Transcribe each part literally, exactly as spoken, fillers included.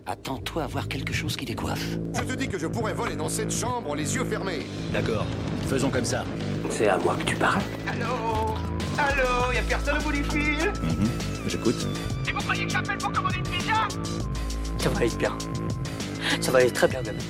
Attends-toi à voir quelque chose qui décoiffe. Je te dis que je pourrais voler dans cette chambre les yeux fermés. D'accord, faisons comme ça. C'est à moi que tu parles. Allô Allô Y'a personne au bout du fil? Mmh, j'écoute. Et vous croyez que j'appelle pour commander une pizza? Ça va aller bien. Ça va aller très bien même.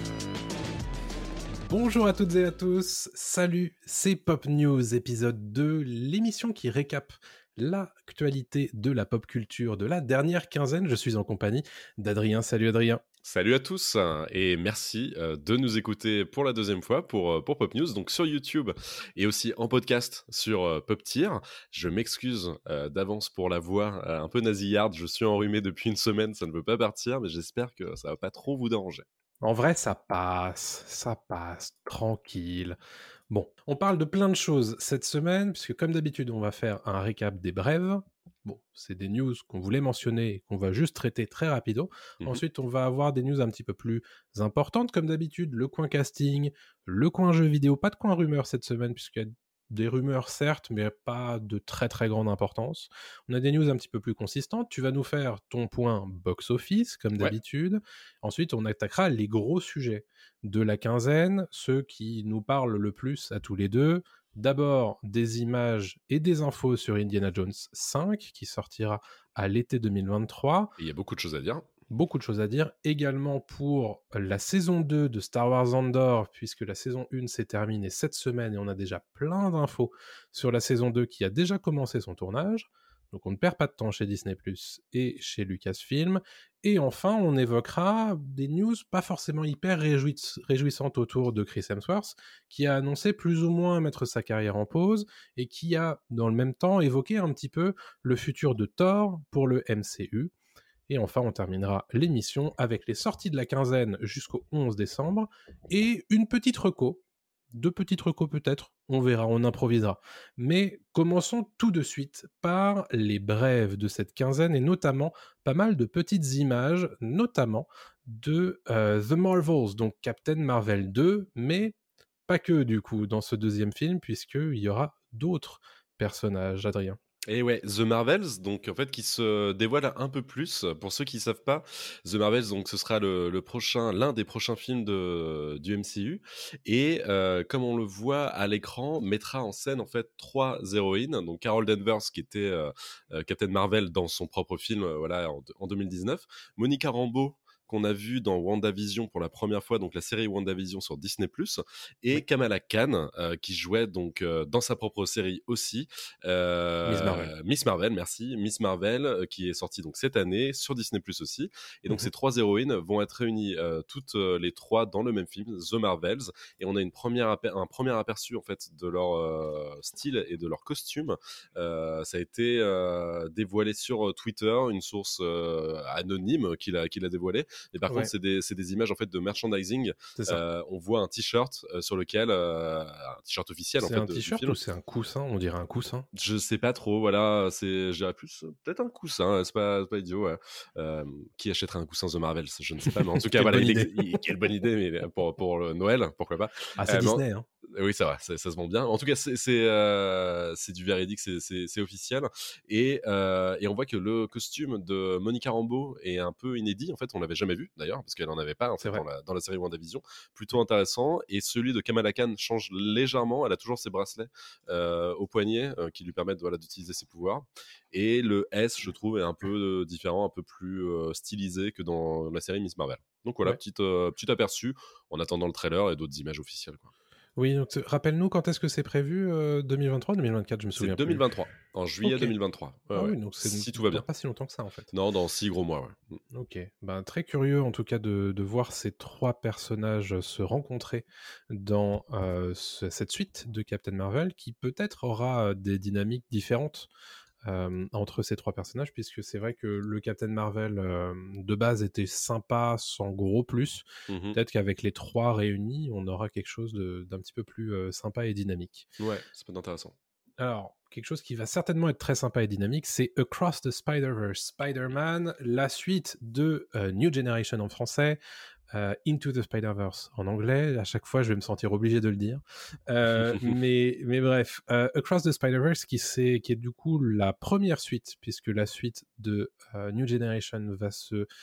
Bonjour à toutes et à tous, salut, c'est Pop News, épisode deux, l'émission qui récape l'actualité de la pop culture de la dernière quinzaine. Je suis en compagnie d'Adrien. Salut Adrien. Salut à tous et merci de nous écouter pour la deuxième fois pour, pour Pop News, donc sur YouTube et aussi en podcast sur Pop Tier. Je m'excuse d'avance pour la voix un peu nasillarde, je suis enrhumé depuis une semaine, ça ne veut pas partir, mais j'espère que ça va pas trop vous déranger. En vrai, ça passe, ça passe, tranquille. Bon, on parle de plein de choses cette semaine, puisque comme d'habitude, on va faire un récap des brèves. Bon, c'est des news qu'on voulait mentionner et qu'on va juste traiter très rapido. Mmh. Ensuite, on va avoir des news un petit peu plus importantes, comme d'habitude, le coin casting, le coin jeu vidéo, pas de coin rumeur cette semaine, puisqu'il y a des rumeurs certes, mais pas de très très grande importance. On a des news un petit peu plus consistantes. Tu vas nous faire ton point box-office, comme d'habitude. Ouais. Ensuite, on attaquera les gros sujets de la quinzaine, ceux qui nous parlent le plus à tous les deux. D'abord, des images et des infos sur Indiana Jones cinq, qui sortira à l'été deux mille vingt-trois. Il y a beaucoup de choses à dire. Beaucoup de choses à dire, également pour la saison deux de Star Wars Andor, puisque la saison un s'est terminée cette semaine et on a déjà plein d'infos sur la saison deux qui a déjà commencé son tournage. Donc on ne perd pas de temps chez Disney plus, et chez Lucasfilm. Et enfin, on évoquera des news pas forcément hyper réjouiss- réjouissantes autour de Chris Hemsworth, qui a annoncé plus ou moins mettre sa carrière en pause, et qui a, dans le même temps, évoqué un petit peu le futur de Thor pour le M C U. Et enfin, on terminera l'émission avec les sorties de la quinzaine jusqu'au onze décembre et une petite reco. Deux petites recos peut-être, on verra, on improvisera. Mais commençons tout de suite par les brèves de cette quinzaine et notamment pas mal de petites images, notamment de euh, The Marvels, donc Captain Marvel deux, mais pas que du coup dans ce deuxième film, puisqu'il y aura d'autres personnages, Adrien. Et ouais, The Marvels, donc en fait, qui se dévoile un peu plus. Pour ceux qui ne savent pas, The Marvels, donc ce sera le, le prochain, l'un des prochains films de, du M C U. Et euh, comme on le voit à l'écran, mettra en scène en fait trois héroïnes. Donc Carol Danvers, qui était euh, Captain Marvel dans son propre film, euh, voilà, en, en deux mille dix-neuf. Monica Rambeau, qu'on a vu dans WandaVision pour la première fois, donc la série WandaVision sur Disney plus, et oui. Kamala Khan, euh, qui jouait donc euh, dans sa propre série aussi, euh, Miss Marvel. Miss Marvel, merci, Miss Marvel, euh, qui est sortie donc cette année sur Disney plus aussi, et donc mm-hmm. ces trois héroïnes vont être réunies euh, toutes euh, les trois dans le même film, The Marvels, et on a une première aper- un premier aperçu en fait de leur euh, style et de leur costume. Euh, ça a été euh, dévoilé sur Twitter, une source euh, anonyme qui l'a, qui l'a dévoilé. Mais par ouais. contre, c'est des, c'est des images en fait de merchandising. Euh, on voit un t-shirt euh, sur lequel, euh, un t-shirt officiel c'est en fait. C'est un t-shirt ou c'est un coussin? On dirait un coussin. Je sais pas trop. Voilà, c'est, je dirais plus peut-être un coussin. C'est pas, c'est pas idiot. Ouais. Euh, qui achèterait un coussin The Marvels? Je ne sais pas, mais en tout cas, voilà, il est, il, quelle bonne idée, mais pour pour le Noël, pourquoi pas? Ah, c'est euh, Disney, hein. Oui, c'est vrai, ça, ça se vend bien. En tout cas, c'est, c'est, euh, c'est du véridique, c'est, c'est, c'est officiel. Et, euh, et on voit que le costume de Monica Rambeau est un peu inédit. En fait, on l'avait jamais vu d'ailleurs, parce qu'elle n'en avait pas en fait, dans, la, dans la série WandaVision. Plutôt intéressant. Et celui de Kamala Khan change légèrement. Elle a toujours ses bracelets euh, au poignet euh, qui lui permettent voilà, d'utiliser ses pouvoirs. Et le S, je trouve, est un peu différent, un peu plus euh, stylisé que dans la série Miss Marvel. Donc voilà, ouais. petit, euh, petit aperçu en attendant le trailer et d'autres images officielles, quoi. Oui, donc rappelle-nous quand est-ce que c'est prévu, euh, deux mille vingt-trois, deux mille vingt-quatre, je me souviens c'est deux mille vingt-trois, plus. En juillet okay. deux mille vingt-trois. Ouais, ah ouais. oui, donc c'est si tout va bien. Pas si longtemps que ça en fait. Non, dans six gros mois, ouais. Ok, ben, très curieux en tout cas de, de voir ces trois personnages se rencontrer dans euh, ce, cette suite de Captain Marvel qui peut-être aura des dynamiques différentes. Euh, entre ces trois personnages, puisque c'est vrai que le Captain Marvel euh, de base était sympa sans gros plus. Mm-hmm. Peut-être qu'avec les trois réunis, on aura quelque chose de, d'un petit peu plus euh, sympa et dynamique. Ouais, ça peut être intéressant. Alors, quelque chose qui va certainement être très sympa et dynamique, c'est Across the Spider-Verse, Spider-Man, la suite de euh, New Generation en français, euh, Into the Spider-Verse en anglais. À chaque fois, je vais me sentir obligé de le dire. Euh, mais, mais bref, euh, Across the Spider-Verse, qui, c'est, qui est du coup la première suite, puisque la suite de euh, New Generation va se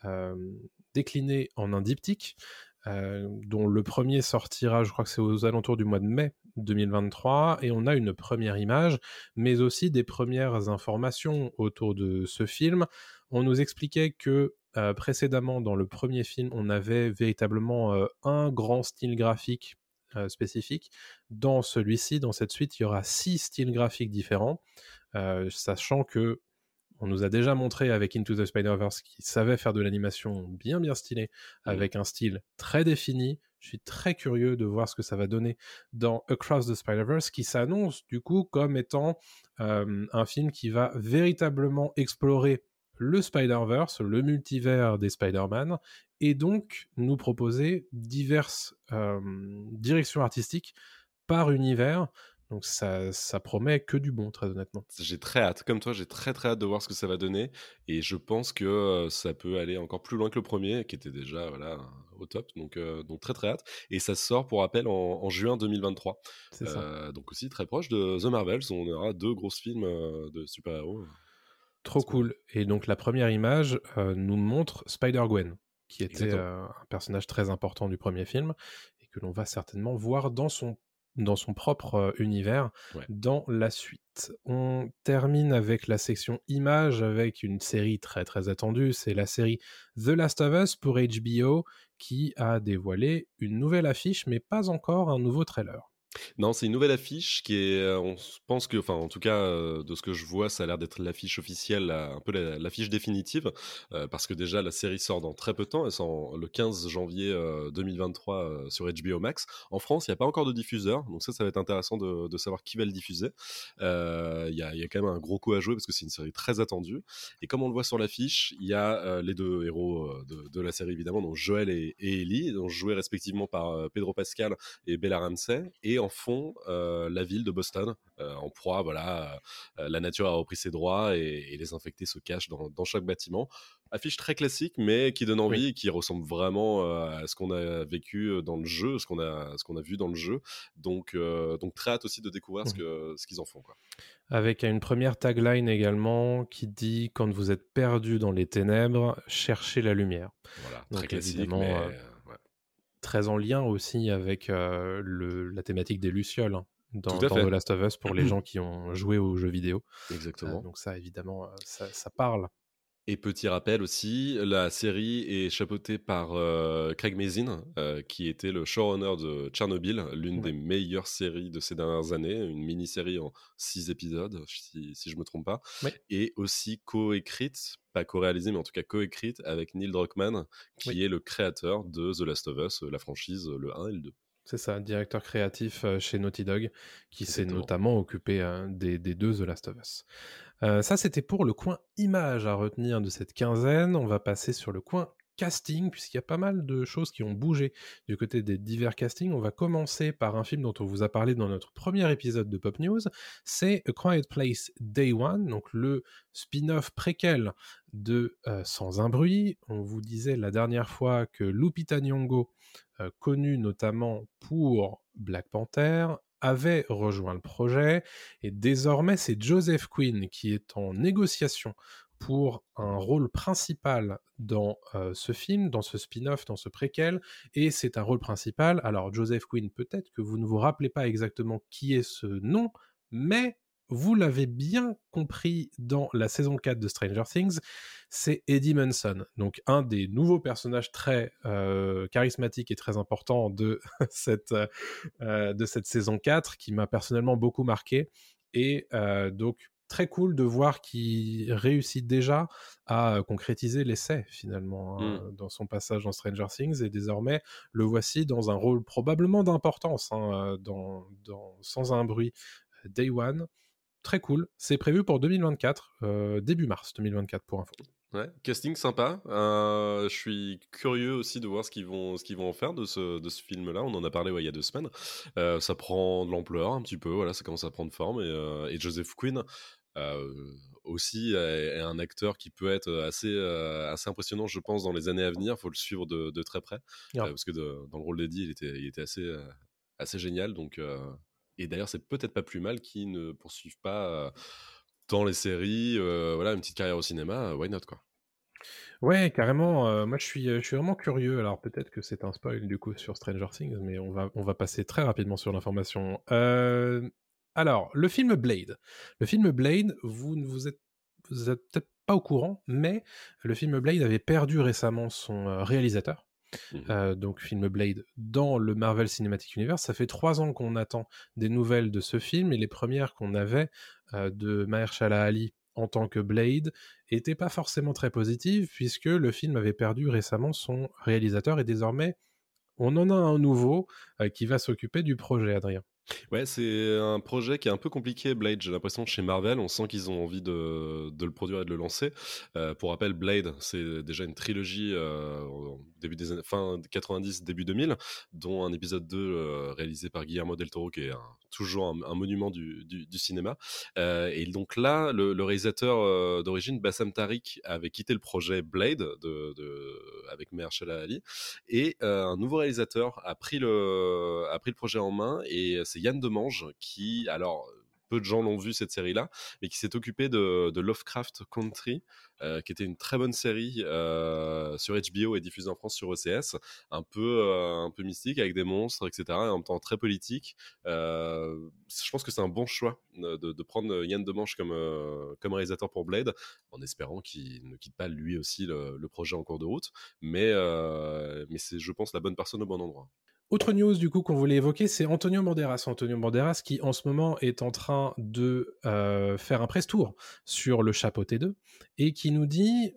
euh, déclinés en un diptyque, euh, dont le premier sortira, je crois que c'est aux alentours du mois de mai deux mille vingt-trois, et on a une première image, mais aussi des premières informations autour de ce film. On nous expliquait que euh, précédemment, dans le premier film, on avait véritablement euh, un grand style graphique euh, spécifique. Dans celui-ci, dans cette suite, il y aura six styles graphiques différents, euh, sachant que on nous a déjà montré avec Into the Spider-Verse qu'il savait faire de l'animation bien bien stylée, avec un style très défini. Je suis très curieux de voir ce que ça va donner dans Across the Spider-Verse, qui s'annonce du coup comme étant euh, un film qui va véritablement explorer le Spider-Verse, le multivers des Spider-Man, et donc nous proposer diverses euh, directions artistiques par univers. Donc ça, ça promet que du bon, très honnêtement. J'ai très hâte, comme toi, j'ai très très hâte de voir ce que ça va donner, et je pense que euh, ça peut aller encore plus loin que le premier, qui était déjà voilà, au top, donc, euh, donc très très hâte. Et ça sort, pour rappel, en, en juin deux mille vingt-trois. C'est euh, ça. Donc aussi très proche de The Marvels, où on aura deux grosses films euh, de super-héros. Trop cool. Et donc la première image euh, nous montre Spider-Gwen, qui était euh, un personnage très important du premier film, et que l'on va certainement voir dans son dans son propre euh, univers Ouais. dans la suite. On termine avec la section images, avec une série très très attendue, c'est la série The Last of Us pour H B O, qui a dévoilé une nouvelle affiche, mais pas encore un nouveau trailer. Non, c'est une nouvelle affiche qui est, euh, on s- pense que, enfin, en tout cas, euh, de ce que je vois, ça a l'air d'être l'affiche officielle, la- un peu la- l'affiche définitive, euh, parce que déjà la série sort dans très peu de temps, elle sort le quinze janvier euh, deux mille vingt-trois euh, sur H B O Max. En France, il n'y a pas encore de diffuseur, donc ça, ça va être intéressant de, de savoir qui va le diffuser. Euh, Il y, a, il y a quand même un gros coup à jouer parce que c'est une série très attendue. Et comme on le voit sur l'affiche, il y a euh, les deux héros euh, de, de la série évidemment, donc Joel et, et Ellie, donc joués respectivement par euh, Pedro Pascal et Bella Ramsey, et en fond euh, la ville de Boston euh, en proie, voilà, euh, la nature a repris ses droits, et, et les infectés se cachent dans, dans chaque bâtiment. Affiche très classique, mais qui donne envie, Oui. et qui ressemble vraiment euh, à ce qu'on a vécu dans le jeu, ce qu'on a, ce qu'on a vu dans le jeu. Donc, euh, donc très hâte aussi de découvrir Mmh. ce, que, ce qu'ils en font, quoi. Avec une première tagline également qui dit « Quand vous êtes perdu dans les ténèbres, cherchez la lumière ». Voilà, Donc très classique, évidemment, mais euh, euh, ouais. très en lien aussi avec euh, le, la thématique des Lucioles hein, dans, Tout à dans fait. The Last of Us pour les gens qui ont joué aux jeux vidéo. Exactement. Euh, donc ça, évidemment, euh, ça, ça parle. Et petit rappel aussi, la série est chapeautée par euh, Craig Mazin, euh, qui était le showrunner de Tchernobyl, l'une Ouais. des meilleures séries de ces dernières années, une mini-série en six épisodes, si, si je ne me trompe pas, Oui. et aussi co-écrite, pas co-réalisée, mais en tout cas co-écrite avec Neil Druckmann, qui Oui. est le créateur de The Last of Us, la franchise, le un et le deux. C'est ça, directeur créatif euh, chez Naughty Dog, qui s'est Exactement. notamment occupé euh, des, des deux The Last of Us. Euh, ça, c'était pour le coin image à retenir de cette quinzaine. On va passer sur le coin casting, puisqu'il y a pas mal de choses qui ont bougé du côté des divers castings. On va commencer par un film dont on vous a parlé dans notre premier épisode de Pop News. C'est A Quiet Place Day One, donc le spin-off préquel de euh, Sans un bruit. On vous disait la dernière fois que Lupita Nyong'o, euh, connue notamment pour Black Panther, avait rejoint le projet, et désormais c'est Joseph Quinn qui est en négociation pour un rôle principal dans euh, ce film, dans ce spin-off, dans ce préquel, et c'est un rôle principal. Alors Joseph Quinn, peut-être que vous ne vous rappelez pas exactement qui est ce nom, mais vous l'avez bien compris dans la saison quatre de Stranger Things, c'est Eddie Munson, donc un des nouveaux personnages très euh, charismatiques et très importants de cette, euh, de cette saison quatre, qui m'a personnellement beaucoup marqué, et euh, donc très cool de voir qu'il réussit déjà à concrétiser l'essai finalement hein, Mm. dans son passage dans Stranger Things, et désormais le voici dans un rôle probablement d'importance hein, dans, dans Sans un bruit Day One. Très cool, c'est prévu pour deux mille vingt-quatre, euh, début mars deux mille vingt-quatre pour info. Ouais, casting sympa. Euh, je suis curieux aussi de voir ce qu'ils vont, ce qu'ils vont en faire de ce, de ce film-là. On en a parlé ouais, il y a deux semaines. Euh, ça prend de l'ampleur un petit peu, voilà, ça commence à prendre forme. Et, euh, et Joseph Quinn euh, aussi est, est un acteur qui peut être assez, euh, assez impressionnant, je pense, dans les années à venir. Il faut le suivre de, de très près. Ah. Euh, parce que de, dans le rôle d'Eddie, il était, il était assez, euh, assez génial. Donc, euh, et d'ailleurs, c'est peut-être pas plus mal qu'il ne poursuive pas... Euh, dans les séries, euh, voilà, une petite carrière au cinéma, why not quoi. Ouais, carrément. euh, moi, je suis, euh, je suis vraiment curieux. Alors, peut-être que c'est un spoil du coup sur Stranger Things, mais on va, on va passer très rapidement sur l'information. Euh, alors, le film Blade. Le film Blade, vous ne vous êtes, vous êtes peut-être pas au courant, mais le film Blade avait perdu récemment son euh, réalisateur. Mhm. Euh, donc, film Blade dans le Marvel Cinematic Universe. Ça fait trois ans qu'on attend des nouvelles de ce film, et les premières qu'on avait euh, de Mahershala Ali en tant que Blade était pas forcément très positive, puisque le film avait perdu récemment son réalisateur, et désormais on en a un nouveau euh, qui va s'occuper du projet, Adrien. Ouais, c'est un projet qui est un peu compliqué, Blade. J'ai l'impression chez Marvel, on sent qu'ils ont envie de, de le produire et de le lancer. Euh, pour rappel, Blade, c'est déjà une trilogie euh, au début des années, fin quatre-vingt-dix, début deux mille, dont un épisode deux euh, réalisé par Guillermo del Toro, qui est un, toujours un, un monument du, du, du cinéma. Euh, et donc là, le, le réalisateur euh, d'origine, Bassam Tariq, avait quitté le projet Blade de, de, avec Mahershala Ali, et euh, un nouveau réalisateur a pris le, a pris le projet en main, et c'est Yann Demange qui, alors peu de gens l'ont vu cette série-là, mais qui s'est occupé de, de Lovecraft Country, euh, qui était une très bonne série euh, sur H B O et diffusée en France sur O C S, un peu, euh, un peu mystique avec des monstres, et cetera, et en même temps très politique. Euh, je pense que c'est un bon choix de, de prendre Yann Demange comme, euh, comme réalisateur pour Blade, en espérant qu'il ne quitte pas lui aussi le, le projet en cours de route, mais, euh, mais c'est, je pense, la bonne personne au bon endroit. Autre news du coup qu'on voulait évoquer, c'est Antonio Banderas. Antonio Banderas qui en ce moment est en train de euh, faire un press tour sur le chapeau T deux et qui nous dit,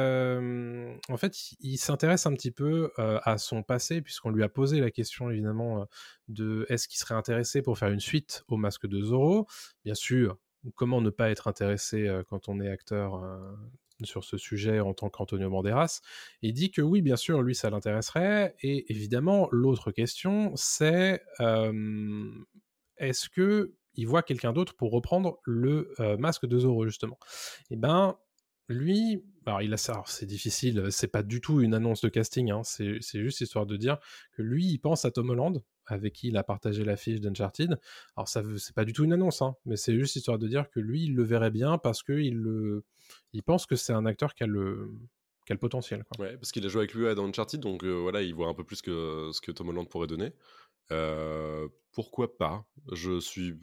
euh, en fait, il s'intéresse un petit peu euh, à son passé, puisqu'on lui a posé la question évidemment euh, de est-ce qu'il serait intéressé pour faire une suite au Masque de Zorro. Bien sûr, comment ne pas être intéressé euh, quand on est acteur euh, sur ce sujet en tant qu'Antonio Banderas. Il dit que oui, bien sûr, lui, ça l'intéresserait. Et évidemment, l'autre question, c'est euh, est-ce qu'il voit quelqu'un d'autre pour reprendre le euh, Masque de Zorro, justement? Eh ben, lui, alors, il a ça, alors c'est difficile, c'est pas du tout une annonce de casting, hein, c'est, c'est juste histoire de dire que lui, il pense à Tom Holland, avec qui il a partagé l'affiche d'Uncharted. Alors, ça, c'est pas du tout une annonce, hein, mais c'est juste histoire de dire que lui, il le verrait bien parce qu'il le... il pense que c'est un acteur qui a le, qui a le potentiel, quoi. Ouais, parce qu'il a joué avec lui dans Uncharted, donc euh, voilà, il voit un peu plus que ce que Tom Holland pourrait donner. Euh, pourquoi pas? Je suis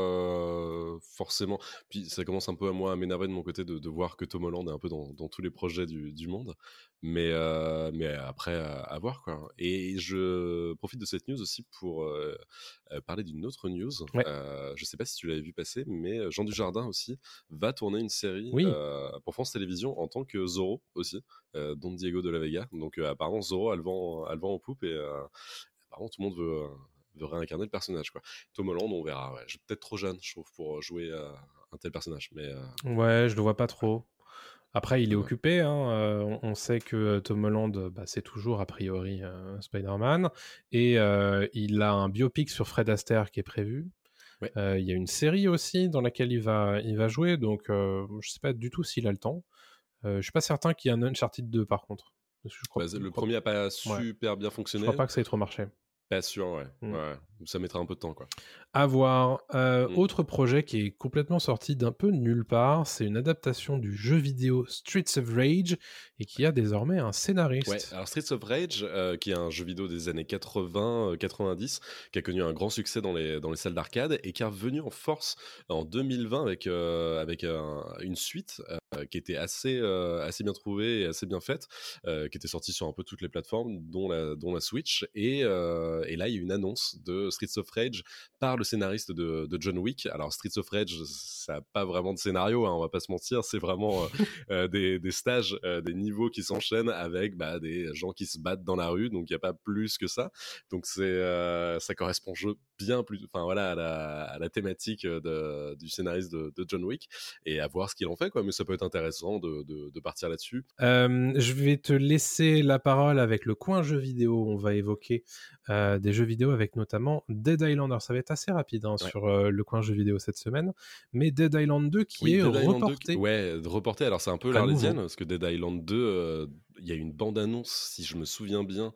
pas forcément. Puis ça commence un peu à moi à m'énerver de mon côté de, de voir que Tom Holland est un peu dans, dans tous les projets du, du monde, mais euh, mais après à, à voir quoi. Et je profite de cette news aussi pour euh, euh, parler d'une autre news. Ouais. Euh, je sais pas si tu l'avais vu passer, mais Jean Dujardin aussi va tourner une série Oui. euh, pour France Télévisions en tant que Zorro aussi, euh, Don Diego de la Vega. Donc euh, apparemment Zorro a le vent, a le vent en poupe et euh, apparemment tout le monde veut, veut réincarner le personnage, quoi. Tom Holland, on verra. Ouais. Je suis peut-être trop jeune, je trouve, pour jouer euh, un tel personnage. Mais, euh... ouais, je le vois pas trop. Après, il est ouais. occupé. Hein. Euh, on, on sait que Tom Holland, bah, c'est toujours a priori euh, Spider-Man. Et euh, il a un biopic sur Fred Astaire qui est prévu. Ouais. Euh, il y a une série aussi dans laquelle il va, il va jouer. Donc, euh, je sais pas du tout s'il a le temps. Euh, je suis pas certain qu'il y ait un Uncharted deux, par contre. Parce que je crois, Bah, je le crois... premier a pas super ouais. bien fonctionné. Je crois pas que ça ait trop marché. Pas sûr, ouais. Mm. ouais. Ça mettra un peu de temps, quoi. À voir. Euh, Mm. Autre projet qui est complètement sorti d'un peu nulle part, c'est une adaptation du jeu vidéo Streets of Rage et qui a désormais un scénariste. Ouais, alors Streets of Rage, euh, qui est un jeu vidéo des années quatre-vingts quatre-vingt-dix, qui a connu un grand succès dans les, dans les salles d'arcade et qui est revenu en force en deux mille vingt avec, euh, avec un, une suite euh, qui était assez, euh, assez bien trouvée et assez bien faite, euh, qui était sortie sur un peu toutes les plateformes, dont la, dont la Switch. Et, euh, et là, il y a une annonce de Streets of Rage par le scénariste de, de John Wick. Alors, Streets of Rage, ça n'a pas vraiment de scénario, hein, on va pas se mentir, c'est vraiment euh, euh, des, des stages, euh, des niveaux qui s'enchaînent avec bah, des gens qui se battent dans la rue, donc il n'y a pas plus que ça. Donc, c'est, euh, ça correspond bien plus, enfin voilà, à la, à la thématique de, du scénariste de, de John Wick, et à voir ce qu'il en fait, quoi. Mais ça peut être intéressant de, de, de partir là-dessus. Euh, je vais te laisser la parole avec le coin jeux vidéo. On va évoquer euh, des jeux vidéo avec notamment Dead Island. Alors ça va être assez rapide hein, ouais. sur euh, le coin jeux vidéo cette semaine, mais Dead Island deux qui oui, est Dead reporté. deux, ouais, reporté. Alors c'est un peu l'Arlésienne, parce que Dead Island deux, il euh, y a une bande-annonce, si je me souviens bien,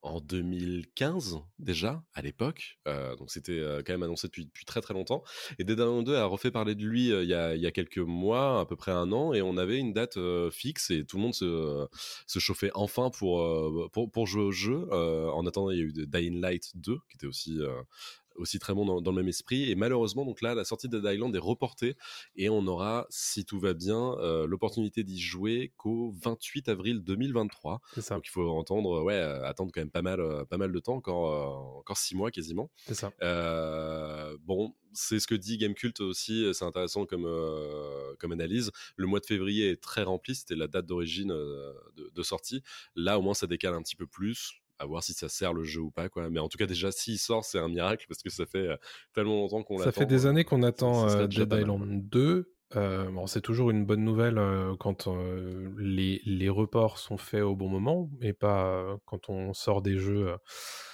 en deux mille quinze déjà, à l'époque. Euh, donc c'était euh, quand même annoncé depuis, depuis très très longtemps. Et Dead Island deux a refait parler de lui euh, il y, a, il y a quelques mois, à peu près un an, et on avait une date euh, fixe et tout le monde se, euh, se chauffait enfin pour, euh, pour, pour jouer au jeu. Euh, en attendant, il y a eu Dying Light deux qui était aussi... Euh, aussi très bon dans, dans le même esprit, et malheureusement donc là la sortie de Dead Island est reportée et on aura, si tout va bien, euh, l'opportunité d'y jouer qu'au vingt-huit avril deux mille vingt-trois. C'est ça. Donc il faut entendre, ouais, euh, attendre quand même pas mal, euh, pas mal de temps, encore, euh, encore six mois quasiment. C'est ça. Euh, bon, c'est ce que dit Gamecult aussi, c'est intéressant comme, euh, comme analyse. Le mois de février est très rempli, c'était la date d'origine euh, de, de sortie. Là, au moins, ça décale un petit peu plus. À voir si ça sert le jeu ou pas, quoi. Mais en tout cas, déjà, s'il sort, c'est un miracle parce que ça fait euh, tellement longtemps qu'on l'attend. Ça fait des années qu'on attend ça, ça euh, Dead Island deux. Euh, bon, c'est toujours une bonne nouvelle euh, quand euh, les, les reports sont faits au bon moment et pas euh, quand on sort des jeux euh,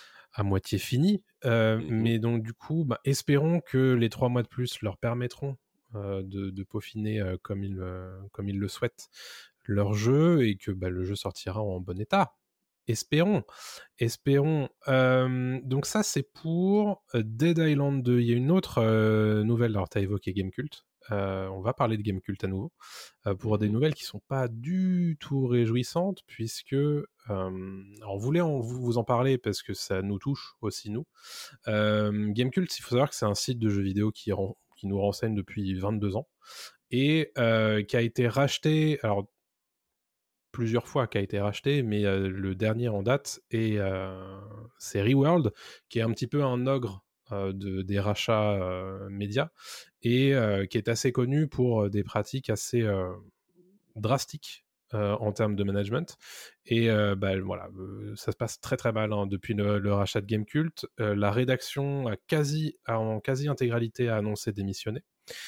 à moitié finis. Euh, mm-hmm. Mais donc, du coup, bah, espérons que les trois mois de plus leur permettront euh, de, de peaufiner euh, comme, ils, euh, comme ils le souhaitent leur jeu et que bah, le jeu sortira en bon état. Espérons, espérons. Euh, donc ça, c'est pour Dead Island deux. Il y a une autre euh, nouvelle. Alors, tu as évoqué Gamecult. Euh, on va parler de Gamecult à nouveau. Euh, pour des nouvelles qui sont pas du tout réjouissantes, puisque euh, alors on voulait en, vous en parler parce que ça nous touche aussi, nous. Euh, Gamecult, il faut savoir que c'est un site de jeux vidéo qui, rend, qui nous renseigne depuis vingt-deux ans et euh, qui a été racheté... Alors, plusieurs fois qui a été racheté, mais euh, le dernier en date est, euh, c'est Reworld, qui est un petit peu un ogre euh, de, des rachats euh, médias, et euh, qui est assez connu pour des pratiques assez euh, drastiques euh, en termes de management. Et euh, bah, voilà, euh, ça se passe très très mal hein, depuis le, le rachat de Gamecult. Euh, la rédaction a quasi, a en quasi-intégralité a annoncé démissionner.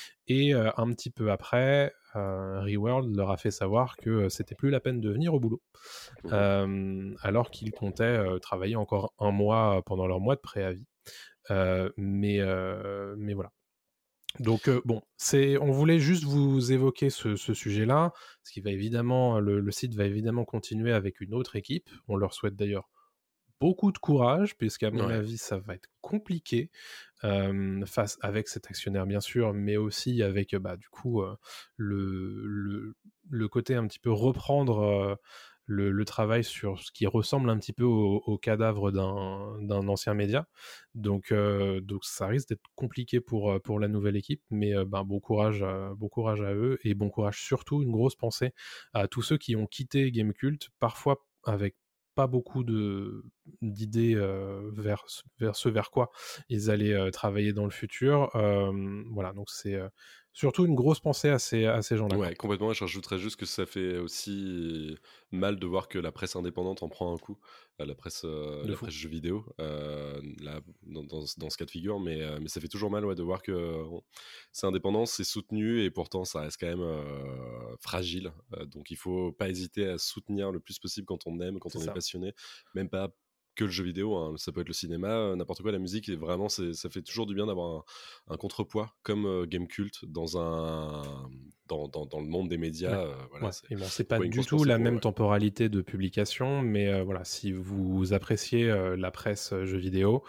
Et euh, un petit peu après, euh, Reworld leur a fait savoir que euh, c'était plus la peine de venir au boulot, mmh. euh, alors qu'ils comptaient euh, travailler encore un mois pendant leur mois de préavis. Euh, mais, euh, mais voilà. Donc euh, bon, c'est, on voulait juste vous évoquer ce, ce sujet-là, parce qu'il va évidemment, le, le site va évidemment continuer avec une autre équipe. On leur souhaite d'ailleurs beaucoup de courage, puisqu'à mon ouais. avis, ça va être compliqué euh, face avec cet actionnaire, bien sûr, mais aussi avec, bah, du coup, euh, le, le, le côté un petit peu reprendre euh, le, le travail sur ce qui ressemble un petit peu au, au cadavre d'un, d'un ancien média. Donc, euh, donc, ça risque d'être compliqué pour, pour la nouvelle équipe, mais euh, bah, bon courage, euh, bon courage à eux, et bon courage surtout, une grosse pensée à tous ceux qui ont quitté Gamecult, parfois avec pas beaucoup de, d'idées euh, vers, vers ce vers quoi ils allaient euh, travailler dans le futur. Euh, voilà, donc c'est euh, surtout une grosse pensée à ces, à ces gens-là. Ouais, complètement. Je rajouterais juste que ça fait aussi mal de voir que la presse indépendante en prend un coup, la presse, euh, la presse jeux vidéo, euh, là, dans, dans, dans ce cas de figure, mais, euh, mais ça fait toujours mal ouais, de voir que euh, c'est indépendant, c'est soutenu, et pourtant ça reste quand même euh, fragile. Euh, donc il faut pas hésiter à soutenir le plus possible quand on aime, quand c'est on ça. est passionné, même pas que le jeu vidéo, hein. Ça peut être le cinéma, n'importe quoi, la musique, et vraiment c'est, ça fait toujours du bien d'avoir un, un contrepoids comme euh, Gamecult dans, un, dans, dans, dans le monde des médias. Ouais. Euh, voilà, ouais. c'est, bon, c'est pas du tout la pour, même ouais. temporalité de publication, mais euh, voilà, si vous appréciez euh, la presse euh, jeux vidéo,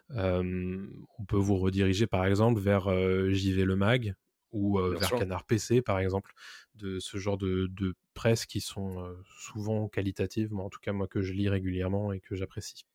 euh, on peut vous rediriger par exemple vers euh, J V Le Mag ou euh, vers sûr. Canard P C par exemple, de ce genre de, de presse qui sont euh, souvent qualitatives, mais en tout cas moi que je lis régulièrement et que j'apprécie.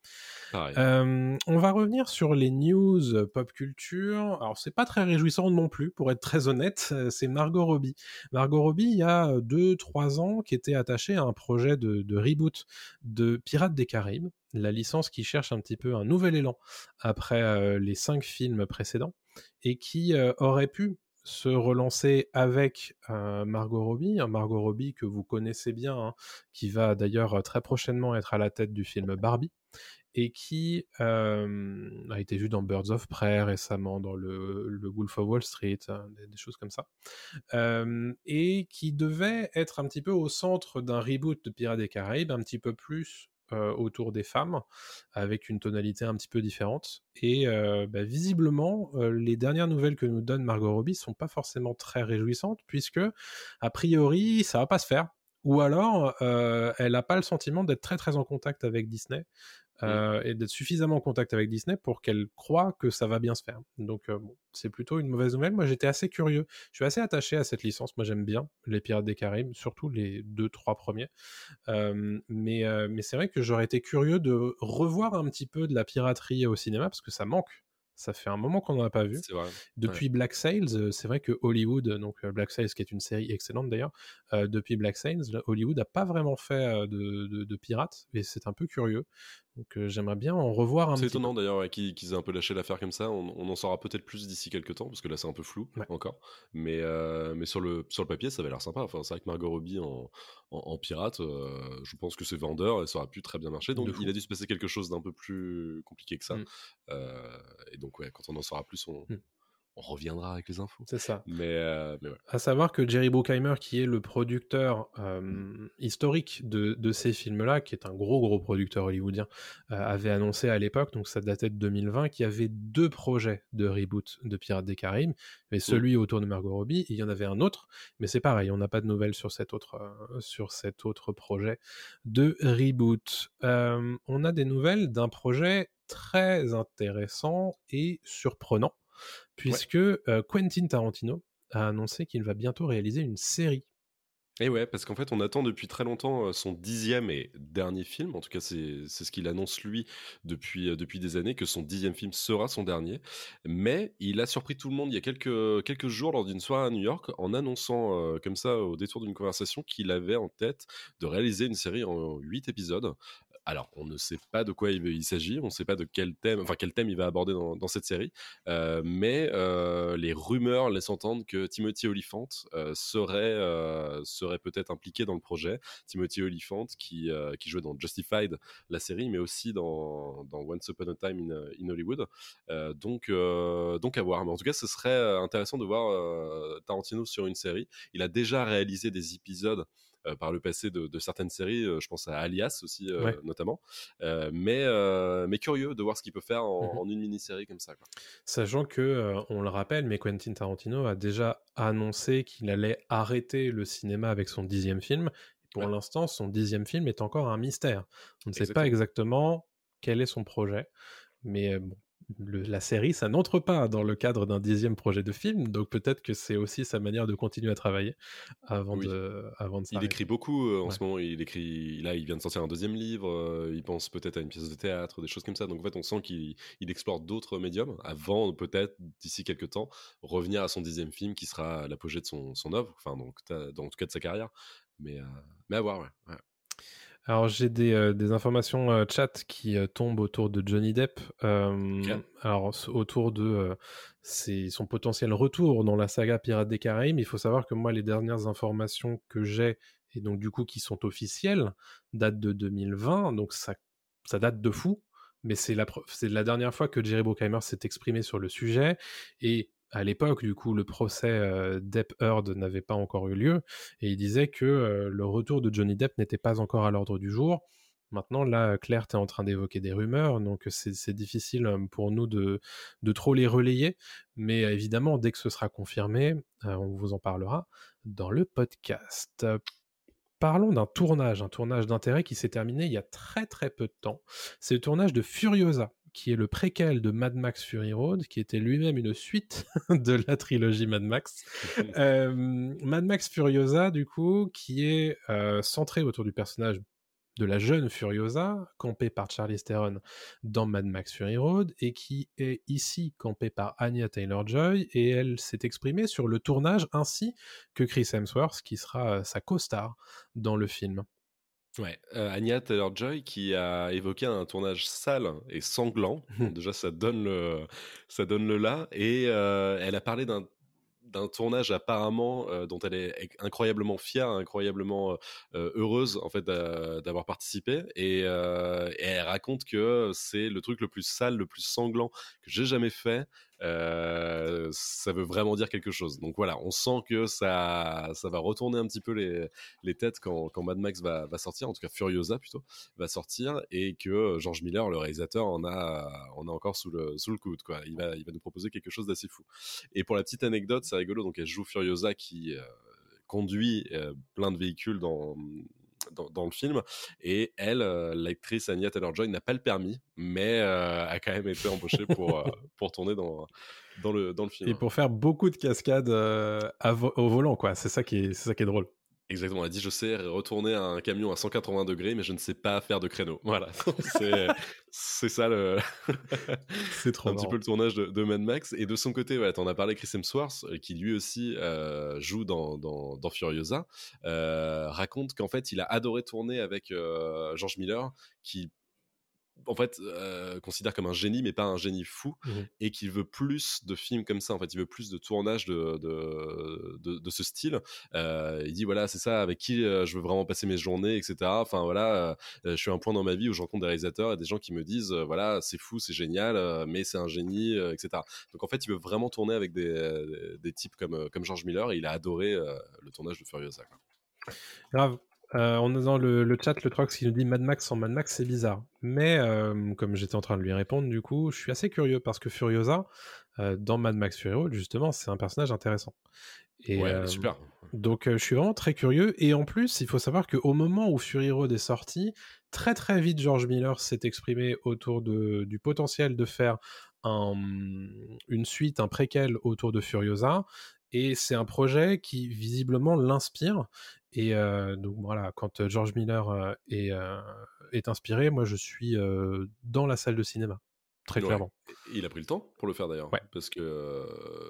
Euh, on va revenir sur les news pop culture. Alors c'est pas très réjouissant non plus, pour être très honnête, c'est Margot Robbie. Margot Robbie, il y a deux trois ans, qui était attachée à un projet de, de reboot de Pirates des Caraïbes, la licence qui cherche un petit peu un nouvel élan après euh, les cinq films précédents, et qui euh, aurait pu se relancer avec euh, Margot Robbie, Margot Robbie que vous connaissez bien, hein, qui va d'ailleurs très prochainement être à la tête du film Barbie, et qui euh, a été vue dans Birds of Prey récemment, dans le, le Wolf of Wall Street, hein, des, des choses comme ça, euh, et qui devait être un petit peu au centre d'un reboot de Pirates des Caraïbes, un petit peu plus Euh, autour des femmes, avec une tonalité un petit peu différente. Et euh, bah, visiblement, euh, les dernières nouvelles que nous donne Margot Robbie sont pas forcément très réjouissantes, puisque, a priori, ça va pas se faire. ou alors euh, elle n'a pas le sentiment d'être très très en contact avec Disney. Euh, mmh. Et d'être suffisamment en contact avec Disney pour qu'elle croie que ça va bien se faire. Donc euh, bon, c'est plutôt une mauvaise nouvelle. Moi j'étais assez curieux, je suis assez attaché à cette licence, moi j'aime bien les Pirates des Caraïbes, surtout les deux trois premiers, euh, mais, euh, mais c'est vrai que j'aurais été curieux de revoir un petit peu de la piraterie au cinéma, parce que ça manque. Ça fait un moment qu'on n'en a pas vu. C'est vrai. Depuis ouais. Black Sails, c'est vrai que Hollywood, donc Black Sails qui est une série excellente d'ailleurs, euh, depuis Black Sails, Hollywood n'a pas vraiment fait de, de, de pirates, et c'est un peu curieux. Donc euh, j'aimerais bien en revoir un c'est petit peu. C'est étonnant d'ailleurs ouais, qu'ils, qu'ils aient un peu lâché l'affaire comme ça. On, on en saura peut-être plus d'ici quelques temps, parce que là c'est un peu flou ouais. encore. Mais, euh, mais sur, le, sur le papier, ça avait l'air sympa. Enfin, c'est vrai que Margot Robbie en, en, en pirate, euh, je pense que c'est vendeur et ça aurait pu très bien marcher. Donc il a dû se passer quelque chose d'un peu plus compliqué que ça. Mm. Euh, et donc ouais, quand on en saura plus, on... Mm. on reviendra avec les infos. C'est ça. Mais, euh, mais ouais. À savoir que Jerry Bruckheimer, qui est le producteur euh, mmh. historique de, de ces films-là, qui est un gros gros producteur hollywoodien, euh, avait annoncé à l'époque, donc ça datait de deux mille vingt, qu'il y avait deux projets de reboot de Pirates des Caraïbes, mais celui mmh. autour de Margot Robbie, et il y en avait un autre, mais c'est pareil, on n'a pas de nouvelles sur cet autre, euh, sur cet autre projet de reboot. Euh, on a des nouvelles d'un projet très intéressant et surprenant, puisque ouais. euh, Quentin Tarantino a annoncé qu'il va bientôt réaliser une série. Et ouais, parce qu'en fait, on attend depuis très longtemps son dixième et dernier film. En tout cas, c'est, c'est ce qu'il annonce lui depuis, depuis des années, que son dixième film sera son dernier. Mais il a surpris tout le monde il y a quelques, quelques jours lors d'une soirée à New York en annonçant euh, comme ça, au détour d'une conversation, qu'il avait en tête de réaliser une série en huit épisodes. Alors, on ne sait pas de quoi il, il s'agit, on ne sait pas de quel thème, enfin quel thème il va aborder dans, dans cette série, euh, mais euh, les rumeurs laissent entendre que Timothy Olyphant euh, serait, euh, serait peut-être impliqué dans le projet. Timothy Olyphant qui, euh, qui jouait dans Justified, la série, mais aussi dans, dans Once Upon a Time in, in Hollywood. Euh, donc, euh, donc à voir. Mais en tout cas, ce serait intéressant de voir euh, Tarantino sur une série. Il a déjà réalisé des épisodes Euh, par le passé de, de certaines séries, euh, je pense à Alias aussi euh, ouais. notamment, euh, mais, euh, mais curieux de voir ce qu'il peut faire en, mm-hmm. en une mini-série comme ça, quoi. Sachant que, euh, on le rappelle, mais Quentin Tarantino a déjà annoncé qu'il allait arrêter le cinéma avec son dixième film, et pour ouais. l'instant son dixième film est encore un mystère. On ne sait exactement. pas exactement quel est son projet, mais bon, Le, la série, ça n'entre pas dans le cadre d'un dixième projet de film, donc peut-être que c'est aussi sa manière de continuer à travailler avant, oui. de, avant de s'arrêter. Il écrit beaucoup euh, en ouais. ce moment, il écrit, là il vient de sortir un deuxième livre, euh, il pense peut-être à une pièce de théâtre, des choses comme ça, donc en fait on sent qu'il il explore d'autres médiums avant peut-être, d'ici quelques temps, revenir à son dixième film qui sera l'apogée de son, son œuvre, enfin donc, dans, en tout cas de sa carrière, mais, euh, mais à voir, ouais. ouais. Alors j'ai des, euh, des informations euh, chat qui euh, tombent autour de Johnny Depp, euh, okay. alors autour de euh, ses, son potentiel retour dans la saga Pirates des Caraïbes. Il faut savoir que moi les dernières informations que j'ai, et donc du coup qui sont officielles, datent de deux mille vingt, donc ça, ça date de fou, mais c'est la, c'est la dernière fois que Jerry Bruckheimer s'est exprimé sur le sujet, et à l'époque, du coup, le procès euh, Depp-Heard n'avait pas encore eu lieu, et il disait que euh, le retour de Johnny Depp n'était pas encore à l'ordre du jour. Maintenant, là, Claire, tu es en train d'évoquer des rumeurs, donc c'est, c'est difficile pour nous de, de trop les relayer, mais euh, évidemment, dès que ce sera confirmé, euh, on vous en parlera dans le podcast. Parlons d'un tournage, un tournage d'intérêt qui s'est terminé il y a très très peu de temps. C'est le tournage de Furiosa, qui est le préquel de Mad Max Fury Road, qui était lui-même une suite de la trilogie Mad Max. euh, Mad Max Furiosa, du coup, qui est euh, centré autour du personnage de la jeune Furiosa, campée par Charlize Theron dans Mad Max Fury Road, et qui est ici campée par Anya Taylor-Joy, et elle s'est exprimée sur le tournage ainsi que Chris Hemsworth, qui sera euh, sa co-star dans le film. Ouais, euh, Anya Taylor-Joy qui a évoqué un tournage sale et sanglant. Bon, déjà, ça donne le, ça donne le là. Et euh, elle a parlé d'un, d'un tournage apparemment euh, dont elle est incroyablement fière, incroyablement euh, heureuse en fait d'a, d'avoir participé. Et, euh, et elle raconte que c'est le truc le plus sale, le plus sanglant que j'ai jamais fait. Euh, ça veut vraiment dire quelque chose. Donc voilà, on sent que ça, ça va retourner un petit peu les, les têtes quand, quand Mad Max va, va sortir, en tout cas Furiosa plutôt, va sortir, et que George Miller, le réalisateur, en a, en a encore sous le, sous le coude, quoi. Il va, il va nous proposer quelque chose d'assez fou. Et pour la petite anecdote, c'est rigolo, donc elle joue Furiosa qui... Euh, conduit euh, plein de véhicules dans, dans, dans le film. Et elle, euh, l'actrice Anya Taylor-Joy, n'a pas le permis, mais euh, a quand même été embauchée pour, euh, pour tourner dans, dans, le, dans le film. Et pour faire beaucoup de cascades euh, à vo- au volant, quoi. C'est ça qui est, c'est ça qui est drôle. Exactement, elle a dit je sais retourner un camion à cent quatre-vingts degrés, mais je ne sais pas faire de créneau. Voilà, c'est, c'est ça le. C'est trop un marrant. petit peu le tournage de, de Mad Max. Et de son côté, ouais, t'en as parlé, Chris Hemsworth, qui lui aussi euh, joue dans, dans, dans Furiosa, euh, raconte qu'en fait il a adoré tourner avec euh, George Miller, qui en fait euh, considère comme un génie mais pas un génie fou, mmh. et qu'il veut plus de films comme ça, en fait il veut plus de tournages de, de, de, de ce style. Euh, il dit voilà c'est ça avec qui euh, je veux vraiment passer mes journées, etc. Enfin voilà, euh, je suis à un point dans ma vie où je rencontre des réalisateurs et des gens qui me disent euh, voilà c'est fou, c'est génial, euh, mais c'est un génie, euh, etc. Donc en fait il veut vraiment tourner avec des, des, des types comme, comme George Miller, et il a adoré euh, le tournage de Furiosa, quoi. Grave. Euh, on est dans le, le chat, le Trox qui nous dit Mad Max sans Mad Max, c'est bizarre. Mais euh, comme j'étais en train de lui répondre, du coup, je suis assez curieux parce que Furiosa, euh, dans Mad Max Fury Road, justement, c'est un personnage intéressant. Et, ouais, euh, super. Donc, euh, je suis vraiment très curieux. Et en plus, il faut savoir qu'au moment où Fury Road est sorti, très très vite, George Miller s'est exprimé autour de, du potentiel de faire un, une suite, un préquel autour de Furiosa. Et c'est un projet qui visiblement l'inspire. Et euh, donc voilà, quand George Miller euh, est, euh, est inspiré, moi je suis euh, dans la salle de cinéma, très ouais. clairement. Il a pris le temps pour le faire d'ailleurs, ouais. parce que euh,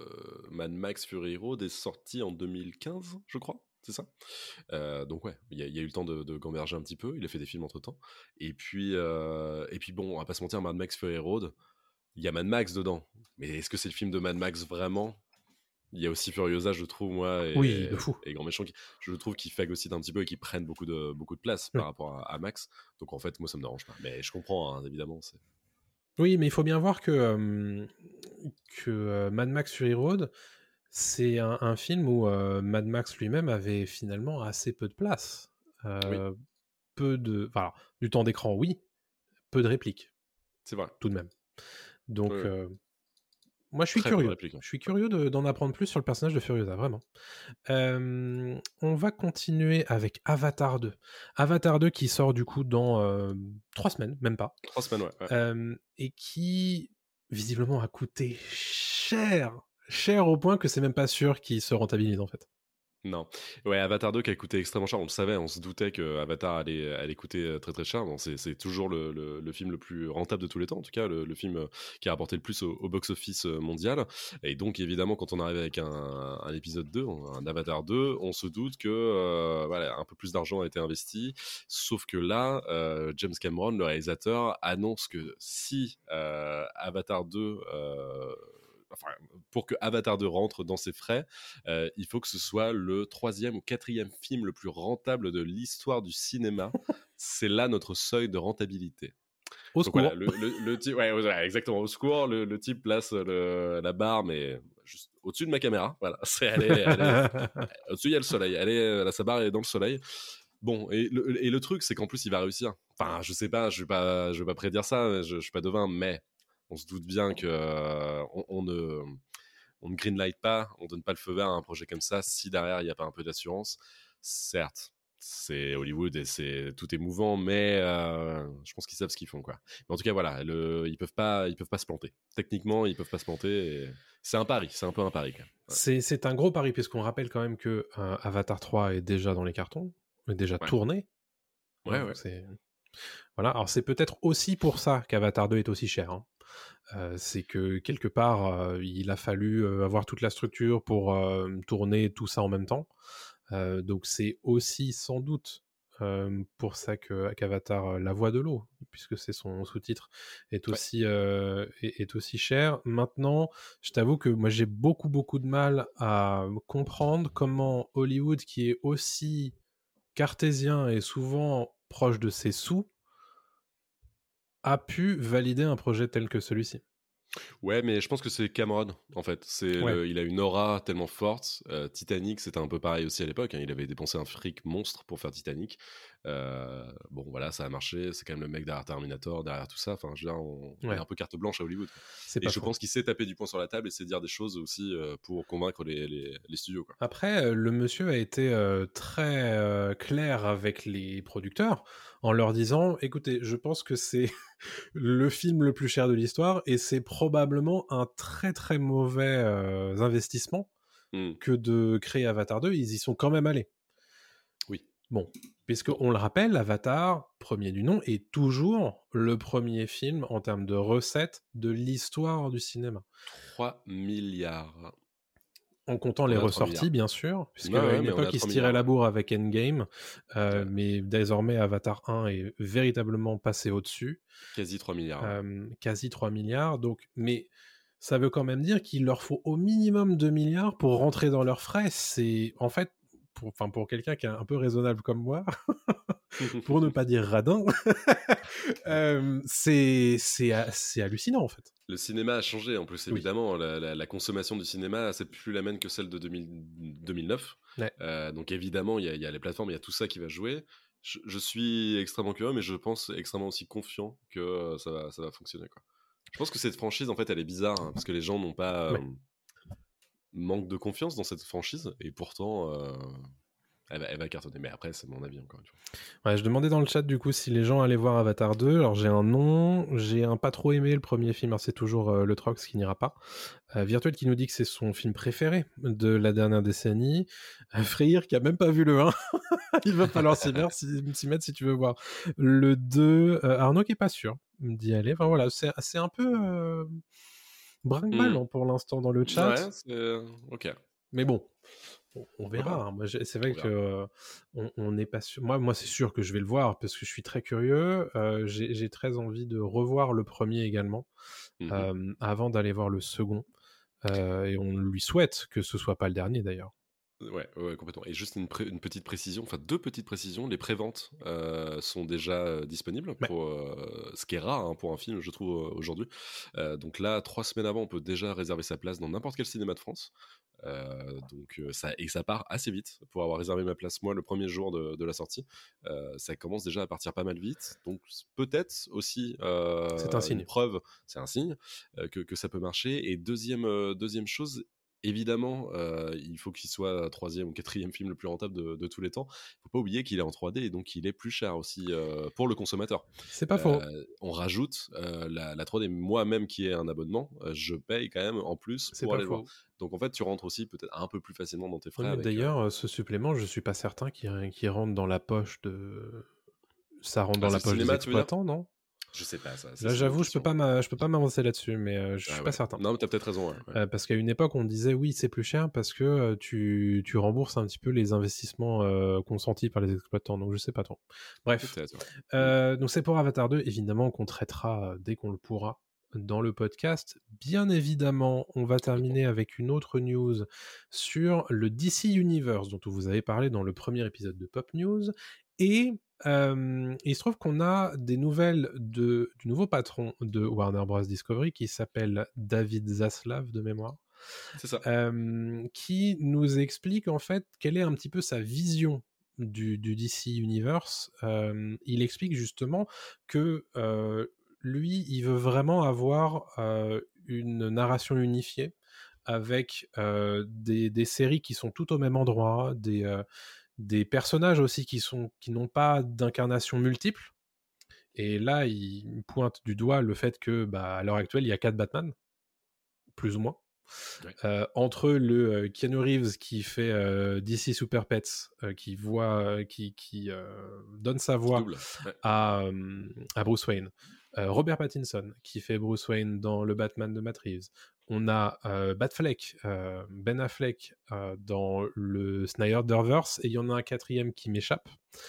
Mad Max Fury Road est sorti en deux mille quinze, je crois, c'est ça. Euh, donc ouais, il y, y a eu le temps de, de gamberger un petit peu, il a fait des films entre temps. Et puis, euh, et puis bon, on va pas se mentir, Mad Max Fury Road, il y a Mad Max dedans, mais est-ce que c'est le film de Mad Max vraiment ? Il y a aussi Furiosa, je trouve, moi, et, oui, de fou. et Grand Méchant, qui, je trouve qu'ils phagocytent un petit peu et qu'ils prennent beaucoup de, beaucoup de place oui. par rapport à, à Max. Donc en fait, moi, ça me dérange pas. Mais je comprends, hein, évidemment. C'est... Oui, mais il faut bien voir que, euh, que euh, Mad Max Fury Road, c'est un, un film où euh, Mad Max lui-même avait finalement assez peu de place. Euh, oui. Peu de... Enfin, du temps d'écran, oui. Peu de répliques. C'est vrai. Tout de même. Donc... Oui. Euh, Moi, je suis Très curieux. Réplique, hein. Je suis curieux de, d'en apprendre plus sur le personnage de Furiosa, vraiment. Euh, on va continuer avec Avatar deux. Avatar deux qui sort du coup dans euh, trois semaines, même pas. Trois semaines, ouais. ouais. Euh, et qui, visiblement, a coûté cher. Cher au point que c'est même pas sûr qu'il se rentabilise, en fait. Non. Ouais, Avatar deux qui a coûté extrêmement cher. On le savait, on se doutait que Avatar allait, allait coûter très très cher. Bon, c'est, c'est toujours le, le, le film le plus rentable de tous les temps, en tout cas, le, le film qui a rapporté le plus au, au box-office mondial. Et donc, évidemment, quand on arrive avec un, un épisode deux, un Avatar deux, on se doute que euh, voilà, un peu plus d'argent a été investi. Sauf que là, euh, James Cameron, le réalisateur, annonce que si euh, Avatar deux... Euh, Enfin, pour que Avatar deux rentre dans ses frais, euh, il faut que ce soit le troisième ou quatrième film le plus rentable de l'histoire du cinéma. C'est là notre seuil de rentabilité. Au Donc secours. Voilà, le, le, le type, ouais, ouais, exactement, au secours. Le, le type place le, la barre, mais juste au-dessus de ma caméra. Voilà, c'est, elle est, elle est, au-dessus, il y a le soleil. Elle est, là, sa barre est dans le soleil. Bon, et le, et le truc, c'est qu'en plus, il va réussir. Enfin, je sais pas, je vais pas, je vais pas prédire ça, je, je suis pas devin, mais on se doute bien que euh, on, on ne on ne greenlight pas, on donne pas le feu vert à un projet comme ça si derrière il n'y a pas un peu d'assurance. Certes, c'est Hollywood et c'est tout est mouvant, mais euh, je pense qu'ils savent ce qu'ils font, quoi. Mais en tout cas, voilà, le, ils peuvent pas, ils peuvent pas se planter. Techniquement, ils peuvent pas se planter. Et c'est un pari, c'est un peu un pari, quand même. Ouais. C'est, c'est un gros pari puisqu'on rappelle quand même que euh, Avatar trois est déjà dans les cartons, est déjà ouais. tourné. Ouais, Donc, ouais. C'est... Voilà. Alors c'est peut-être aussi pour ça qu'Avatar deux est aussi cher. Hein. Euh, c'est que quelque part, euh, il a fallu euh, avoir toute la structure pour euh, tourner tout ça en même temps. Euh, donc c'est aussi sans doute euh, pour ça que, qu'Avatar, euh, La Voix de l'eau, puisque c'est son sous-titre, est aussi, ouais. euh, est, est aussi cher. Maintenant, je t'avoue que moi j'ai beaucoup beaucoup de mal à comprendre comment Hollywood, qui est aussi cartésien et souvent proche de ses sous, a pu valider un projet tel que celui-ci. Ouais, mais je pense que c'est Cameron, en fait. C'est ouais. le, il a une aura tellement forte. Euh, Titanic, c'était un peu pareil aussi à l'époque. Hein. Il avait dépensé un fric monstre pour faire Titanic. Euh, bon, voilà, ça a marché. C'est quand même le mec derrière Terminator, derrière tout ça. Enfin, je veux dire, on, on Ouais. est un peu carte blanche à Hollywood. C'est Et pas je faux. pense qu'il sait taper du poing sur la table et sait dire des choses aussi euh, pour convaincre les, les, les studios, quoi. Après, euh, le monsieur a été euh, très euh, clair avec les producteurs en leur disant, écoutez, je pense que c'est le film le plus cher de l'histoire et c'est probablement un très très mauvais euh, investissement Mm. que de créer Avatar deux. Ils y sont quand même allés. Oui. Bon, puisqu'on le rappelle, Avatar, premier du nom, est toujours le premier film en termes de recettes de l'histoire du cinéma. trois milliards. En comptant On les est à trois ressorties, milliards. bien sûr, puisque Ouais, à ouais, une mais on est à époque, ils se trois tiraient milliards, la ouais. bourre avec Endgame, euh, Ouais. mais désormais, Avatar un est véritablement passé au-dessus, Quasi trois milliards. ouais. euh, quasi trois milliards, donc, mais ça veut quand même dire qu'il leur faut au minimum deux milliards pour rentrer dans leurs frais. C'est, en fait, pour, enfin, pour quelqu'un qui est un peu raisonnable comme moi, pour ne pas dire radin, euh, c'est, c'est, c'est hallucinant, en fait. Le cinéma a changé, en plus, Oui. évidemment. La, la- la consommation du cinéma, c'est plus la même que celle de deux mille deux mille neuf. Ouais. Euh, donc, évidemment, il y, a- il y a les plateformes, il y a tout ça qui va jouer. Je, je suis extrêmement curieux, mais je pense extrêmement aussi confiant que euh, ça va, ça va fonctionner, quoi. Je pense que cette franchise, en fait, elle est bizarre, hein, parce que les gens n'ont pas... euh, Ouais. manquent de confiance dans cette franchise, et pourtant... euh, Elle va, elle va cartonner, mais après, c'est mon avis encore une fois. Ouais, je demandais dans le chat du coup si les gens allaient voir Avatar deux. Alors j'ai un non, j'ai un pas trop aimé le premier film, alors c'est toujours euh, le Trox qui n'ira pas. Euh, Virtuel qui nous dit que c'est son film préféré de la dernière décennie. Euh, Freyr qui a même pas vu le un. Il va falloir s'y mettre, si, s'y mettre si tu veux voir le deux. Euh, Arnaud qui est pas sûr d'y aller. Enfin voilà, c'est, c'est un peu euh, brinque-ballant Mm. pour l'instant dans le chat. Ouais, c'est... Ok. Mais bon, on, on verra. Voilà. hein. Moi, j'ai- c'est vrai On que euh, on, on n'est pas sûr. Moi, moi, c'est sûr que je vais le voir parce que je suis très curieux. Euh, j'ai, j'ai très envie de revoir le premier également Mhm. euh, avant d'aller voir le second. Euh, et on lui souhaite que ce soit pas le dernier d'ailleurs. Ouais, ouais, complètement. Et juste une, pré- une petite précision, enfin deux petites précisions. Les préventes euh, sont déjà euh, disponibles, Ouais. pour, euh, ce qui est rare hein, pour un film, je trouve, euh, aujourd'hui. Euh, donc là, trois semaines avant, on peut déjà réserver sa place dans n'importe quel cinéma de France. Euh, donc euh, ça, et ça part assez vite. Pour avoir réservé ma place, moi, le premier jour de, de la sortie, euh, ça commence déjà à partir pas mal vite. Donc peut-être aussi euh, C'est un signe. une preuve, c'est un signe, euh, que, que ça peut marcher. Et deuxième, euh, deuxième chose, évidemment, euh, il faut qu'il soit troisième ou quatrième film le plus rentable de, de tous les temps. Il ne faut pas oublier qu'il est en trois D et donc il est plus cher aussi euh, pour le consommateur. C'est pas faux. Euh, on rajoute euh, la, la trois D. Moi-même qui ai un abonnement, euh, je paye quand même en plus C'est pour pas aller le faux. voir. Donc en fait, tu rentres aussi peut-être un peu plus facilement dans tes frais. Ouais, mais avec, d'ailleurs, euh, ce supplément, je suis pas certain qu'il, qu'il rentre dans la poche de. Ça rentre Ah, dans c'est la le poche cinéma, des tu veux dire exploitants, non? Je sais pas ça. ça, Là, c'est j'avoue, une je peux question. pas, m'a- je peux pas m'avancer là-dessus, mais euh, je Ah suis ouais. pas certain. Non, mais t'as peut-être raison. Ouais, ouais. Euh, parce qu'à une époque, on disait oui, c'est plus cher parce que euh, tu, tu rembourses un petit peu les investissements euh, consentis par les exploitants. Donc, je sais pas trop. Bref. Peut-être, ouais. Euh, donc, c'est pour Avatar deux, évidemment, qu'on traitera euh, dès qu'on le pourra dans le podcast. Bien évidemment, on va terminer avec une autre news sur le D C Universe dont vous avez parlé dans le premier épisode de Pop News. Et euh, il se trouve qu'on a des nouvelles de, du nouveau patron de Warner Bros. Discovery qui s'appelle David Zaslav de mémoire, C'est ça. euh, qui nous explique en fait quelle est un petit peu sa vision du, du D C Universe. Euh, il explique justement que euh, lui, il veut vraiment avoir euh, une narration unifiée avec euh, des, des séries qui sont toutes au même endroit, des... Euh, des personnages aussi qui, sont, qui n'ont pas d'incarnation multiple. Et là, il pointe du doigt le fait que, bah, à l'heure actuelle, il y a quatre Batman, plus ou moins. Ouais. Euh, entre le euh, Keanu Reeves qui fait euh, D C Super Pets, euh, qui voit, euh, qui, qui euh, donne sa voix ouais. à, euh, à Bruce Wayne, euh, Robert Pattinson qui fait Bruce Wayne dans le Batman de Matt Reeves. On a euh, Batfleck, euh, Ben Affleck euh, dans le Snyderverse, et il y en a un quatrième qui m'échappe.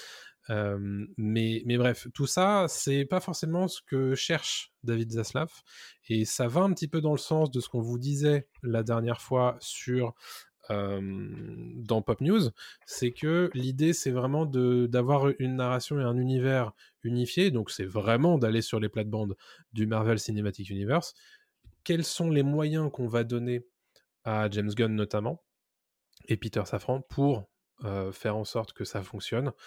Euh, mais, mais bref, tout ça, c'est pas forcément ce que cherche David Zaslav, et ça va un petit peu dans le sens de ce qu'on vous disait la dernière fois sur euh, dans Pop News, c'est que l'idée c'est vraiment de, d'avoir une narration et un univers unifié, donc c'est vraiment d'aller sur les plates-bandes du Marvel Cinematic Universe. Quels sont les moyens qu'on va donner à James Gunn notamment et Peter Safran pour euh, faire en sorte que ça fonctionne?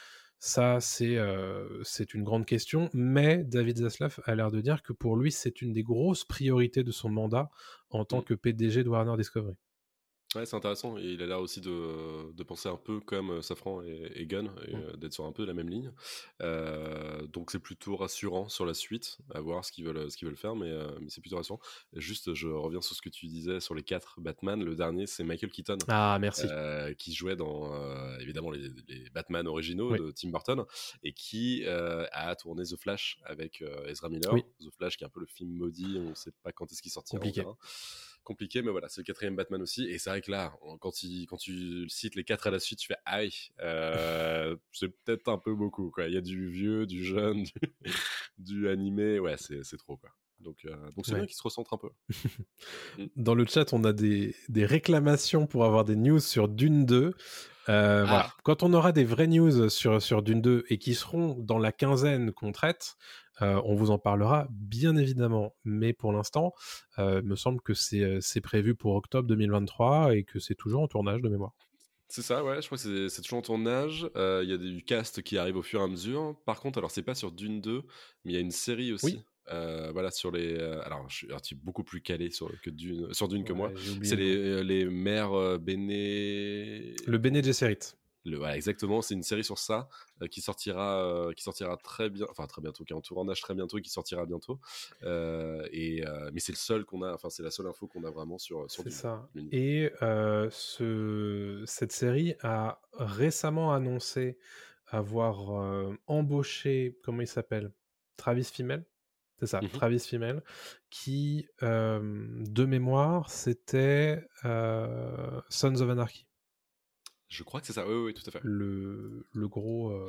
Ça, c'est, euh, c'est une grande question, mais David Zaslav a l'air de dire que pour lui, c'est une des grosses priorités de son mandat en tant Mm. que P D G de Warner Discovery. Ouais, c'est intéressant. Et il a l'air aussi de, de penser un peu comme euh, Safran et, et Gunn, et Mm. euh, d'être sur un peu la même ligne. Euh, donc c'est plutôt rassurant sur la suite, à voir ce qu'ils veulent, ce qu'ils veulent faire, mais, euh, mais c'est plutôt rassurant. Juste, je reviens sur ce que tu disais sur les quatre Batman. Le dernier, c'est Michael Keaton, Ah, merci. euh, qui jouait dans euh, évidemment les, les Batman originaux Oui. de Tim Burton, et qui euh, a tourné The Flash avec euh, Ezra Miller. Oui. The Flash, qui est un peu le film maudit, on ne sait pas quand est-ce qu'il sortira. Compliqué. on verra. Compliqué, mais voilà, c'est le quatrième Batman aussi. Et c'est vrai que là, on- quand, il, quand tu cites les quatre à la suite, tu fais aïe, euh, c'est peut-être un peu beaucoup, quoi. Il y a du vieux, du jeune, du, du animé, ouais, c'est, c'est trop, quoi. Donc, euh, donc c'est Ouais. bien qu'il se recentre un peu. Mm. Dans le chat, on a des, des réclamations pour avoir des news sur Dune deux. Euh, Ah. Voilà. Quand on aura des vraies news sur, sur Dune deux et qui seront dans la quinzaine qu'on traite, euh, on vous en parlera bien évidemment. Mais pour l'instant, euh, il me semble que c'est, euh, c'est prévu pour octobre deux mille vingt-trois et que c'est toujours en tournage de mémoire. C'est ça, ouais, je crois que c'est, c'est toujours en tournage. Euh, Il y a du cast qui arrive au fur et à mesure. Par contre, alors c'est pas sur Dune deux, mais il y a une série aussi. Oui. Euh, voilà, sur les. euh, alors, je suis, alors, tu es beaucoup plus calé sur, que Dune, sur Dune que Ouais, moi. j'ai oublié C'est le les, euh, les mères euh, Bene. Le Bene Gesserit. Le, voilà, exactement, c'est une série sur ça euh, qui sortira, euh, qui sortira très bien, enfin très bientôt, qui est en tournage très bientôt et qui sortira bientôt. Euh, et euh, mais c'est le seul qu'on a, enfin c'est la seule info qu'on a vraiment sur sur C'est Dune. ça. Dune. Et euh, ce, cette série a récemment annoncé avoir euh, embauché, comment il s'appelle, Travis Fimmel. C'est ça, Mhm. Travis Fimmel, qui, euh, de mémoire, c'était euh, Sons of Anarchy. Je crois que c'est ça, oui, oui, tout à fait. Le, le gros, euh,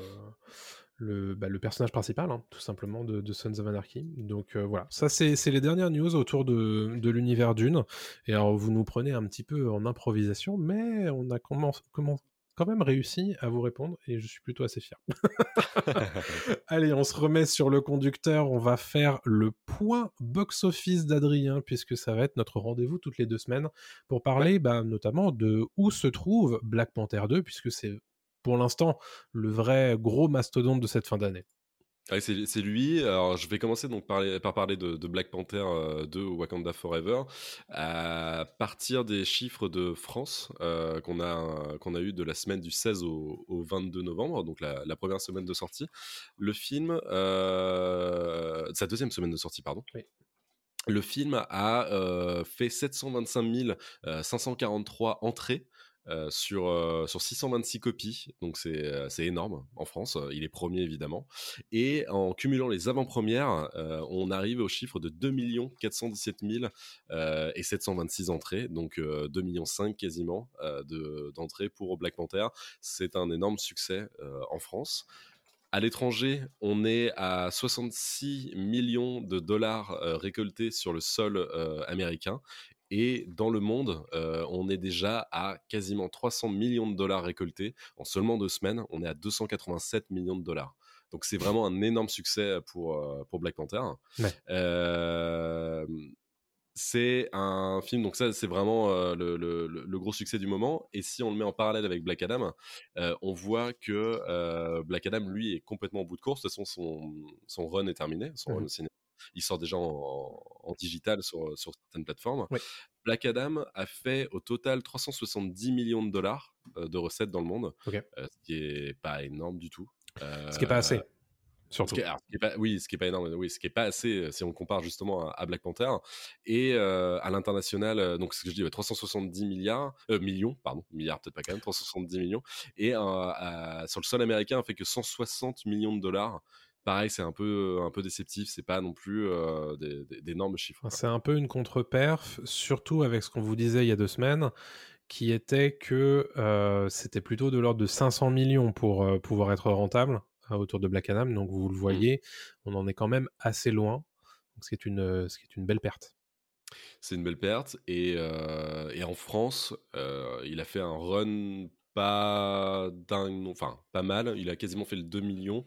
le, bah, le personnage principal, hein, tout simplement, de, de Sons of Anarchy. Donc euh, voilà, ça c'est, c'est les dernières news autour de, de l'univers Dune. Et alors vous nous prenez un petit peu en improvisation, mais on a comment, comment, quand même réussi à vous répondre et je suis plutôt assez fier. Allez, on se remet sur le conducteur, on va faire le point box-office d'Adrien, puisque ça va être notre rendez-vous toutes les deux semaines, pour parler Ouais. bah, notamment de où se trouve Black Panther deux, puisque c'est pour l'instant le vrai gros mastodonte de cette fin d'année. Ouais, c'est, c'est lui. Alors, je vais commencer donc par, par parler de, de Black Panther euh, deux Wakanda Forever à partir des chiffres de France euh, qu'on a qu'on a eu de la semaine du seize au, au vingt-deux novembre, donc la, la première semaine de sortie. Le film, euh, sa deuxième semaine de sortie, pardon. Oui. Le film a euh, fait sept cent vingt-cinq mille cinq cent quarante-trois entrées. Euh, sur, euh, sur six cent vingt-six copies, donc c'est, euh, c'est énorme en France, il est premier évidemment, et en cumulant les avant-premières, euh, on arrive au chiffre de deux millions quatre cent dix-sept mille euh, et sept cent vingt-six entrées, donc euh, deux virgule cinq millions quasiment euh, de, d'entrées pour Black Panther. C'est un énorme succès euh, en France. À l'étranger, on est à soixante-six millions de dollars euh, récoltés sur le sol euh, américain. Et dans le monde, euh, on est déjà à quasiment trois cents millions de dollars récoltés. En seulement deux semaines, on est à deux cent quatre-vingt-sept millions de dollars. Donc c'est vraiment un énorme succès pour, euh, pour Black Panther. Ouais. Euh, c'est un film, donc ça c'est vraiment euh, le, le, le gros succès du moment. Et si on le met en parallèle avec Black Adam, euh, on voit que euh, Black Adam, lui, est complètement au bout de course. De toute façon, son, son run est terminé, son Mhm. run au cinéma. Il sort déjà en, en digital sur, sur certaines plateformes. Ouais. Black Adam a fait au total trois cent soixante-dix millions de dollars euh, de recettes dans le monde, Okay. euh, ce qui est pas énorme du tout. Euh, ce qui est pas assez. Surtout. Ce qui est, alors, ce qui est pas, oui, ce qui est pas énorme, oui, ce qui est pas assez si on compare justement à, à Black Panther. Et euh, à l'international, euh, donc ce que je dis, ouais, trois cent soixante-dix milliards, euh, millions, pardon, milliards peut-être pas quand même, trois cent soixante-dix millions. Et euh, à, sur le sol américain, on fait que cent soixante millions de dollars. Pareil, c'est un peu, un peu déceptif, c'est pas non plus euh, des, des, d'énormes chiffres. Quoi. C'est un peu une contre-perf, surtout avec ce qu'on vous disait il y a deux semaines, qui était que euh, c'était plutôt de l'ordre de cinq cents millions pour euh, pouvoir être rentable euh, autour de Black Adam. Donc vous le voyez, mmh. on en est quand même assez loin, donc ce qui est une, ce qui est une belle perte. C'est une belle perte. Et, euh, et en France, euh, il a fait un run pas dingue, enfin pas mal. Il a quasiment fait le deux millions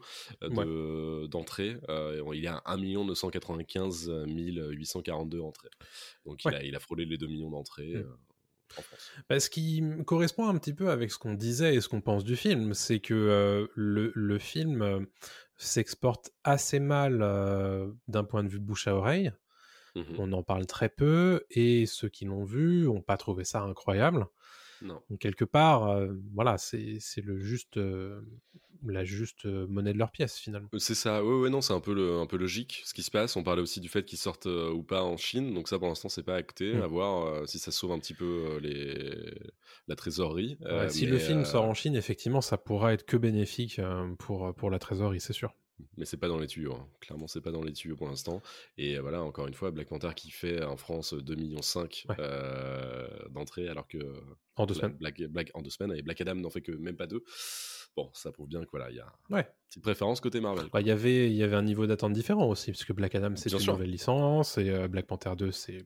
de, ouais. d'entrées. Euh, il est à un million neuf cent quatre-vingt-quinze mille huit cent quarante-deux entrées. Donc ouais. il, a, il a frôlé les deux millions d'entrées. Mmh. en France. Bah, ce qui correspond un petit peu avec ce qu'on disait et ce qu'on pense du film, c'est que euh, le, le film euh, s'exporte assez mal euh, d'un point de vue bouche à oreille. Mmh. On en parle très peu et ceux qui l'ont vu n'ont pas trouvé ça incroyable. Non. Donc quelque part, euh, voilà, c'est, c'est le juste, euh, la juste euh, monnaie de leur pièce finalement. C'est ça, ouais, ouais, non, c'est un peu, le, un peu logique ce qui se passe. On parlait aussi du fait qu'ils sortent euh, ou pas en Chine, donc ça pour l'instant c'est pas acté, Mm. à voir euh, si ça sauve un petit peu euh, les... la trésorerie. Ouais, Euh, si mais, le film euh, sort en Chine, effectivement, ça pourra être que bénéfique euh, pour, pour la trésorerie, c'est sûr. Mais c'est pas dans les tuyaux, hein. Clairement c'est pas dans les tuyaux pour l'instant. Et voilà, encore une fois, Black Panther qui fait en France deux virgule cinq millions ouais. euh, d'entrées, alors que en deux Bla- semaines. Black, Black, en deux semaines, et Black Adam n'en fait que même pas deux. Bon, ça prouve bien que voilà, il y a ouais. une petite préférence côté Marvel. Bah, y avait, y avait un niveau d'attente différent aussi, parce que Black Adam c'est Bien une sûr. nouvelle licence et euh, Black Panther deux c'est,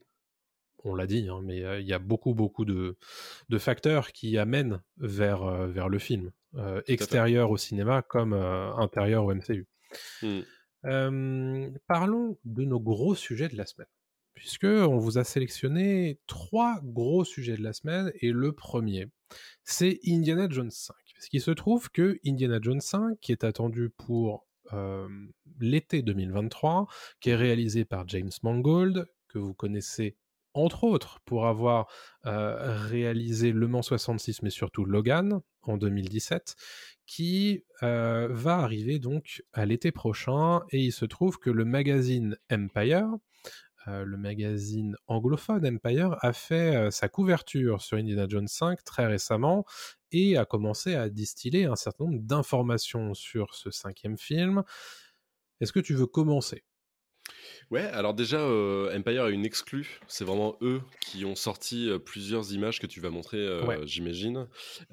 on l'a dit, hein, mais il euh, y a beaucoup beaucoup de, de facteurs qui amènent vers, euh, vers le film, euh, extérieur au cinéma comme euh, intérieur au M C U. Mm. Euh, parlons de nos gros sujets de la semaine, puisque on vous a sélectionné trois gros sujets de la semaine, et le premier, c'est Indiana Jones cinq. Parce qu'il se trouve que Indiana Jones cinq, qui est attendu pour euh, l'été deux mille vingt-trois, qui est réalisé par James Mangold, que vous connaissez entre autres pour avoir euh, réalisé Le Mans soixante-six, mais surtout Logan en deux mille dix-sept, qui euh, va arriver donc à l'été prochain, et il se trouve que le magazine Empire, euh, le magazine anglophone Empire, a fait euh, sa couverture sur Indiana Jones cinq très récemment, et a commencé à distiller un certain nombre d'informations sur ce cinquième film. Est-ce que tu veux commencer ? Ouais, alors déjà, euh, Empire a une exclue. C'est vraiment eux qui ont sorti euh, plusieurs images que tu vas montrer, euh, ouais. j'imagine.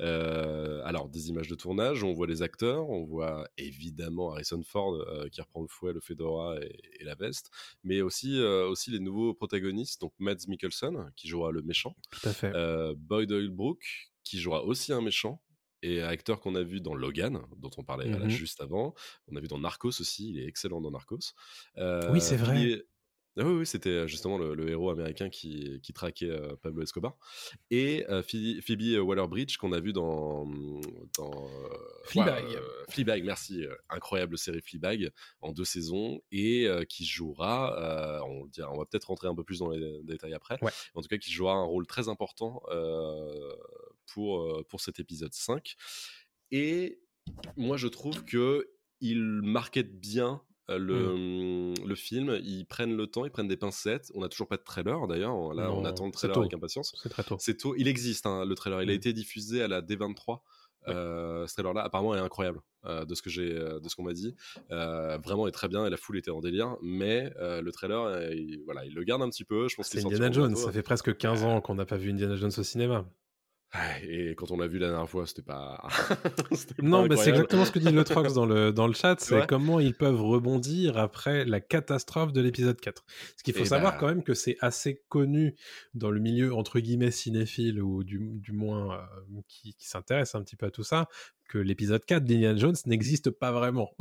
Euh, alors, des images de tournage, on voit les acteurs, on voit évidemment Harrison Ford euh, qui reprend le fouet, le fedora et, et la veste, mais aussi, euh, aussi les nouveaux protagonistes, donc Mads Mikkelsen qui jouera le méchant. Tout à fait. Euh, Boyd Holbrook qui jouera aussi un méchant. Et acteur qu'on a vu dans Logan, dont on parlait mm-hmm. voilà, juste avant. On a vu dans Narcos aussi, il est excellent dans Narcos. Euh, oui, c'est vrai. Est... Ah oui, oui, c'était justement le, le héros américain qui, qui traquait euh, Pablo Escobar. Et euh, Phoebe Waller-Bridge, qu'on a vu dans... dans euh, Fleabag. Ouais, euh, Fleabag, merci. Euh, incroyable série Fleabag, en deux saisons, et euh, qui jouera, euh, on, le dira, on va peut-être rentrer un peu plus dans les détails après, ouais. en tout cas qui jouera un rôle très important euh, pour, pour cet épisode cinq. Et moi, je trouve qu'il market bien le, mmh. le film. Ils prennent le temps, ils prennent des pincettes. On n'a toujours pas de trailer, d'ailleurs. Là, non, on attend le trailer avec impatience. C'est très tôt. C'est tôt. Il existe, hein, le trailer. Il mmh. a été diffusé à la D vingt-trois. Ouais. Euh, ce trailer-là, apparemment, est incroyable euh, de ce que j'ai, de ce qu'on m'a dit. Euh, vraiment, est très bien et la foule était en délire. Mais euh, le trailer, euh, il, voilà, il le garde un petit peu. Je pense c'est Indiana Jones. Ça fait presque quinze ans qu'on n'a pas vu Indiana Jones au cinéma. Et quand on l'a vu la dernière fois, c'était pas. c'était non, mais c'est exactement ce que dit Lotrox dans le, dans le chat, c'est ouais. comment ils peuvent rebondir après la catastrophe de l'épisode quatre. Ce qu'il faut et savoir bah... quand même que c'est assez connu dans le milieu, entre guillemets, cinéphile, ou du, du moins euh, qui, qui s'intéresse un petit peu à tout ça, que l'épisode quatre d'Indiana Jones n'existe pas vraiment.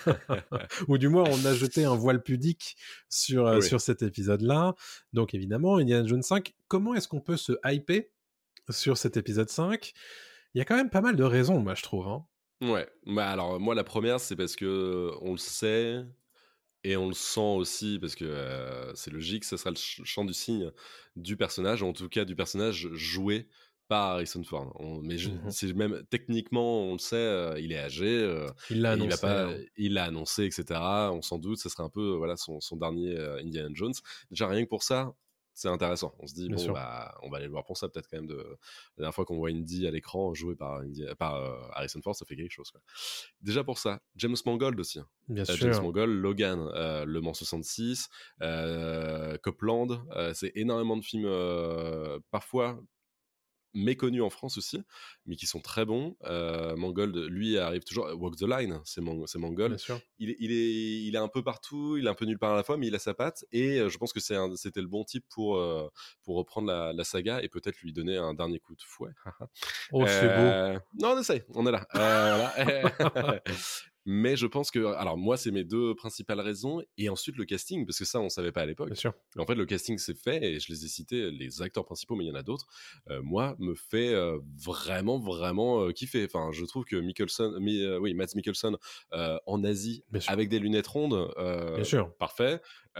Ou du moins, on a jeté un voile pudique sur, oui. sur cet épisode-là. Donc évidemment, Indiana Jones cinq, comment est-ce qu'on peut se hyper sur cet épisode cinq? Il y a quand même pas mal de raisons, moi, je trouve. Hein. Ouais, bah alors moi, la première, c'est parce que on le sait et on le sent aussi, parce que euh, c'est logique, ce sera le ch- chant du signe du personnage, en tout cas du personnage joué par Harrison Ford. On, mais je, mm-hmm. c'est même techniquement, on le sait, euh, il est âgé, euh, il l'a annoncé, il, pas, hein. il l'a annoncé, et cetera. On s'en doute, ce serait un peu voilà son, son dernier euh, Indiana Jones. Déjà rien que pour ça. C'est intéressant. On se dit, Bien bon, bah, on va aller le voir pour ça, peut-être quand même. De... La dernière fois qu'on voit Indy à l'écran joué par, Indy... par euh, Harrison Ford, ça fait quelque chose. Quoi. Déjà pour ça, James Mangold aussi. Bien euh, sûr. James Mangold, Logan, euh, Le Mans soixante-six, euh, Copland. Euh, c'est énormément de films, euh, parfois méconnus en France aussi, mais qui sont très bons. Euh, Mangold, lui, arrive toujours. Walk the Line, c'est, Man- c'est Mangold. Il, il, est, il est un peu partout, il est un peu nulle part à la fois, mais il a sa patte. Et euh, je pense que c'est un, c'était le bon type pour, euh, pour reprendre la, la saga et peut-être lui donner un dernier coup de fouet. Oh, c'est euh, beau. Non, on essaye, on est là. Euh, voilà. Mais je pense que, alors moi, c'est mes deux principales raisons, et ensuite le casting, parce que ça, on savait pas à l'époque. Bien sûr. Et en fait, le casting s'est fait, et je les ai cités, les acteurs principaux, mais il y en a d'autres. Euh, moi, me fait euh, vraiment, vraiment euh, kiffer. Enfin, je trouve que Mikkelsen, mi, euh, oui, Mads Mikkelsen euh, en Asie, avec des lunettes rondes, euh, Bien sûr. parfait.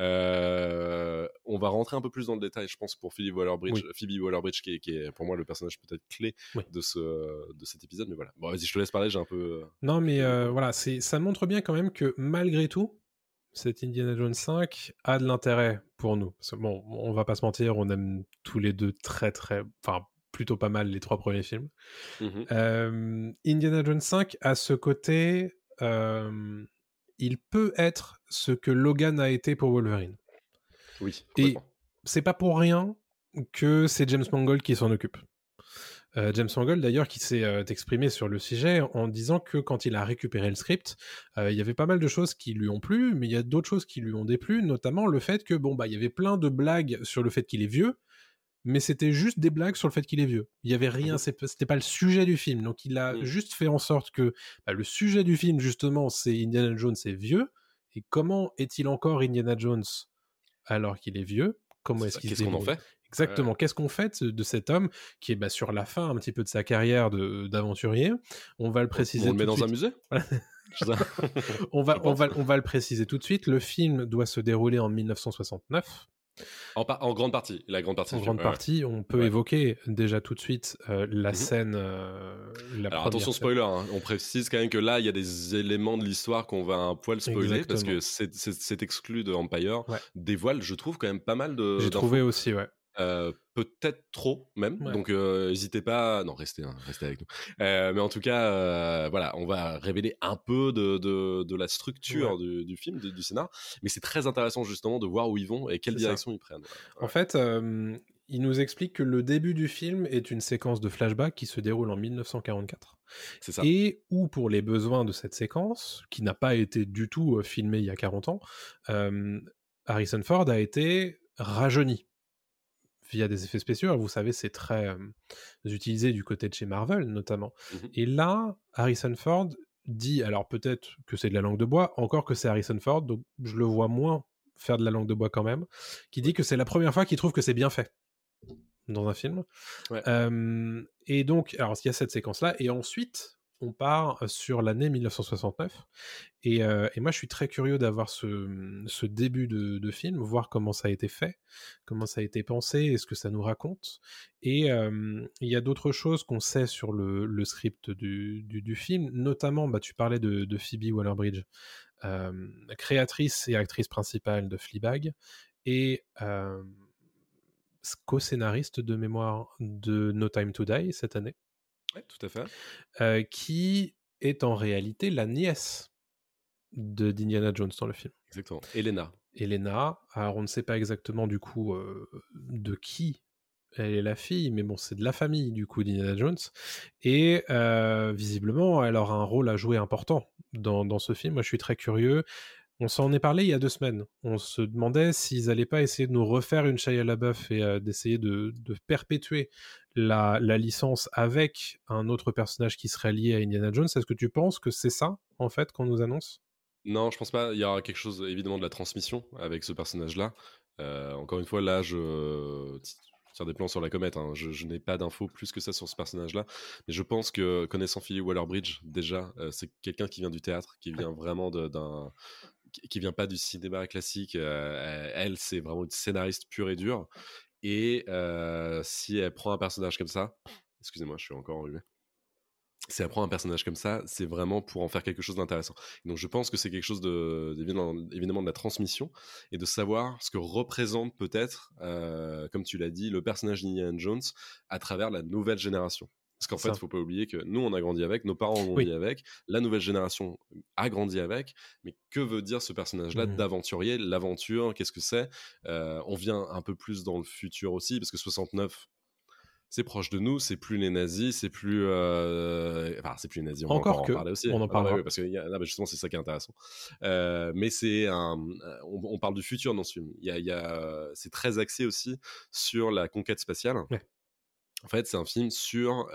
Euh, on va rentrer un peu plus dans le détail, je pense, pour Phoebe Waller-Bridge, oui. Phoebe Waller-Bridge, qui est, qui est pour moi le personnage peut-être clé oui. de ce de cet épisode. Mais voilà. Bon, vas-y, je te laisse parler. J'ai un peu. Non, mais euh, voilà, c'est ça montre bien quand même que malgré tout, cet Indiana Jones cinq a de l'intérêt pour nous. Parce que, bon, on va pas se mentir, on aime tous les deux très très, enfin plutôt pas mal les trois premiers films. Mm-hmm. Euh, Indiana Jones cinq a ce côté, euh, il peut être ce que Logan a été pour Wolverine. Oui. Et c'est pas pour rien que c'est James Mangold qui s'en occupe. Euh, James Mangold d'ailleurs qui s'est euh, exprimé sur le sujet en disant que quand il a récupéré le script, euh, il y avait pas mal de choses qui lui ont plu, mais il y a d'autres choses qui lui ont déplu, notamment le fait que bon bah il y avait plein de blagues sur le fait qu'il est vieux, mais c'était juste des blagues sur le fait qu'il est vieux. Il y avait rien, c'est, c'était pas le sujet du film, donc il a mmh. juste fait en sorte que bah, le sujet du film justement c'est Indiana Jones est vieux, et comment est-il encore Indiana Jones alors qu'il est vieux? Comment c'est est-ce ça, qu'il qu'est-ce se qu'on en débrouille? fait? Exactement. Ouais. Qu'est-ce qu'on fait de, de cet homme qui est bah, sur la fin un petit peu de sa carrière de, d'aventurier? On va le préciser. On le met dans suite. un musée. on va, on va, on va le préciser tout de suite. Le film doit se dérouler en dix-neuf cent soixante-neuf. En, pa- en grande partie, la grande partie. En grande film, partie, ouais. on peut ouais. évoquer déjà tout de suite euh, la mm-hmm. scène. Euh, la Alors attention spoiler, hein. On précise quand même que là il y a des éléments de l'histoire qu'on va un poil spoiler. Exactement. Parce que c'est, c'est, c'est exclu de Empire ouais. dévoile, je trouve quand même pas mal de. J'ai d'infos. trouvé aussi, ouais. Euh, peut-être trop même, ouais. donc n'hésitez euh, pas, non restez, hein, restez avec nous. Euh, mais en tout cas, euh, voilà, on va révéler un peu de, de, de la structure ouais. du, du film, du, du scénar, mais c'est très intéressant justement de voir où ils vont et quelle c'est direction ça. Ils prennent. Ouais. En fait, euh, il nous explique que le début du film est une séquence de flashback qui se déroule en dix-neuf cent quarante-quatre. C'est ça. Et où, pour les besoins de cette séquence, qui n'a pas été du tout filmée il y a quarante ans, euh, Harrison Ford a été rajeuni via des effets spéciaux. Alors, vous savez, c'est très euh, utilisé du côté de chez Marvel, notamment. Mm-hmm. Et là, Harrison Ford dit, alors peut-être que c'est de la langue de bois, encore que c'est Harrison Ford, donc je le vois moins faire de la langue de bois quand même, qui dit que c'est la première fois qu'il trouve que c'est bien fait dans un film. Ouais. Euh, et donc, alors il y a cette séquence-là, et ensuite, on part sur l'année dix-neuf cent soixante-neuf, et, euh, et moi je suis très curieux d'avoir ce, ce début de, de film, voir comment ça a été fait, comment ça a été pensé, et ce que ça nous raconte. Et euh, il y a d'autres choses qu'on sait sur le, le script du, du, du film, notamment, bah, tu parlais de, de Phoebe Waller-Bridge, euh, créatrice et actrice principale de Fleabag, et euh, co-scénariste de mémoire de No Time to Die cette année. Oui, tout à fait. Euh, qui est en réalité la nièce de d'Indiana Jones dans le film. Exactement. Elena. Elena. Alors on ne sait pas exactement du coup euh, de qui elle est la fille, mais bon, c'est de la famille du coup d'Indiana Jones. Et euh, visiblement, elle aura un rôle à jouer important dans, dans ce film. Moi, je suis très curieux. On s'en est parlé il y a deux semaines. On se demandait s'ils n'allaient pas essayer de nous refaire une Shia LaBeouf et euh, d'essayer de, de perpétuer la, la licence avec un autre personnage qui serait lié à Indiana Jones. Est-ce que tu penses que c'est ça, en fait, qu'on nous annonce ? Non, je pense pas. Il y aura quelque chose, évidemment, de la transmission avec ce personnage-là. Euh, encore une fois, là, je tire des plans sur la comète. Hein. Je, je n'ai pas d'infos plus que ça sur ce personnage-là. Mais je pense que, connaissant Phoebe Waller-Bridge, déjà, euh, c'est quelqu'un qui vient du théâtre, qui vient vraiment de, d'un... qui vient pas du cinéma classique. Euh, elle, c'est vraiment une scénariste pure et dure. Et euh, si elle prend un personnage comme ça, excusez-moi, je suis encore enrhumé. Si elle prend un personnage comme ça, c'est vraiment pour en faire quelque chose d'intéressant. Donc je pense que c'est quelque chose de, évidemment, évidemment de la transmission et de savoir ce que représente peut-être, euh, comme tu l'as dit, le personnage d'Indiana Jones à travers la nouvelle génération. Parce qu'en fait, il ne faut pas oublier que nous, on a grandi avec, nos parents ont grandi oui. avec, la nouvelle génération a grandi avec, mais que veut dire ce personnage-là mmh. d'aventurier, l'aventure, qu'est-ce que c'est euh, on vient un peu plus dans le futur aussi, parce que soixante-neuf, c'est proche de nous, c'est plus les nazis, c'est plus... Euh... Enfin, c'est plus les nazis, on encore va encore que, en parler aussi. on en parlera. Ah bah oui, parce que y a, là, bah justement, c'est ça qui est intéressant. Euh, mais c'est un... On, on parle du futur dans ce film. Il y a, il y a... C'est très axé aussi sur la conquête spatiale. Ouais. En fait, c'est un film sur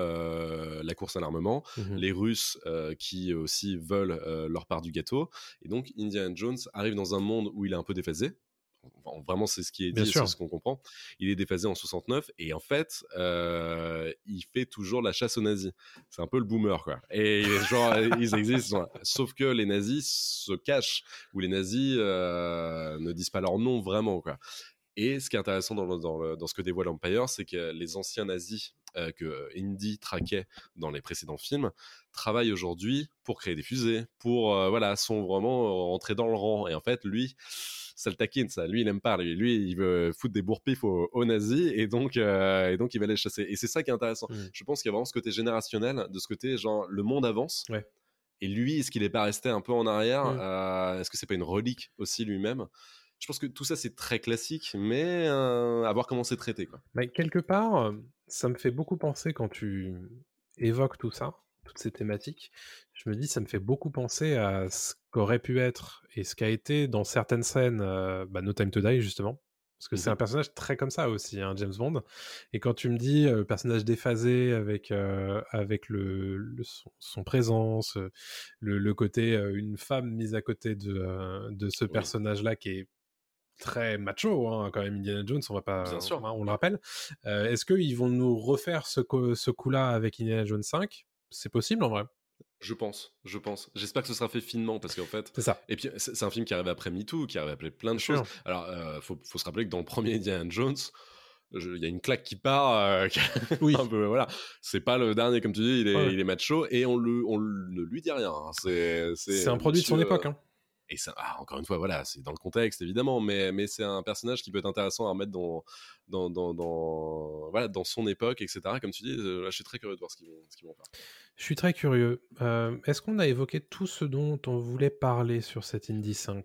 euh, la course à l'armement, Mhm. les Russes euh, qui aussi veulent euh, leur part du gâteau. Et donc, Indiana Jones arrive dans un monde où il est un peu déphasé. Enfin, vraiment, c'est ce qui est Bien dit et sûr. c'est ce qu'on comprend. Il est déphasé en soixante-neuf et en fait, euh, il fait toujours la chasse aux nazis. C'est un peu le boomer, quoi. Et genre, ils existent. Sauf que les nazis se cachent, ou les nazis euh, ne disent pas leur nom vraiment, quoi. Et ce qui est intéressant dans, le, dans, le, dans ce que dévoile Empire, c'est que les anciens nazis euh, que Indy traquait dans les précédents films travaillent aujourd'hui pour créer des fusées, pour, euh, voilà, sont vraiment rentrés dans le rang. Et en fait, lui, ça le taquine, ça. Lui, il aime pas. Lui, lui il veut foutre des bourre-pifs aux, aux nazis et donc, euh, et donc il va les chasser. Et c'est ça qui est intéressant. Mmh. Je pense qu'il y a vraiment ce côté générationnel, de ce côté, genre, le monde avance. Ouais. Et lui, est-ce qu'il n'est pas resté un peu en arrière mmh. euh, Est-ce que c'est pas une relique aussi lui-même? Je pense que tout ça, c'est très classique, mais euh, à voir comment c'est traité, quoi. Bah, quelque part, ça me fait beaucoup penser quand tu évoques tout ça, toutes ces thématiques. Je me dis, ça me fait beaucoup penser à ce qu'aurait pu être et ce qu'a été dans certaines scènes, euh, bah, No Time to Die, justement. Parce que mm-hmm. c'est un personnage très comme ça aussi, hein, James Bond. Et quand tu me dis euh, personnage déphasé avec, euh, avec le, le, son, son présence, le, le côté euh, une femme mise à côté de, euh, de ce oui. personnage-là qui est très macho, hein, quand même, Indiana Jones, on va pas, Bien sûr. On, on le rappelle. Euh, est-ce qu'ils vont nous refaire ce, co- ce coup-là avec Indiana Jones cinq ? C'est possible en vrai. Je pense, je pense. J'espère que ce sera fait finement parce qu'en fait. C'est ça. Et puis c'est, c'est un film qui arrive après MeToo, qui arrive après plein de Bien choses. Sûr. Alors, euh, faut, faut se rappeler que dans le premier Indiana Jones, il y a une claque qui part. Euh, qui... oui. un peu, voilà. C'est pas le dernier, comme tu dis, il est, ouais. il est macho et on, le, on ne lui dit rien. C'est, c'est, c'est un produit monsieur, de son époque. Hein. Et ça, ah, encore une fois, voilà, c'est dans le contexte évidemment, mais, mais c'est un personnage qui peut être intéressant à remettre dans, dans, dans, dans, voilà, dans son époque, et cetera. Comme tu dis, là, je suis très curieux de voir ce qu'ils vont, ce qu'ils vont faire. Je suis très curieux. Euh, est-ce qu'on a évoqué tout ce dont on voulait parler sur cette Indy cinq ?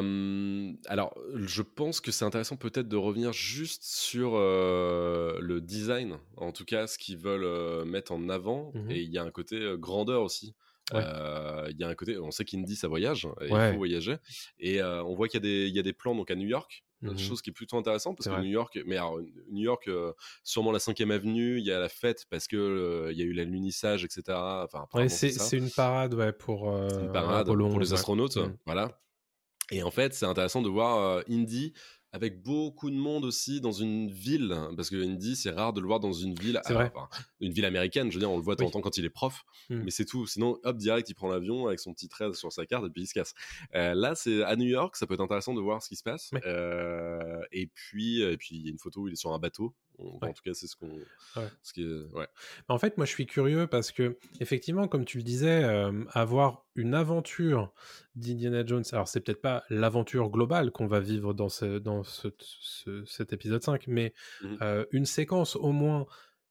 Euh, alors, je pense que c'est intéressant peut-être de revenir juste sur euh, le design, en tout cas, ce qu'ils veulent euh, mettre en avant, mm-hmm. et il y a un côté euh, grandeur aussi. Il ouais. euh, y a un côté, on sait qu'Indy ça voyage, et ouais. il faut voyager, et euh, on voit qu'il y a des, il y a des plans donc à New York, mm-hmm. chose qui est plutôt intéressante parce c'est que vrai. New York, mais alors, New York, euh, sûrement la cinquième avenue, il y a la fête parce que euh, il y a eu l'alunissage, et cetera. Enfin, ouais, c'est, c'est, c'est une parade, ouais, pour, euh, c'est une parade Apollo pour les astronautes, ouais. voilà. Et en fait, c'est intéressant de voir euh, Indy avec beaucoup de monde aussi dans une ville, parce que Indy, c'est rare de le voir dans une ville, c'est vrai. Enfin, une ville américaine, je veux dire, on le voit de temps en temps quand il est prof, mm. mais c'est tout. Sinon, hop, direct, il prend l'avion avec son petit trait sur sa carte et puis il se casse. Euh, là, c'est à New York, ça peut être intéressant de voir ce qui se passe. Ouais. Euh, et puis, et puis, il y a une photo où il est sur un bateau. Ouais. En tout cas, c'est ce qu'on. Ouais. Ce qui est... ouais. En fait, moi, je suis curieux parce que, effectivement, comme tu le disais, euh, avoir une aventure d'Indiana Jones, alors c'est peut-être pas l'aventure globale qu'on va vivre dans, ce, dans ce, ce, cet épisode cinq, mais mm-hmm. euh, une séquence au moins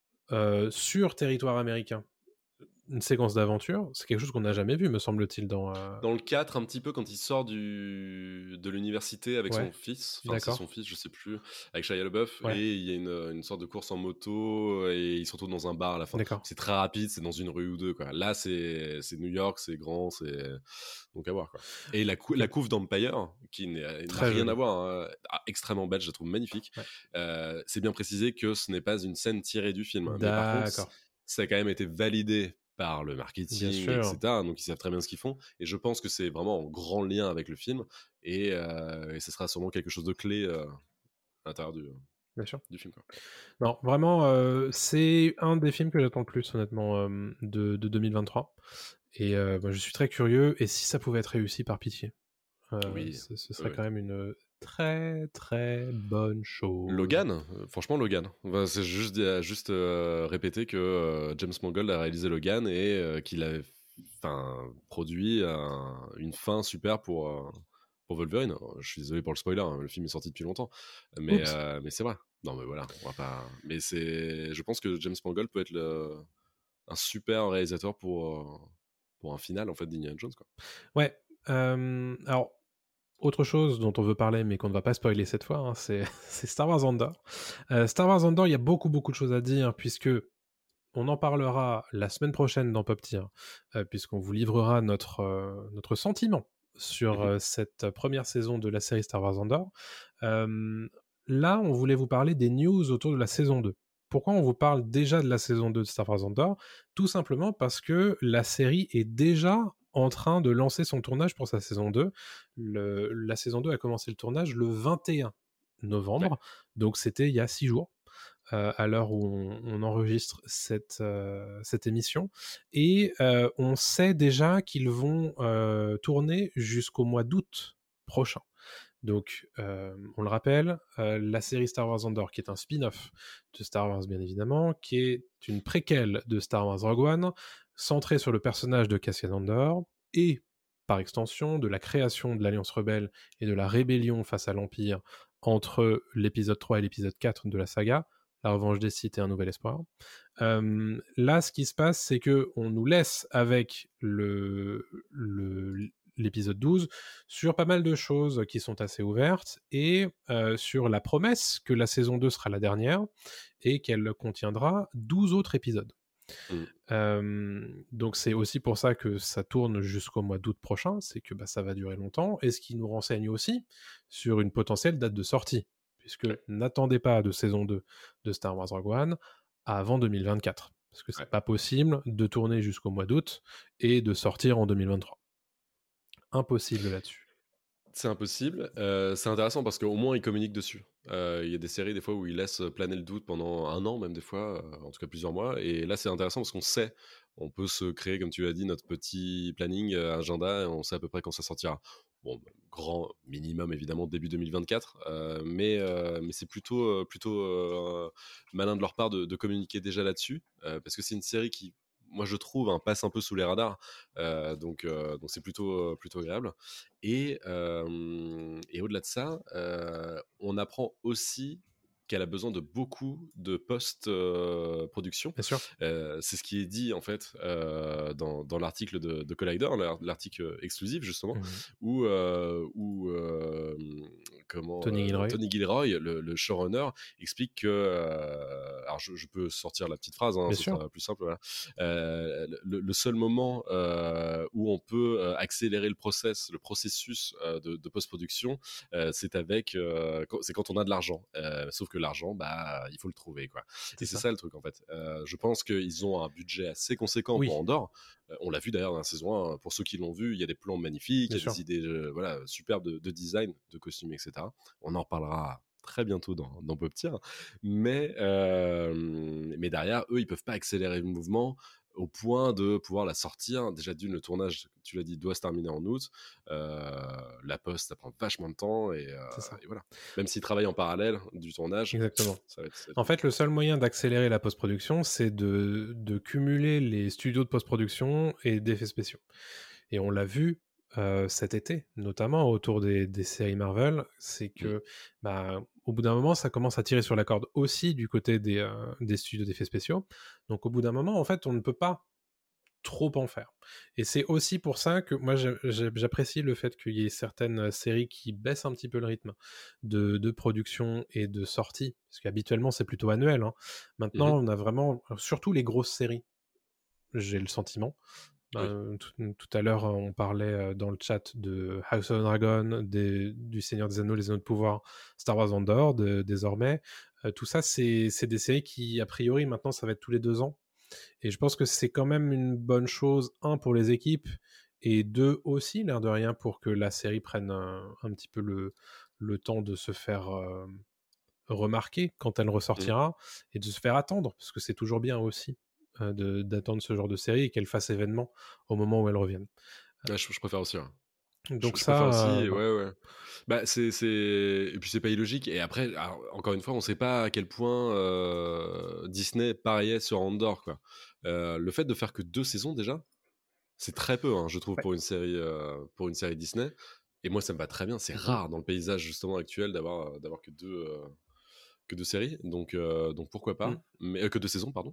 euh, sur territoire américain. Une séquence d'aventure, c'est quelque chose qu'on n'a jamais vu, me semble-t-il, dans... Euh... Dans le quatre, un petit peu, quand il sort du... de l'université avec ouais. son fils, enfin D'accord. c'est son fils, je sais plus, avec Shia LaBeouf, ouais. et il y a une, une sorte de course en moto, et il se retrouve dans un bar à la fin. D'accord. C'est très rapide, c'est dans une rue ou deux, quoi. Là, c'est, c'est New York, c'est grand, c'est... Donc à voir, quoi. Et la, cou... la couve d'Empire, qui n'a, n'a rien joli. à voir, hein, extrêmement belle, je la trouve magnifique, ouais. euh, c'est bien précisé que ce n'est pas une scène tirée du film. Mais par contre, ça a quand même été validé par le marketing, et cetera. Donc ils savent très bien ce qu'ils font. Et je pense que c'est vraiment en grand lien avec le film. Et, euh, et ce sera sûrement quelque chose de clé euh, à l'intérieur du, bien sûr. du film, quoi. Non, vraiment, euh, c'est un des films que j'attends le plus, honnêtement, euh, de, de deux mille vingt-trois. Et euh, bah, je suis très curieux. Et si ça pouvait être réussi, par pitié. Euh, oui, ce, ce serait oui. quand même une très très bonne chose. Logan, euh, franchement Logan. Enfin, c'est juste, juste euh, répéter que euh, James Mangold a réalisé Logan et euh, qu'il a produit un, une fin super pour, euh, pour Wolverine. Je suis désolé pour le spoiler, hein, le film est sorti depuis longtemps, mais, euh, mais c'est vrai. Non mais voilà, on va pas. Mais c'est, je pense que James Mangold peut être le, un super réalisateur pour pour un final en fait d'Indiana Jones, quoi. Ouais. Euh, alors. Autre chose dont on veut parler, mais qu'on ne va pas spoiler cette fois, hein, c'est, c'est Star Wars Andor. Euh, Star Wars Andor, il y a beaucoup, beaucoup de choses à dire, puisque on en parlera la semaine prochaine dans Pop Tier, euh, puisqu'on vous livrera notre, euh, notre sentiment sur euh, cette première saison de la série Star Wars Andor. Euh, là, on voulait vous parler des news autour de la saison deux. pourquoi on vous parle déjà de la saison deux de Star Wars Andor ? Tout simplement parce que la série est déjà en train de lancer son tournage pour sa saison deux. Le, la saison deux a commencé le tournage le vingt et un novembre, ouais. Donc c'était il y a six jours. Euh, à l'heure où on, on enregistre cette, euh, cette émission. Et euh, on sait déjà qu'ils vont euh, tourner jusqu'au mois d'août prochain. Donc, euh, on le rappelle, euh, la série Star Wars Andor, qui est un spin-off de Star Wars, bien évidemment, qui est une préquelle de Star Wars Rogue One, centrée sur le personnage de Cassian Andor, et, par extension, de la création de l'Alliance Rebelle et de la rébellion face à l'Empire entre l'épisode trois et l'épisode quatre de la saga, La Revanche des Sith et Un Nouvel Espoir. Euh, là, ce qui se passe, c'est qu'on nous laisse avec le, le, l'épisode douze sur pas mal de choses qui sont assez ouvertes et euh, sur la promesse que la saison deux sera la dernière et qu'elle contiendra douze autres épisodes. Mmh. Euh, donc c'est aussi pour ça que ça tourne jusqu'au mois d'août prochain, c'est que bah, ça va durer longtemps, et ce qui nous renseigne aussi sur une potentielle date de sortie, puisque ouais. n'attendez pas de saison deux de Star Wars Rogue One avant deux mille vingt-quatre, parce que c'est ouais. pas possible de tourner jusqu'au mois d'août et de sortir en deux mille vingt-trois. Impossible là-dessus. C'est impossible. Euh, c'est intéressant parce qu'au moins ils communiquent dessus. Il euh, y a des séries des fois où ils laissent planer le doute pendant un an, même des fois, euh, en tout cas plusieurs mois. Et là c'est intéressant parce qu'on sait, on peut se créer, comme tu l'as dit, notre petit planning, euh, agenda, et on sait à peu près quand ça sortira. Bon, grand minimum évidemment début deux mille vingt-quatre, euh, mais, euh, mais c'est plutôt, euh, plutôt euh, malin de leur part de, de communiquer déjà là-dessus, euh, parce que c'est une série qui, moi je trouve, hein, passe un peu sous les radars, euh, donc, euh, donc c'est plutôt, plutôt agréable. Et, euh, et au-delà de ça, euh, on apprend aussi qu'elle a besoin de beaucoup de post-production. Bien sûr. Euh, c'est ce qui est dit en fait euh, dans, dans l'article de, de Collider, l'article exclusif justement, mmh. où, euh, où euh, comment, Tony Gilroy, euh, Tony Gilroy le, le showrunner, explique que... Euh, alors je, je peux sortir la petite phrase, hein, ce sera plus simple. Voilà. Euh, le, le seul moment euh, où on peut accélérer le process, le processus euh, de, de post-production, euh, c'est avec, euh, c'est quand on a de l'argent. Euh, sauf que l'argent, bah, il faut le trouver, quoi. C'est et ça. c'est ça le truc, en fait. Euh, je pense qu'ils ont un budget assez conséquent oui. pour Andor. Euh, on l'a vu d'ailleurs dans la saison un. Pour ceux qui l'ont vu, il y a des plans magnifiques, il y a des idées euh, voilà, superbes de, de design, de costumes, et cetera. On en reparlera très bientôt dans, dans Pop Tier. Mais, euh, mais derrière, eux, ils peuvent pas accélérer le mouvement au point de pouvoir la sortir. Déjà d'une, le tournage, tu l'as dit, doit se terminer en août. Euh, la poste, ça prend vachement de temps et, euh, et voilà. Même s'ils travaillent en parallèle du tournage. Exactement. Ça va être, ça va être... En fait, le seul moyen d'accélérer la post-production, c'est de, de cumuler les studios de post-production et d'effets spéciaux. Et on l'a vu euh, cet été, notamment autour des, des séries Marvel, c'est que mmh. bah, au bout d'un moment, ça commence à tirer sur la corde aussi du côté des, euh, des studios d'effets spéciaux. Donc au bout d'un moment, en fait, on ne peut pas trop en faire. Et c'est aussi pour ça que moi, j'apprécie le fait qu'il y ait certaines séries qui baissent un petit peu le rythme de, de production et de sortie, parce qu'habituellement, c'est plutôt annuel. Hein. Maintenant, mmh. on a vraiment, surtout les grosses séries, j'ai le sentiment. Oui. Euh, tout, tout à l'heure, on parlait dans le chat de House of Dragon, des, du Seigneur des Anneaux, les Anneaux de Pouvoir, Star Wars Andor, de, désormais. Euh, tout ça, c'est, c'est des séries qui, a priori, maintenant, ça va être tous les deux ans. Et je pense que c'est quand même une bonne chose, un, pour les équipes, et deux, aussi, l'air de rien, pour que la série prenne un, un petit peu le, le temps de se faire euh, remarquer quand elle ressortira, mmh. et de se faire attendre, parce que c'est toujours bien aussi. De, d'attendre ce genre de série et qu'elle fasse événement au moment où elle revienne. Ouais, je, je préfère aussi. Ouais. Donc je, ça, je aussi, euh... ouais, ouais. Bah, c'est, c'est... Et puis c'est pas illogique. Et après, alors, encore une fois, on sait pas à quel point euh, Disney pariait sur Andor, quoi. Euh, le fait de faire que deux saisons déjà, c'est très peu, hein, je trouve, ouais. pour une série, euh, pour une série Disney. Et moi, ça me va très bien. C'est rare dans le paysage justement actuel d'avoir, d'avoir que deux. Euh... que de séries, donc, euh, donc pourquoi pas, mm. mais, euh, que de saisons, pardon.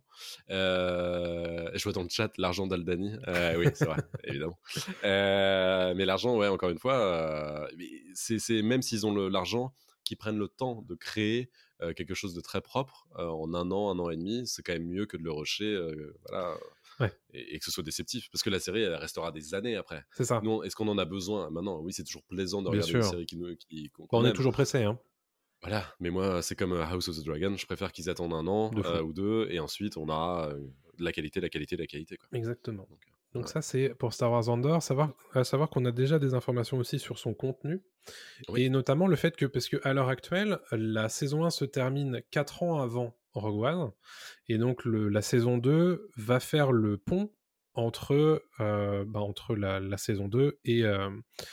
Euh, je vois dans le chat l'argent d'Aldani, euh, oui, c'est vrai, évidemment. Euh, mais l'argent, ouais, encore une fois, euh, c'est, c'est, même s'ils ont le, l'argent, qu'ils prennent le temps de créer euh, quelque chose de très propre euh, en un an, un an et demi, c'est quand même mieux que de le rusher, euh, voilà. Ouais. Et, et que ce soit déceptif, parce que la série elle restera des années après. C'est ça. Nous, est-ce qu'on en a besoin maintenant? Oui, c'est toujours plaisant de Bien regarder sûr. une série qui nous qui, qu'on, bon, on aime. est toujours pressé, hein. Voilà, mais moi, c'est comme euh, House of the Dragon, je préfère qu'ils attendent un an De fou. euh, ou deux, et ensuite on aura euh, de la qualité, la qualité, la qualité. Quoi. Exactement. Donc, euh, Donc voilà. ça, c'est pour Star Wars Andor. Savoir, à savoir qu'on a déjà des informations aussi sur son contenu, Oui. et notamment le fait que, parce qu'à l'heure actuelle, la saison un se termine quatre ans avant Rogue One, et donc le, la saison deux va faire le pont entre, euh, bah, entre la, la saison deux et... Euh,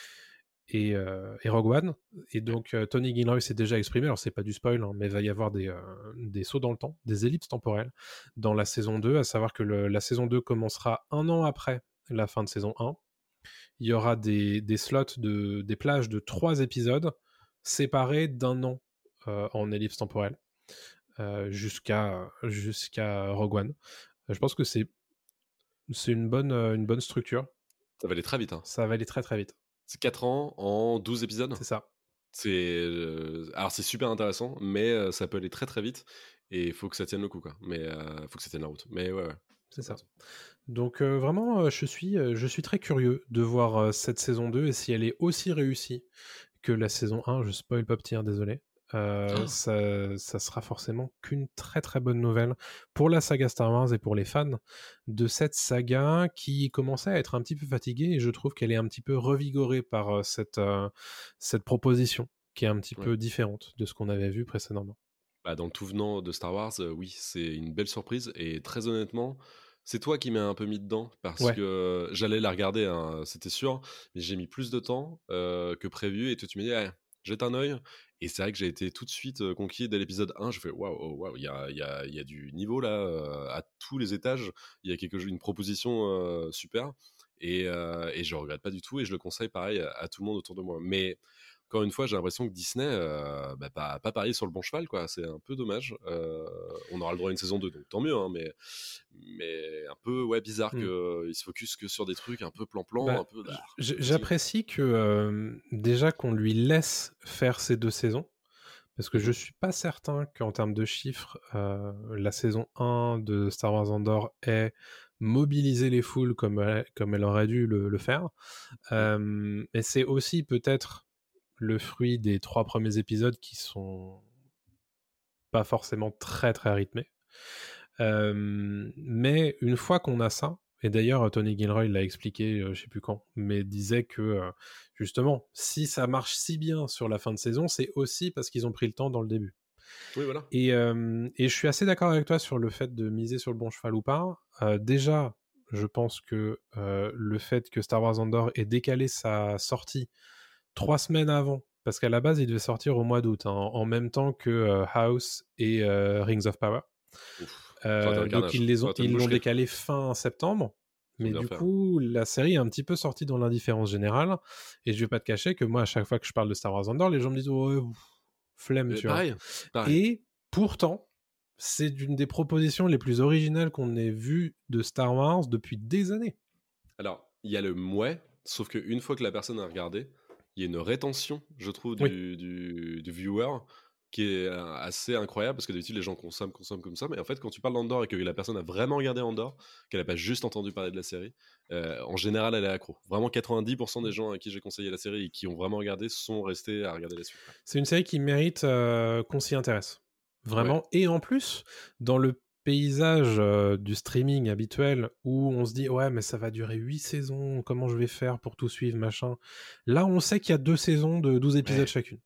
et, euh, et Rogue One. Et donc, euh, Tony Gilroy s'est déjà exprimé, alors c'est pas du spoil, hein, mais il va y avoir des, euh, des sauts dans le temps, des ellipses temporelles dans la saison deux, à savoir que le, la saison deux commencera un an après la fin de saison un. Il y aura des, des slots, de, des plages de trois épisodes séparés d'un an euh, en ellipse temporelle euh, jusqu'à, jusqu'à Rogue One. Je pense que c'est, c'est une, bonne, euh, une bonne structure. Ça va aller très vite. Hein. Ça va aller très très vite. C'est quatre ans en douze épisodes. C'est ça. C'est euh, alors c'est super intéressant, mais euh, ça peut aller très très vite et il faut que ça tienne le coup quoi. Mais euh, faut que ça tienne la route. Mais ouais, ouais. C'est ça. Donc euh, vraiment, euh, je, suis, euh, je suis très curieux de voir euh, cette saison deux et si elle est aussi réussie que la saison un. Je spoil pas petit, désolé. Euh, Oh. ça, ça sera forcément qu'une très très bonne nouvelle pour la saga Star Wars et pour les fans de cette saga qui commençait à être un petit peu fatiguée, et je trouve qu'elle est un petit peu revigorée par euh, cette, euh, cette proposition qui est un petit Ouais. peu différente de ce qu'on avait vu précédemment. Bah, dans le tout venant de Star Wars, euh, oui, c'est une belle surprise et très honnêtement, c'est toi qui m'as un peu mis dedans parce Ouais. que j'allais la regarder, hein, c'était sûr, mais j'ai mis plus de temps euh, que prévu et toi tu m'as dit, eh, jette un œil. Et c'est vrai que j'ai été tout de suite euh, conquis dès l'épisode un. Je fais waouh, oh, waouh, il y a, il y, a, il y a du niveau là euh, à tous les étages. Il y a quelque chose, une proposition euh, super et, euh, et je regrette pas du tout et je le conseille pareil à, à tout le monde autour de moi. Mais encore une fois, j'ai l'impression que Disney euh, bah, pas, pas parié sur le bon cheval, quoi. C'est un peu dommage. Euh, on aura le droit à une saison deux, donc tant mieux, hein, mais, mais un peu ouais, bizarre Mm. qu'ils se focus que sur des trucs un peu plan-plan. Bah, un peu, bah, j- J'apprécie que euh, déjà qu'on lui laisse faire ces deux saisons, parce que Mhm. je suis pas certain qu'en termes de chiffres, euh, la saison un de Star Wars Andor ait mobilisé les foules comme elle, comme elle aurait dû le, le faire. Euh, mais c'est aussi peut-être le fruit des trois premiers épisodes qui sont pas forcément très très rythmés. Euh, mais une fois qu'on a ça, et d'ailleurs Tony Gilroy l'a expliqué, euh, je sais plus quand, mais disait que euh, justement, si ça marche si bien sur la fin de saison, c'est aussi parce qu'ils ont pris le temps dans le début. Oui, voilà. Et, euh, et je suis assez d'accord avec toi sur le fait de miser sur le bon cheval ou pas. Euh, déjà, je pense que euh, le fait que Star Wars Andor ait décalé sa sortie trois semaines avant, parce qu'à la base, il devait sortir au mois d'août, hein, en même temps que euh, House et euh, Rings of Power. Ouf, Euh, donc ils les ont, ils l'ont décalé fin septembre, mais du faire. coup la série est un petit peu sortie dans l'indifférence générale, et je vais pas te cacher que moi à chaque fois que je parle de Star Wars Andor, les gens me disent oh, ouais, flemme, Mais tu pareil, vois. pareil. Et pourtant c'est une des propositions les plus originales qu'on ait vues de Star Wars depuis des années. Alors il y a le mouais, sauf qu'une fois que la personne a regardé, il y a une rétention, je trouve, du, Oui. du, du viewer qui est assez incroyable parce que d'habitude les gens consomment, consomment comme ça, mais en fait quand tu parles d'Andor et que la personne a vraiment regardé Andor, qu'elle n'a pas juste entendu parler de la série, euh, en général elle est accro. Vraiment quatre-vingt-dix pour cent des gens à qui j'ai conseillé la série et qui ont vraiment regardé sont restés à regarder la suite. C'est une série qui mérite euh, qu'on s'y intéresse, vraiment. Ouais. Et en plus, dans le paysage euh, du streaming habituel où on se dit ouais mais ça va durer huit saisons, comment je vais faire pour tout suivre, machin. Là on sait qu'il y a deux saisons de douze épisodes ouais. chacune.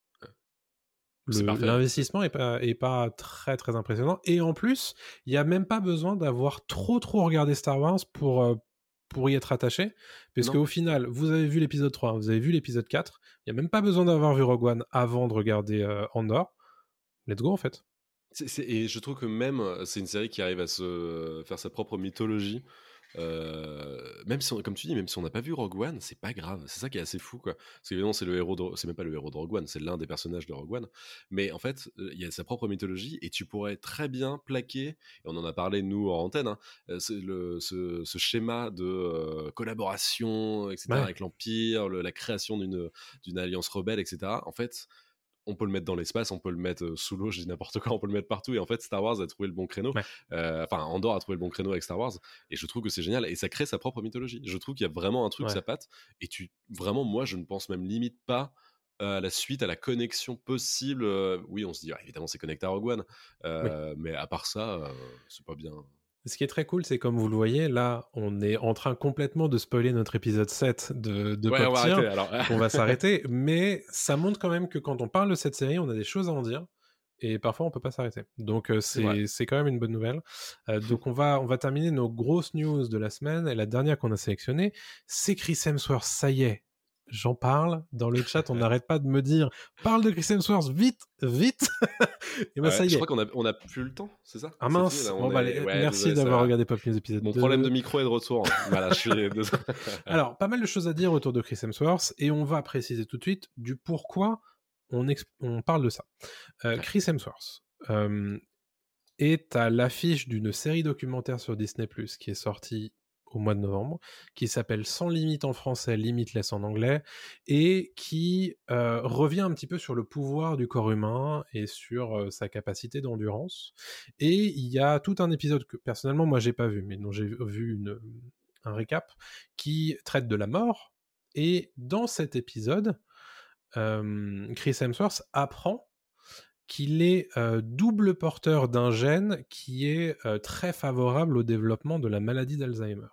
Le, l'investissement est pas, est pas très très impressionnant, et en plus il n'y a même pas besoin d'avoir trop trop regardé Star Wars pour, euh, pour y être attaché, parce qu'au final vous avez vu l'épisode trois, vous avez vu l'épisode quatre, il n'y a même pas besoin d'avoir vu Rogue One avant de regarder euh, Andor. Let's go en fait. C'est, c'est, et je trouve que même c'est une série qui arrive à se faire sa propre mythologie. Euh, même si on, comme tu dis, même si on n'a pas vu Rogue One, c'est pas grave. C'est ça qui est assez fou, quoi. Parce qu'évidemment, c'est le héros, de, c'est même pas le héros de Rogue One, c'est l'un des personnages de Rogue One. Mais en fait, il y a sa propre mythologie et tu pourrais très bien plaquer. Et on en a parlé nous en antenne. Hein, c'est le, ce, ce schéma de euh, collaboration, et cetera, ouais. avec l'Empire, le, la création d'une d'une alliance rebelle, et cetera. En fait. On peut le mettre dans l'espace, on peut le mettre sous l'eau, je dis n'importe quoi, on peut le mettre partout. Et en fait, Star Wars a trouvé le bon créneau. Ouais. Euh, enfin, Andor a trouvé le bon créneau avec Star Wars. Et je trouve que c'est génial. Et ça crée sa propre mythologie. Je trouve qu'il y a vraiment un truc, ouais. ça patte. Et tu, vraiment, moi, je ne pense même limite pas à la suite, à la connexion possible. euh, oui, on se dit, ah, évidemment, c'est connecté à Rogue One. Euh, mais à part ça, euh, c'est pas bien. Ce qui est très cool, c'est comme vous le voyez, là, on est en train complètement de spoiler notre épisode sept de, de Ouais, on Pop va Tier. arrêter alors. On va s'arrêter, mais ça montre quand même que quand on parle de cette série, on a des choses à en dire, et parfois on peut pas s'arrêter. Donc euh, C'est vrai. c'est, c'est quand même une bonne nouvelle. Euh, donc on va, on va terminer nos grosses news de la semaine, et la dernière qu'on a sélectionnée, c'est Chris Hemsworth, ça y est. J'en parle dans le chat, on n'arrête pas de me dire parle de Chris Hemsworth, vite, vite. Et ben Ouais, ça y je est. crois qu'on a, on a plus le temps, c'est ça? Ah C'est mince, fini, là, bon, on bah, est- les- ouais, merci désolé, ça d'avoir va. regardé Pop News épisode Mon deux. problème de micro est de retour. Voilà, je suis désolé. Alors, pas mal de choses à dire autour de Chris Hemsworth, et on va préciser tout de suite du pourquoi on, exp- on parle de ça. Euh, Chris Hemsworth euh, est à l'affiche d'une série documentaire sur Disney+, qui est sortie au mois de novembre, qui s'appelle Sans limite en français, Limitless en anglais, et qui euh, revient un petit peu sur le pouvoir du corps humain et sur euh, sa capacité d'endurance. Et il y a tout un épisode que personnellement moi j'ai pas vu, mais dont j'ai vu une, un récap, qui traite de la mort. Et dans cet épisode, euh, Chris Hemsworth apprend qu'il est euh, double porteur d'un gène qui est euh, très favorable au développement de la maladie d'Alzheimer.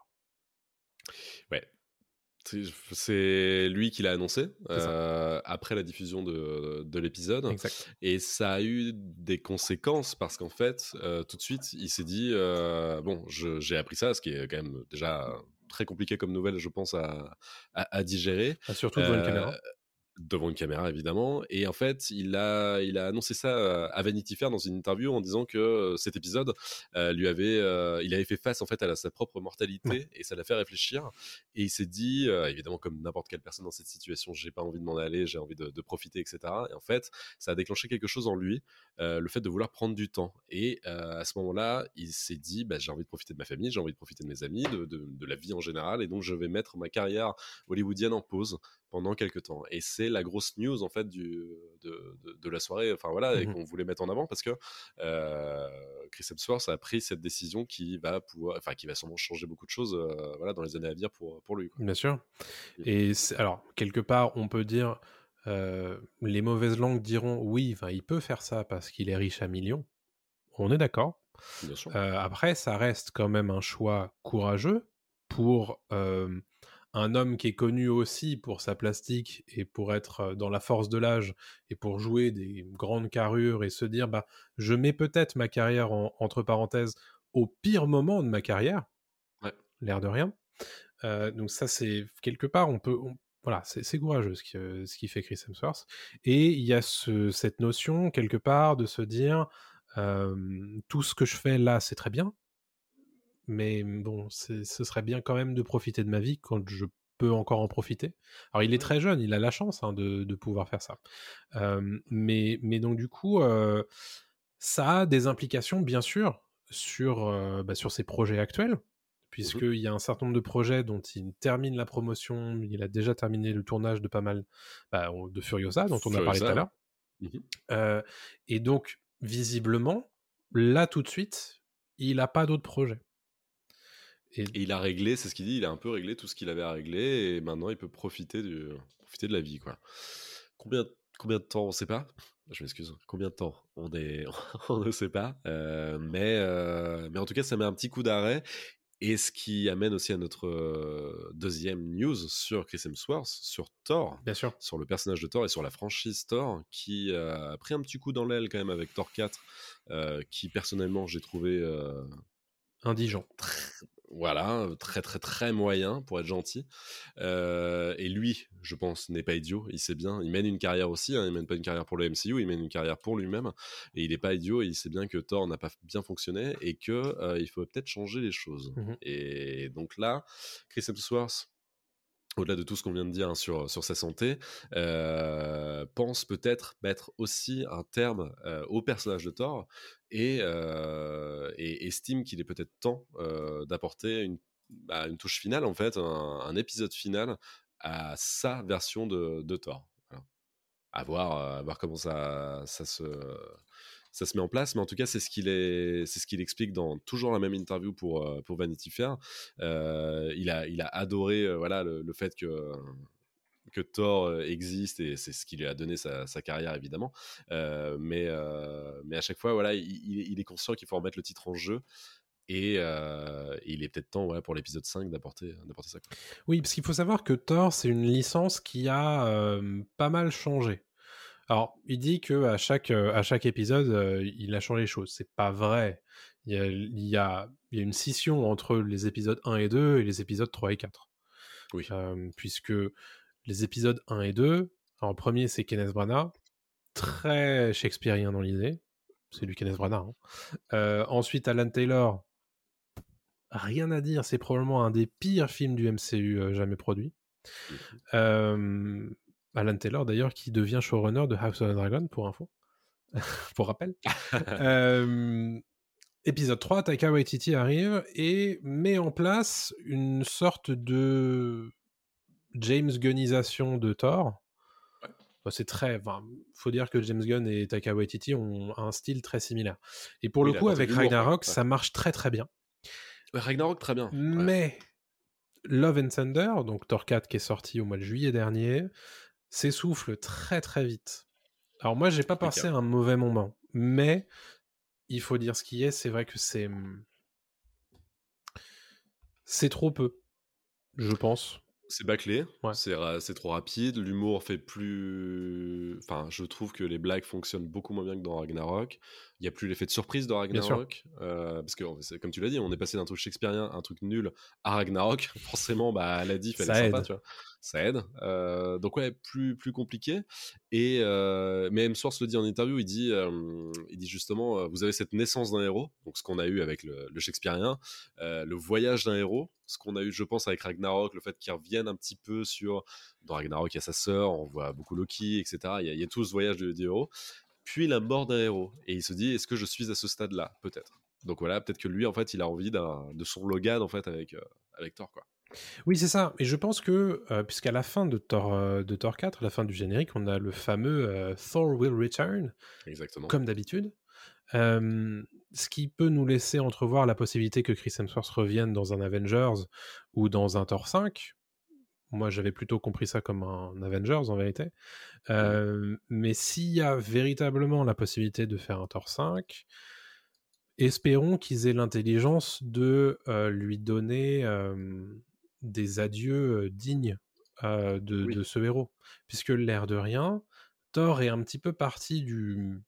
Ouais. C'est- C'est lui qui l'a annoncé C'est ça. euh, après la diffusion de, de l'épisode. Exact. Et ça a eu des conséquences parce qu'en fait, euh, tout de suite, il s'est dit euh, bon, je- j'ai appris ça, ce qui est quand même déjà très compliqué comme nouvelle, je pense, à, à, à digérer. Ah, surtout devant une Euh, caméra. Devant une caméra, évidemment. Et en fait, il a, il a annoncé ça à Vanity Fair dans une interview en disant que euh, cet épisode euh, lui avait, euh, il avait fait face en fait à la- sa propre mortalité Ouais. et ça l'a fait réfléchir. Et il s'est dit, euh, évidemment, comme n'importe quelle personne dans cette situation, j'ai pas envie de m'en aller, j'ai envie de, de profiter, et cetera. Et en fait, ça a déclenché quelque chose en lui, euh, le fait de vouloir prendre du temps. Et euh, à ce moment-là, il s'est dit, bah, j'ai envie de profiter de ma famille, j'ai envie de profiter de mes amis, de, de, de la vie en général, et donc je vais mettre ma carrière hollywoodienne en pause pendant quelques temps. Et c'est la grosse news en fait du, de, de, de la soirée, enfin voilà, et Mhm. qu'on voulait mettre en avant parce que euh, Chris Hemsworth a pris cette décision qui va pouvoir, enfin qui va sûrement changer beaucoup de choses, euh, voilà, dans les années à venir pour pour lui. Quoi. Bien sûr. Mm. Et c'est- alors, quelque part, on peut dire, euh, les mauvaises langues diront, oui, enfin, il peut faire ça parce qu'il est riche à millions. On est d'accord. Bien sûr. Euh, après, ça reste quand même un choix courageux pour euh, un homme qui est connu aussi pour sa plastique et pour être euh, dans la force de l'âge et pour jouer des grandes carrures et se dire, bah, je mets peut-être ma carrière en- entre parenthèses au pire moment de ma carrière, Ouais. l'air de rien. Euh, donc ça, c'est quelque part, on peut, on- voilà, c'est, c'est courageux ce qui, euh, ce qui fait Chris Hemsworth. Et il y a ce, cette notion quelque part de se dire, euh, tout ce que je fais là, c'est très bien, mais bon, c'est, ce serait bien quand même de profiter de ma vie quand je peux encore en profiter. Alors il est Ouais. très jeune, il a la chance hein, de, de pouvoir faire ça. Euh, mais, mais donc du coup, euh, ça a des implications bien sûr sur, euh, bah, sur ses projets actuels, puisqu'il y a un certain nombre de projets dont il termine la promotion, il a déjà terminé le tournage de pas mal bah, on- de Furiosa, dont on a parlé tout à Furiosa, l'heure. Mhm. Euh, et donc, visiblement, là tout de suite, il n'a pas d'autres projets. Et Et il a réglé, c'est ce qu'il dit, il a un peu réglé tout ce qu'il avait à régler et maintenant il peut profiter, du, profiter de la vie. Quoi. Combien, combien de temps, on ne sait pas. Je m'excuse. Combien de temps on, est, on ne sait pas. Euh, mais, euh, mais en tout cas, ça met un petit coup d'arrêt. Et ce qui amène aussi à notre euh, deuxième news sur Chris Hemsworth, sur Thor, bien sûr, sur le personnage de Thor et sur la franchise Thor, qui euh, a pris un petit coup dans l'aile quand même avec Thor quatre, euh, qui personnellement j'ai trouvé... Euh, indigent. Voilà, très très très moyen pour être gentil. Euh, et lui, je pense, n'est pas idiot. Il sait bien. Il mène une carrière aussi. Hein, il mène pas une carrière pour le M C U. Il mène une carrière pour lui-même. Et il n'est pas idiot. Et il sait bien que Thor n'a pas bien fonctionné et que euh, il faut peut-être changer les choses. Mhm. Et donc là, Chris Hemsworth, au-delà de tout ce qu'on vient de dire hein, sur, sur sa santé, euh, pense peut-être mettre aussi un terme euh, au personnage de Thor et, euh, et estime qu'il est peut-être temps euh, d'apporter une, bah, une touche finale, en fait, un, un épisode final à sa version de, de Thor. Voilà. À voir, euh, à voir comment ça, ça se... ça se met en place, mais en tout cas, c'est ce qu'il, est, c'est ce qu'il explique dans toujours la même interview pour, euh, pour Vanity Fair. Euh, il, a, il a adoré euh, voilà, le, le fait que, que Thor euh, existe et c'est ce qui lui a donné sa, sa carrière évidemment. Euh, mais, euh, mais à chaque fois, voilà, il, il, il est conscient qu'il faut remettre le titre en jeu. Et, euh, et il est peut-être temps ouais, pour l'épisode cinq d'apporter, d'apporter ça. Quoi. Oui, parce qu'il faut savoir que Thor, c'est une licence qui a euh, pas mal changé. Alors, il dit qu'à chaque, euh, à chaque épisode, euh, il a changé les choses. C'est pas vrai. Il y, a, il, y a, il y a une scission entre les épisodes un et deux et les épisodes trois et quatre. Oui. Euh, puisque les épisodes un et deux, alors, le premier, c'est Kenneth Branagh, très shakespearien dans l'idée. C'est du Kenneth Branagh. Hein. Euh, ensuite, Alan Taylor, rien à dire, c'est probablement un des pires films du M C U euh, jamais produit. Mmh. Euh, Alan Taylor, d'ailleurs, qui devient showrunner de House of the Dragon, pour info. pour rappel. euh, épisode trois, Taika Waititi arrive et met en place une sorte de James Gunnisation de Thor. Ouais. Enfin, c'est très... Enfin, faut dire que James Gunn et Taika Waititi ont un style très similaire. Et pour oui, le coup, avec Ragnarok, ouais. ça marche très très bien. Ouais, Ragnarok, très bien. Mais... Ouais. Love and Thunder, donc Thor quatre qui est sorti au mois de juillet dernier, s'essouffle très très vite. Alors moi, j'ai pas passé okay. un mauvais moment, mais il faut dire ce qui est, c'est vrai que c'est c'est trop peu, je pense. C'est bâclé, ouais. c'est, c'est trop rapide, l'humour fait plus... Enfin, je trouve que les blagues fonctionnent beaucoup moins bien que dans Ragnarok. Il n'y a plus l'effet de surprise dans Ragnarok. Euh, parce que, comme tu l'as dit, on est passé d'un truc shakespearien, un truc nul, à Ragnarok. Forcément, bah, la diff, elle est sympa, tu vois. Ça aide. Euh, donc, ouais, plus, plus compliqué. Et, euh, mais Hemsworth le dit en interview, il dit, euh, il dit justement, euh, vous avez cette naissance d'un héros, donc ce qu'on a eu avec le, le shakespearien, euh, le voyage d'un héros, ce qu'on a eu, je pense, avec Ragnarok, le fait qu'il revienne un petit peu sur... Dans Ragnarok, il y a sa sœur, on voit beaucoup Loki, et cetera. Il y a, il y a tout ce voyage du, du héros. Puis la mort d'un héros. Et il se dit, est-ce que je suis à ce stade-là ? Peut-être. Donc voilà, peut-être que lui, en fait, il a envie d'un, de son Logan, en fait, avec, euh, avec Thor, quoi. Oui, c'est ça. Et je pense que, euh, puisqu'à la fin de Thor, euh, de Thor quatre, à la fin du générique, on a le fameux euh, Thor will return. Exactement. Comme d'habitude. Euh, ce qui peut nous laisser entrevoir la possibilité que Chris Hemsworth revienne dans un Avengers ou dans un Thor cinq. Moi, j'avais plutôt compris ça comme un Avengers, en vérité. Euh, mais s'il y a véritablement la possibilité de faire un Thor cinq, espérons qu'ils aient l'intelligence de euh, lui donner euh, des adieux dignes euh, de, oui. de ce héros. Puisque l'air de rien, Thor est un petit peu parti du...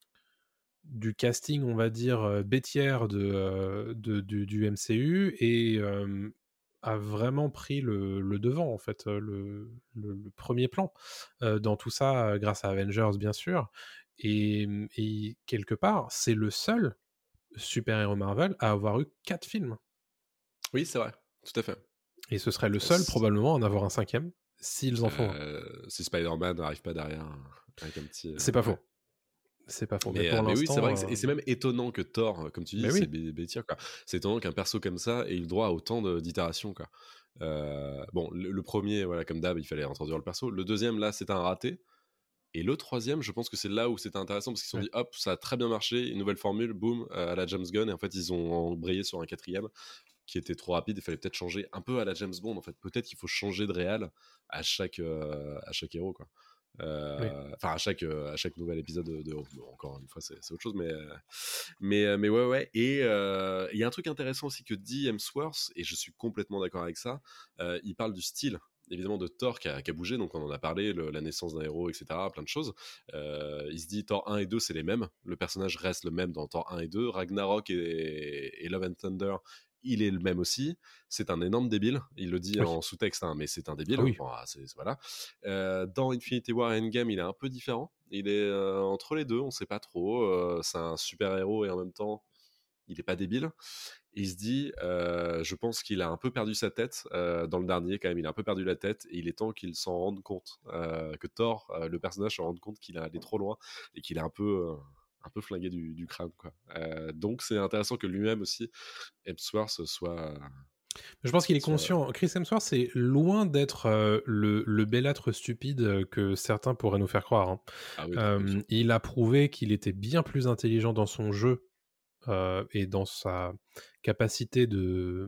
du casting, on va dire, euh, bêtière de, euh, de, de, du M C U et euh, a vraiment pris le, le devant, en fait, le, le, le premier plan euh, dans tout ça, euh, grâce à Avengers, bien sûr. Et, et quelque part, c'est le seul super-héros Marvel à avoir eu quatre films. Oui, c'est vrai, tout à fait. Et ce serait le seul, c'est... probablement, à en avoir un cinquième, s'ils en font euh, un. Si Spider-Man n'arrive pas derrière avec un petit... C'est pas ouais. faux. C'est pas faux. Mais, mais, pour euh, mais oui, c'est vrai. Que c'est, euh... et c'est même étonnant que Thor, comme tu dis, c'est oui. bêtire, quoi. C'est étonnant qu'un perso comme ça ait eu le droit à autant de, d'itérations, quoi. Euh, bon, le, le premier, voilà, comme d'hab, il fallait introduire le perso. Le deuxième, là, c'était un raté. Et le troisième, je pense que c'est là où c'était intéressant parce qu'ils se sont ouais. dit, hop, ça a très bien marché, une nouvelle formule, boum, euh, à la James Gunn. Et en fait, ils ont embrayé sur un quatrième qui était trop rapide. Il fallait peut-être changer un peu à la James Bond. En fait, peut-être qu'il faut changer de réal à chaque, euh, à chaque héros, quoi. Euh, oui. Enfin à chaque euh, à chaque nouvel épisode de, de bon, encore une fois c'est, c'est autre chose mais euh, mais mais ouais ouais et il euh, y a un truc intéressant aussi que dit Hemsworth et je suis complètement d'accord avec ça. Euh, il parle du style évidemment de Thor qui a, qui a bougé, donc on en a parlé, le, la naissance d'un héros, etc., plein de choses. Euh, il se dit Thor un et deux c'est les mêmes, le personnage reste le même dans Thor un et deux, Ragnarok et, et Love and Thunder il est le même aussi, c'est un énorme débile, il le dit oui. en sous-texte, hein, mais c'est un débile, ah oui. enfin, c'est, c'est, voilà. Euh, dans Infinity War et Endgame, il est un peu différent, il est euh, entre les deux, on sait pas trop, euh, c'est un super-héros et en même temps, il est pas débile. Et il se dit, euh, je pense qu'il a un peu perdu sa tête, euh, dans le dernier quand même, il a un peu perdu la tête, et il est temps qu'il s'en rende compte, euh, que Thor, euh, le personnage, se rende compte qu'il est allé trop loin, et qu'il est un peu... Euh, un peu flingué du, du crâne, quoi. Euh, donc c'est intéressant que lui-même aussi, Hemsworth, soit... Je pense qu'il est conscient. Chris Hemsworth, c'est loin d'être euh, le, le bellâtre stupide que certains pourraient nous faire croire. Hein. Ah oui, euh, il a prouvé qu'il était bien plus intelligent dans son jeu euh, et dans sa capacité de,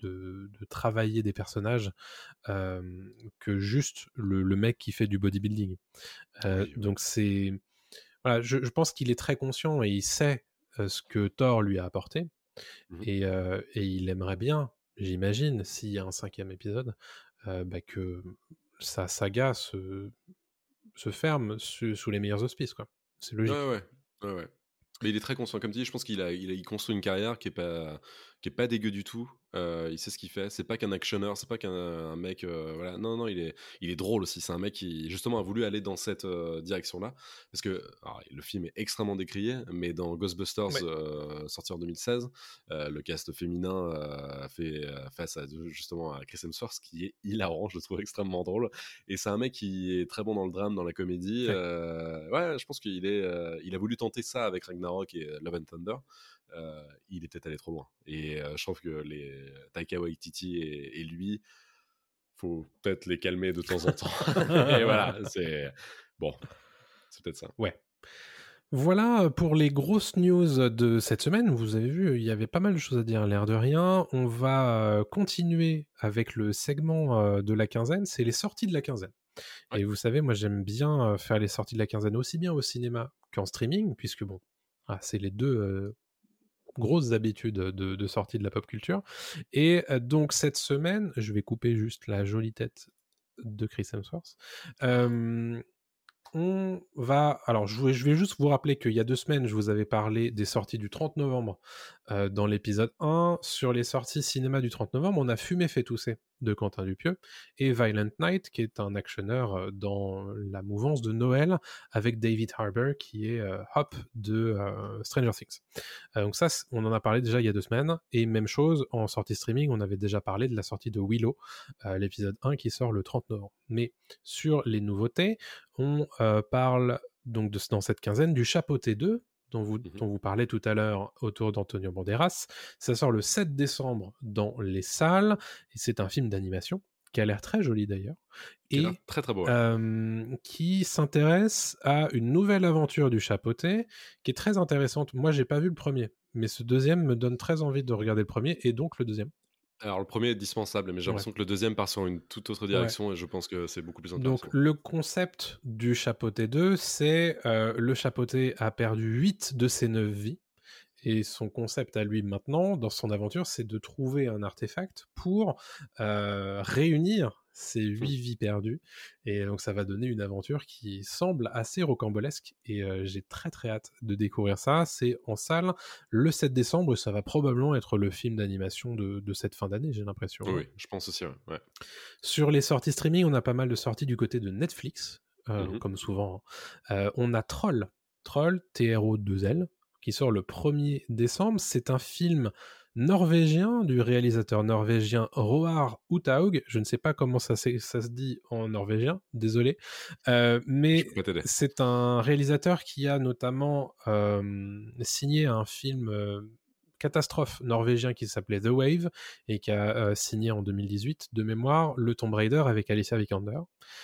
de, de travailler des personnages euh, que juste le, le mec qui fait du bodybuilding. Euh, Oui, oui. donc c'est... Voilà, je, je pense qu'il est très conscient et il sait euh, ce que Thor lui a apporté. Mhm. Et, euh, et il aimerait bien, j'imagine, s'il y a un cinquième épisode, euh, bah, que sa saga se, se ferme su- sous les meilleurs auspices, quoi. C'est logique. Ouais, ouais, ouais, ouais. Mais il est très conscient. Comme tu dis, je pense qu'il a, il a, il construit une carrière qui est pas, qui est pas dégueu du tout. Euh, il sait ce qu'il fait. C'est pas qu'un actionneur, c'est pas qu'un un mec. Euh, voilà. Non, non, il est, il est drôle aussi. C'est un mec qui, justement, a voulu aller dans cette euh, direction-là. Parce que alors, le film est extrêmement décrié, mais dans Ghostbusters, Ouais. euh, sorti en deux mille seize, euh, le cast féminin euh, fait euh, face à, justement, à Chris Hemsworth, qui est hilarant. Je le trouve extrêmement drôle. Et c'est un mec qui est très bon dans le drame, dans la comédie. Ouais. Euh, ouais, je pense qu'il est, euh, il a voulu tenter ça avec Ragnarok et Love and Thunder. Euh, il est peut-être allé trop loin. Et euh, je trouve que les Taika Waititi et, et lui, faut peut-être les calmer de temps en temps. Et voilà, c'est bon, c'est peut-être ça. Ouais. Voilà pour les grosses news de cette semaine. Vous avez vu, il y avait pas mal de choses à dire, l'air de rien. On va euh, continuer avec le segment euh, de la quinzaine, c'est les sorties de la quinzaine. Ouais. Et vous savez, moi j'aime bien euh, faire les sorties de la quinzaine aussi bien au cinéma qu'en streaming, puisque bon, ah, c'est les deux euh, grosses habitudes de, de sortie de la pop culture. Et euh, donc cette semaine, je vais couper juste la jolie tête de Chris Hemsworth. Euh, on va... Alors, je vais, je vais juste vous rappeler qu'il y a deux semaines, je vous avais parlé des sorties du trente novembre euh, dans l'épisode un. Sur les sorties cinéma du trente novembre, on a Fumer fait tousser de Quentin Dupieux et Violent Night, qui est un actionneur euh, dans la mouvance de Noël avec David Harbour, qui est euh, Hop de euh, Stranger Things. Euh, donc ça, on en a parlé déjà il y a deux semaines. Et même chose, en sortie streaming, on avait déjà parlé de la sortie de Willow, euh, l'épisode un qui sort le trente novembre. Mais sur les nouveautés, on euh, parle donc de, dans cette quinzaine du Chapeauté deux, dont vous, Mhm. dont vous parlez tout à l'heure autour d'Antonio Banderas. Ça sort le sept décembre dans les salles, et c'est un film d'animation qui a l'air très joli d'ailleurs, Qui a et l'air très très beau. Ouais. euh, qui s'intéresse à une nouvelle aventure du Chapeauté, qui est très intéressante. Moi, j'ai pas vu le premier, mais ce deuxième me donne très envie de regarder le premier, et donc le deuxième. Alors le premier est dispensable, mais j'ai Ouais. l'impression que le deuxième part sur une toute autre direction et je pense que c'est beaucoup plus intéressant. Donc le concept du Chapeauté deux, c'est euh, le Chapeauté a perdu huit de ses neuf vies, et son concept à lui maintenant, dans son aventure, c'est de trouver un artefact pour euh, réunir ces huit vies perdues. Et donc ça va donner une aventure qui semble assez rocambolesque. Et euh, j'ai très très hâte de découvrir ça. C'est en salle le sept décembre. Ça va probablement être le film d'animation de, de cette fin d'année, j'ai l'impression. Oui, je pense aussi. Ouais. Ouais. Sur les sorties streaming, on a pas mal de sorties du côté de Netflix, euh, Mhm. comme souvent. hein. Euh, on a Troll, Troll, T R O deux L, qui sort le premier décembre. C'est un film norvégien du réalisateur norvégien Roar Uthaug. Je ne sais pas comment ça, ça se dit en norvégien, désolé. Euh, mais Je peux pas t'aider. c'est un réalisateur qui a notamment euh, signé un film euh, catastrophe norvégien qui s'appelait The Wave et qui a euh, signé en deux mille dix-huit de mémoire le Tomb Raider avec Alicia Vikander.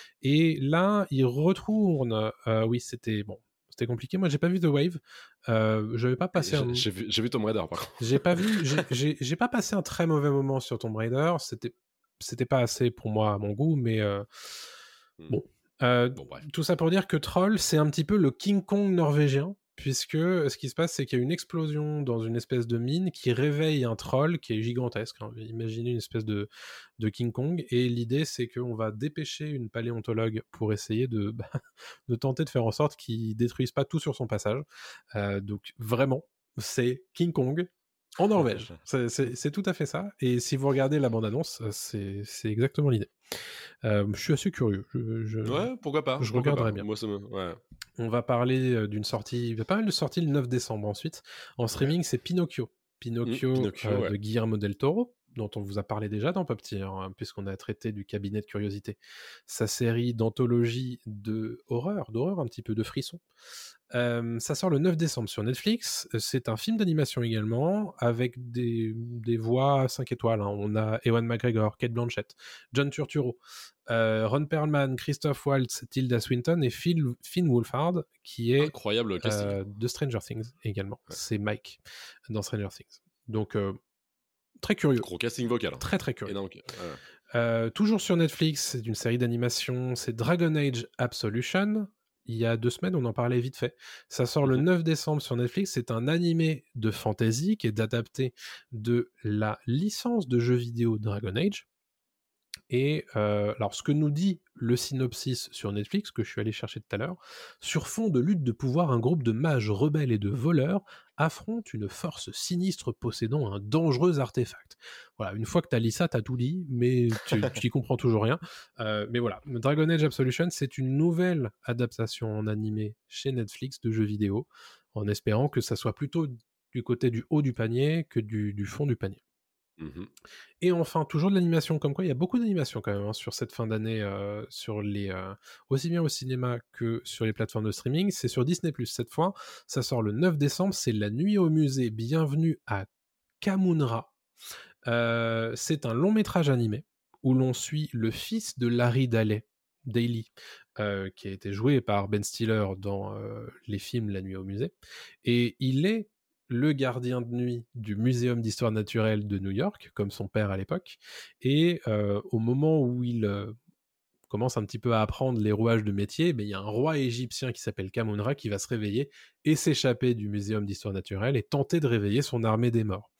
Et là, il retourne. Euh, oui, c'était bon. C'était compliqué. Moi, j'ai pas vu The Wave. Euh, j'avais pas passé. J'ai, un... j'ai, vu, j'ai vu Tomb Raider par contre. J'ai pas vu. J'ai, j'ai, j'ai pas passé un très mauvais moment sur Tomb Raider. C'était, c'était pas assez pour moi à mon goût, mais euh... Hmm. bon. Euh, bon bref. Tout ça pour dire que Troll, c'est un petit peu le King Kong norvégien, puisque ce qui se passe, c'est qu'il y a une explosion dans une espèce de mine qui réveille un troll qui est gigantesque. Hein. Imaginez une espèce de, de King Kong, et l'idée, c'est qu'on va dépêcher une paléontologue pour essayer de, bah, de tenter de faire en sorte qu'il détruise pas tout sur son passage. Euh, donc vraiment, c'est King Kong en Norvège. c'est, c'est, c'est tout à fait ça. Et si vous regardez la bande-annonce, c'est, c'est exactement l'idée. Euh, je suis assez curieux. Je, je, ouais, pourquoi pas. Je pourquoi regarderai pas. bien. Moi, ça me... ouais. On va parler d'une sortie, il y a pas mal de sorties le neuf décembre ensuite. En streaming, ouais. c'est Pinocchio. Pinocchio, mmh, Pinocchio euh, ouais. de Guillermo del Toro, dont on vous a parlé déjà dans Pop Tier, hein, puisqu'on a traité du Cabinet de Curiosité. Sa série d'anthologie de horreur, d'horreur, un petit peu de frisson. Euh, ça sort le neuf décembre sur Netflix. C'est un film d'animation également, avec des, des voix cinq étoiles. Hein. On a Ewan McGregor, Cate Blanchett, John Turturro, euh, Ron Perlman, Christoph Waltz, Tilda Swinton et Phil, Finn Wolfhard, qui est incroyable euh, de Stranger Things également. Ouais. C'est Mike dans Stranger Things. Donc, euh, très curieux. Gros casting vocal. Hein. Très très curieux. Énorme. Ouais. Euh, toujours sur Netflix, c'est une série d'animation, c'est Dragon Age Absolution. Il y a deux semaines, on en parlait vite fait. Ça sort le neuf décembre sur Netflix. C'est un animé de fantasy qui est adapté de la licence de jeux vidéo Dragon Age. Et euh, alors, ce que nous dit le synopsis sur Netflix, que je suis allé chercher tout à l'heure, sur fond de lutte de pouvoir, un groupe de mages rebelles et de voleurs affronte une force sinistre possédant un dangereux artefact. Voilà, une fois que tu as lu ça, tu as tout dit, mais tu n'y comprends toujours rien. Euh, mais voilà, Dragon Age Absolution, c'est une nouvelle adaptation en animé chez Netflix de jeux vidéo, en espérant que ça soit plutôt du côté du haut du panier que du, du fond du panier. Mmh. Et enfin, toujours de l'animation, comme quoi il y a beaucoup d'animation quand même hein, sur cette fin d'année, euh, sur les, euh, aussi bien au cinéma que sur les plateformes de streaming. C'est sur Disney plus cette fois, ça sort le neuf décembre, c'est La Nuit au musée, bienvenue à Kamunra. Euh, c'est un long métrage animé où l'on suit le fils de Larry Daley, Daly, euh, qui a été joué par Ben Stiller dans euh, les films La Nuit au musée, et il est le gardien de nuit du Muséum d'histoire naturelle de New York, comme son père à l'époque, et euh, au moment où il euh, commence un petit peu à apprendre les rouages de métier, il y a un roi égyptien qui s'appelle Kamunra qui va se réveiller et s'échapper du Muséum d'histoire naturelle et tenter de réveiller son armée des morts.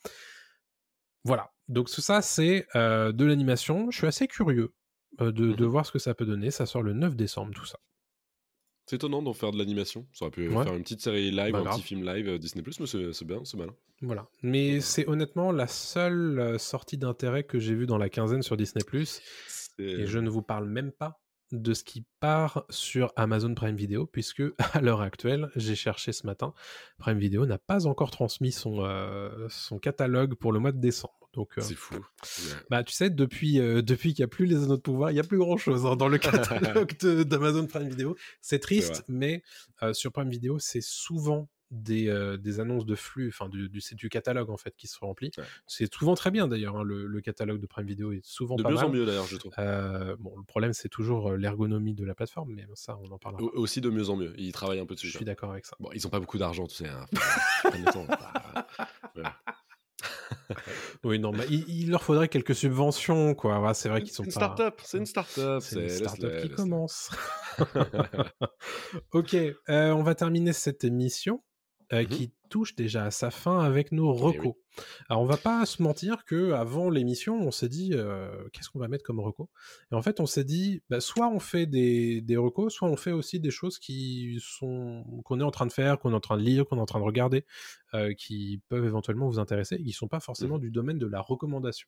Voilà, donc ça c'est euh, de l'animation, je suis assez curieux euh, de, mmh. de voir ce que ça peut donner, ça sort le neuf décembre tout ça. C'est étonnant d'en faire de l'animation. Ça aurait pu ouais. faire une petite série live, bah, un grave. petit film live, euh, Disney plus, mais c'est, c'est bien, c'est malin. Voilà. Mais ouais. c'est honnêtement la seule euh, sortie d'intérêt que j'ai vue dans la quinzaine sur Disney plus. Et je ne vous parle même pas de ce qui part sur Amazon Prime Video, puisque à l'heure actuelle, j'ai cherché ce matin, Prime Video n'a pas encore transmis son, euh, son catalogue pour le mois de décembre. Donc, euh, c'est fou. Ouais. Bah, tu sais, depuis, euh, depuis qu'il n'y a plus les anneaux de pouvoir, il n'y a plus grand-chose hein, dans le catalogue de, d'Amazon Prime Video. C'est triste, c'est mais euh, sur Prime Video, c'est souvent des, euh, des annonces de flux, enfin du, du, c'est du catalogue en fait qui se remplit. Ouais. C'est souvent très bien d'ailleurs, hein, le, le catalogue de Prime Video est souvent de pas mal. De mieux en mieux d'ailleurs, je trouve. Euh, bon, le problème, c'est toujours l'ergonomie de la plateforme, mais ça, on en parlera. Au, aussi de mieux en mieux. Ils travaillent un peu dessus. Je suis d'accord avec ça. Bon, ils n'ont pas beaucoup d'argent, tu sais. Hein. Temps, bah, voilà. Oui, non, bah, il, il leur faudrait quelques subventions, quoi. Ouais, c'est vrai qu'ils sont une pas... Start-up, c'est une start-up, c'est, c'est une start-up qui laisse commence. Ok, euh, on va terminer cette émission euh, mm-hmm. qui touche déjà à sa fin avec nos recos. Oui, oui. Alors, on va pas se mentir que avant l'émission, on s'est dit euh, qu'est-ce qu'on va mettre comme recos. Et en fait, on s'est dit bah, soit on fait des, des recos, soit on fait aussi des choses qui sont qu'on est en train de faire, qu'on est en train de lire, qu'on est en train de regarder, euh, qui peuvent éventuellement vous intéresser et qui sont pas forcément mmh. du domaine de la recommandation.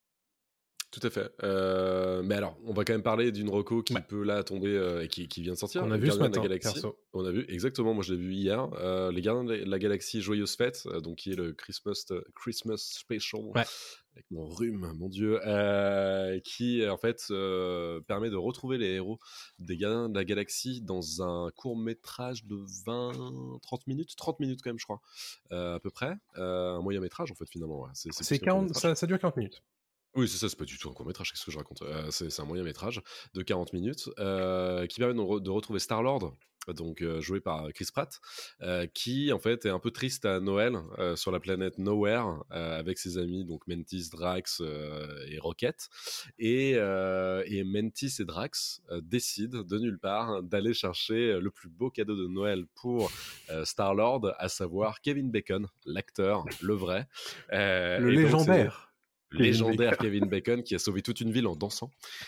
Tout à fait. Euh, mais alors, on va quand même parler d'une reco qui ouais. peut là tomber et euh, qui, qui vient de sortir. On a vu Gardiens ce matin, de la Galaxie. Perso. On a vu, exactement, moi je l'ai vu hier. Euh, les Gardiens de la Galaxie Joyeuse Fête, euh, donc qui est le Christmas, euh, Christmas Special, ouais. avec mon rhume, mon Dieu, euh, qui en fait euh, permet de retrouver les héros des Gardiens de la Galaxie dans un court-métrage de vingt trente minutes, trente minutes quand même, je crois, euh, à peu près. Euh, un moyen-métrage en fait, finalement. Ouais. C'est, c'est, c'est quarante, ça, ça dure quarante minutes. Oui, c'est ça, c'est pas du tout un court-métrage, qu'est-ce que je raconte euh, c'est, c'est un moyen-métrage de quarante minutes euh, qui permet de, re- de retrouver Star-Lord, donc euh, joué par Chris Pratt, euh, qui en fait est un peu triste à Noël euh, sur la planète Nowhere euh, avec ses amis, donc Mantis, Drax euh, et Rocket. Et, euh, et Mantis et Drax euh, décident de nulle part d'aller chercher le plus beau cadeau de Noël pour euh, Star-Lord, à savoir Kevin Bacon, l'acteur, le vrai. Euh, le légendaire. légendaire Kevin Bacon qui a sauvé toute une ville en dansant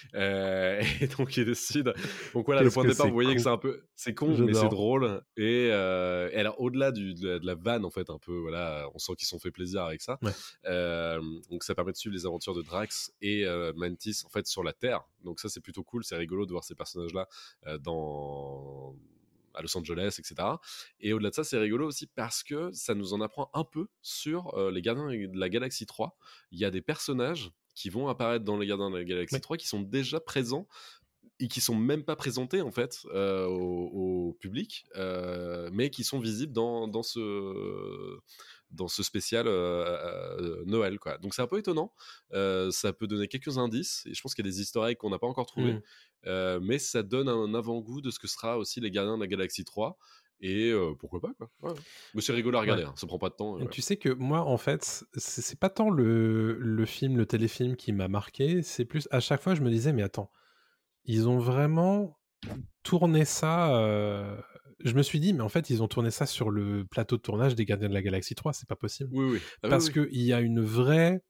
euh, et donc il décide donc voilà. Qu'est-ce le point de départ vous voyez con. Que c'est un peu c'est con J'adore. Mais c'est drôle et, euh, et alors au-delà du, de, la, de la vanne en fait un peu voilà on sent qu'ils se sont fait plaisir avec ça ouais. euh, donc ça permet de suivre les aventures de Drax et euh, Mantis en fait sur la Terre, donc ça c'est plutôt cool, c'est rigolo de voir ces personnages là euh, dans à Los Angeles, et cetera. Et au-delà de ça, c'est rigolo aussi parce que ça nous en apprend un peu sur euh, les Gardiens de la Galaxie trois. Il y a des personnages qui vont apparaître dans les Gardiens de la Galaxie ouais. trois qui sont déjà présents et qui sont même pas présentés en fait euh, au, au public, euh, mais qui sont visibles dans, dans ce dans ce spécial euh, euh, Noël quoi. Donc c'est un peu étonnant, euh, ça peut donner quelques indices et je pense qu'il y a des easter eggs qu'on n'a pas encore trouvés. Mmh. Euh, mais ça donne un avant-goût de ce que sera aussi les Gardiens de la Galaxie trois Et euh, pourquoi pas, quoi. Ouais. Mais c'est rigolo à regarder, Ouais. hein, ça prend pas de temps. et Et ouais. tu sais que moi, en fait, c'est, c'est pas tant le, le film, le téléfilm qui m'a marqué, c'est plus à chaque fois je me disais, mais attends, ils ont vraiment tourné ça. euh, Je me suis dit, mais en fait, ils ont tourné ça sur le plateau de tournage des Gardiens de la Galaxie trois, c'est pas possible. Oui, oui. Ah, oui, Parce oui. qu'il y a une vraie.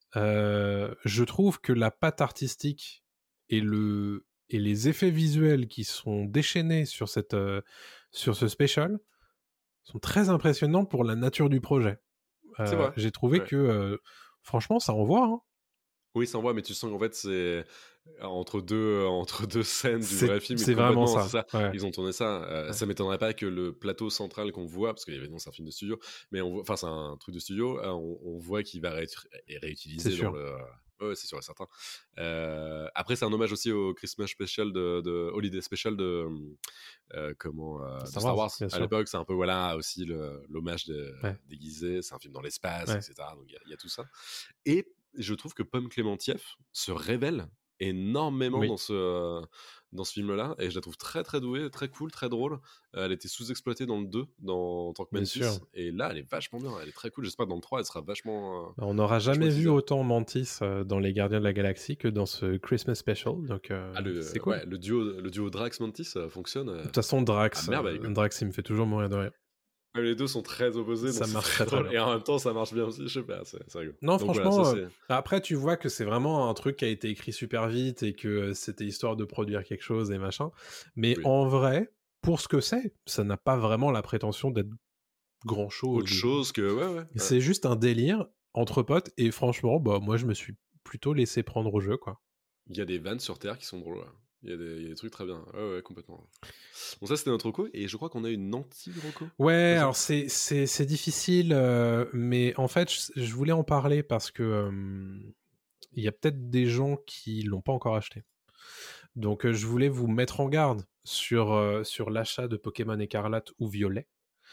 euh, Je trouve que la patte artistique et, le, et les effets visuels qui sont déchaînés sur, cette, euh, sur ce special sont très impressionnants pour la nature du projet. C'est Euh, vrai. j'ai trouvé Ouais. que, euh, franchement, ça envoie. Hein. Oui, ça envoie, mais tu sens qu'en fait, c'est entre deux, entre deux scènes du C'est- vrai film. et c'est vraiment complètement, ça, c'est ouais. Ils ont tourné ça. Euh, Ouais. Ça m'étonnerait pas que le plateau central qu'on voit, parce que évidemment, c'est un film de studio, mais on voit, enfin, c'est un truc de studio, euh, on, on voit qu'il va être réutilisé C'est dans sûr. le. Ouais, c'est sûr et certain. Euh, après, c'est un hommage aussi au Christmas Special de, de Holiday Special de euh, comment euh, de Star Star Wars, Wars. bien À sûr. l'époque, c'est un peu voilà aussi le- l'hommage de- Ouais. déguisé. C'est un film dans l'espace, Ouais. et cetera. Donc il y a- il y, a tout ça. Et je trouve que Pomme Clémentieff se révèle énormément Oui. dans ce euh, dans ce film-là, et je la trouve très très douée, très cool, très drôle. Euh, elle était sous-exploitée dans le deux, dans, en tant que Bien Mantis, sûr. et là elle est vachement bien, elle est très cool. J'espère que dans le trois elle sera vachement. euh, On n'aura vachement jamais vu utilisée. autant Mantis euh, dans les Gardiens de la Galaxie que dans ce Christmas Special, donc euh, Ah, le, c'est cool. ouais, le duo, le duo Drax Mantis ça fonctionne. euh, De toute façon, Drax, à merveille, euh, quoi. Drax, il me fait toujours mourir de rire. Ouais, les deux sont très opposés, Ça donc c'est marche très très, très drôle. bien. Et en même temps, ça marche bien aussi, je sais pas, c'est c'est rigolo. Non, Donc voilà, franchement, ça, euh, c'est- après, tu vois que c'est vraiment un truc qui a été écrit super vite et que euh, c'était histoire de produire quelque chose et machin. Mais Oui. en vrai, pour ce que c'est, ça n'a pas vraiment la prétention d'être grand chose. Autre chose que. Ouais, ouais. ouais. C'est juste un délire entre potes et franchement, bah, moi, je me suis plutôt laissé prendre au jeu, quoi. Il y a des vannes sur Terre qui sont drôles. Ouais. Il, y a des, il y a des trucs très bien. Ouais, ouais, complètement. Bon, ça, c'était notre reco. Et je crois qu'on a une anti-reco. Ouais, C'est ça alors c'est, c'est, c'est difficile, euh, mais en fait, je, je voulais en parler parce que euh, il y a peut-être des gens qui l'ont pas encore acheté. Donc, euh, je voulais vous mettre en garde sur, euh, sur l'achat de Pokémon Écarlate ou Violet,